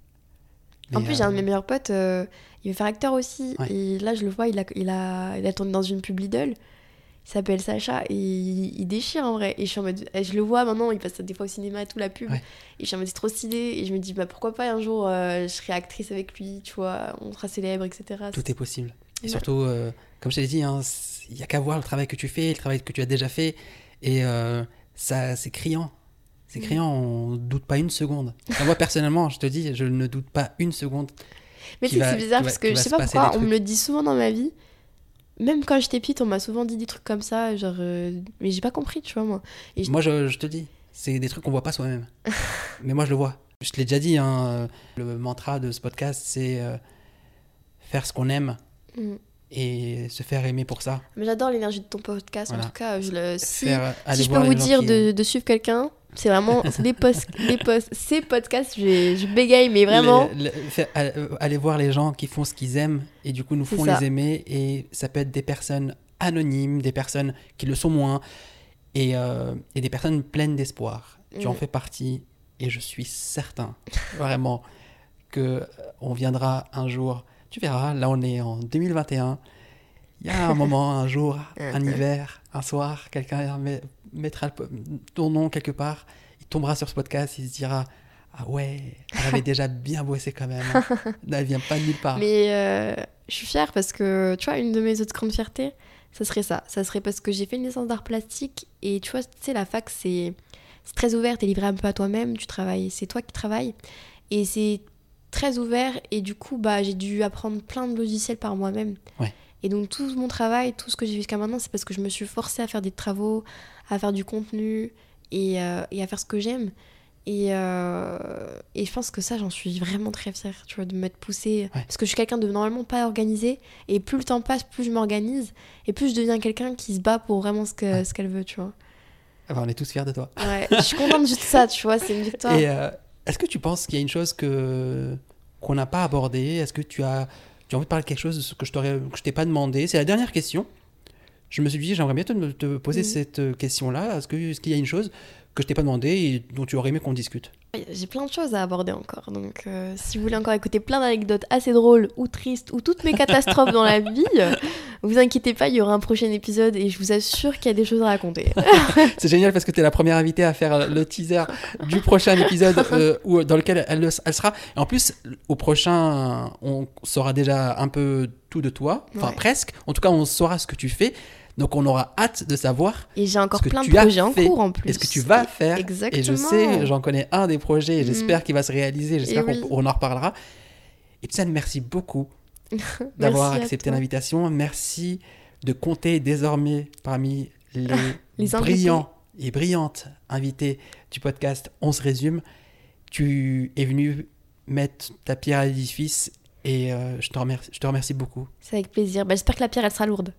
En Mais, plus, euh, j'ai un de mes meilleurs potes, euh, il veut faire acteur aussi. Ouais. Et là, je le vois, il a, il a, il a tourné dans une pub Lidl. Il s'appelle Sacha et il, il déchire en vrai. Et je suis en mode, et je le vois maintenant, il passe des fois au cinéma et tout, la pub. Ouais. Et je suis en mode, c'est trop stylé. Et je me dis, bah pourquoi pas un jour, euh, je serai actrice avec lui, tu vois, on sera célèbre, et cetera. tout est possible. Et Ouais. surtout, euh, comme je t'ai dit, il hein, n'y a qu'à voir le travail que tu fais, le travail que tu as déjà fait. Et euh, ça, c'est criant. C'est Mm. criant, on ne doute pas une seconde. Enfin, moi, personnellement, je te dis, je ne doute pas une seconde. Mais tu Qui sais que va- c'est bizarre qui va- parce que qui je va sais se pas passer pourquoi, des on me trucs. le dit souvent dans ma vie. Même quand j'étais petite, on m'a souvent dit des trucs comme ça, genre. euh, Mais j'ai pas compris, tu vois, moi. Et je- Moi, je, je te dis, c'est des trucs qu'on voit pas soi-même. Mais moi, je le vois. Je te l'ai déjà dit, hein, euh, le mantra de ce podcast, c'est euh, faire ce qu'on aime Mm. et se faire aimer pour ça. Mais j'adore l'énergie de ton podcast, Voilà. en tout cas. Je le... Si, Faire, aller si je peux voir vous les gens dire qui- de, de suivre quelqu'un, c'est vraiment c'est des posts, des posts, ces podcasts, je, je bégaye, mais vraiment. Les- les- faire- aller- euh, aller voir les gens qui font ce qu'ils aiment et du coup nous C'est font ça. les aimer, et ça peut être des personnes anonymes, des personnes qui le sont moins, et, euh, et des personnes pleines d'espoir. Tu en Mm. fais partie et je suis certain vraiment que euh, on viendra un jour, tu verras, là on est en deux mille vingt et un, il y a un moment, un jour, un hiver, un soir, quelqu'un met- mettra le po- ton nom quelque part, il tombera sur ce podcast, il se dira ah ouais, elle avait déjà bien bossé quand même, hein. Elle vient pas de nulle part. Mais euh, je suis fière parce que, tu vois, une de mes autres grandes fiertés, ça serait ça. Ça serait parce que j'ai fait une licence d'art plastique et tu vois, tu sais, la fac, c'est c'est très ouvert, t'es livré un peu à toi-même, tu travailles, c'est toi qui travailles. Et c'est très ouvert et du coup, bah, j'ai dû apprendre plein de logiciels par moi-même. Ouais. Et donc tout mon travail, tout ce que j'ai fait jusqu'à maintenant, c'est parce que je me suis forcée à faire des travaux, à faire du contenu et, euh, et à faire ce que j'aime. Et, euh, et je pense que ça, j'en suis vraiment très fière, tu vois, de m'être poussée. Ouais. Parce que je suis quelqu'un de normalement pas organisé. Et plus le temps passe, plus je m'organise. Et plus je deviens quelqu'un qui se bat pour vraiment ce, que, Ouais. ce qu'elle veut, tu vois. Enfin, on est tous fiers de toi. Ouais, je suis contente juste de ça, tu vois, c'est une victoire. Et euh, est-ce que tu penses qu'il y a une chose que qu'on n'a pas abordée? Est-ce que tu as, tu as envie de parler de quelque chose que je t'aurais, que je t'ai pas demandé? C'est la dernière question. Je me suis dit, j'aimerais bien te, te poser Mhm. cette question-là. Est-ce que, est-ce qu'il y a une chose que je t'ai pas demandé et dont tu aurais aimé qu'on discute? J'ai plein de choses à aborder encore. Donc, euh, si vous voulez encore écouter plein d'anecdotes assez drôles ou tristes ou toutes mes catastrophes dans la vie, euh, vous inquiétez pas, il y aura un prochain épisode et je vous assure qu'il y a des choses à raconter. C'est génial parce que tu es la première invitée à faire le teaser du prochain épisode euh, où, dans lequel elle, elle sera. Et en plus, au prochain, on saura déjà un peu tout de toi, enfin Ouais. presque. En tout cas, on saura ce que tu fais. Donc, on aura hâte de savoir Et j'ai encore ce que plein de tu as projets en fait cours en plus. et ce que tu vas faire. Exactement. Et je sais, j'en connais un des projets et j'espère Mm. qu'il va se réaliser. J'espère Et qu'on oui. on en reparlera. Et Tsan, merci beaucoup d'avoir Merci à accepté toi. l'invitation. Merci de compter désormais parmi les, Les brillants et brillantes invités du podcast On se résume. Tu es venu mettre ta pierre à l'édifice et euh, je, te remercie, je te remercie beaucoup. C'est avec plaisir. Bah, j'espère que la pierre, elle sera lourde.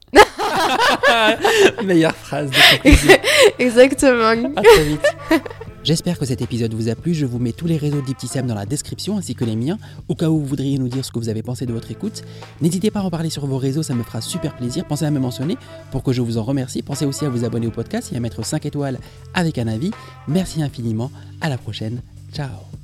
Meilleure phrase de ce plaisir. Exactement. À très vite. J'espère que cet épisode vous a plu. Je vous mets tous les réseaux d'Iptissam dans la description ainsi que les miens, au cas où vous voudriez nous dire ce que vous avez pensé de votre écoute. N'hésitez pas à en parler sur vos réseaux, ça me fera super plaisir. Pensez à me mentionner pour que je vous en remercie. Pensez aussi à vous abonner au podcast et à mettre cinq étoiles avec un avis. Merci infiniment. À la prochaine. Ciao.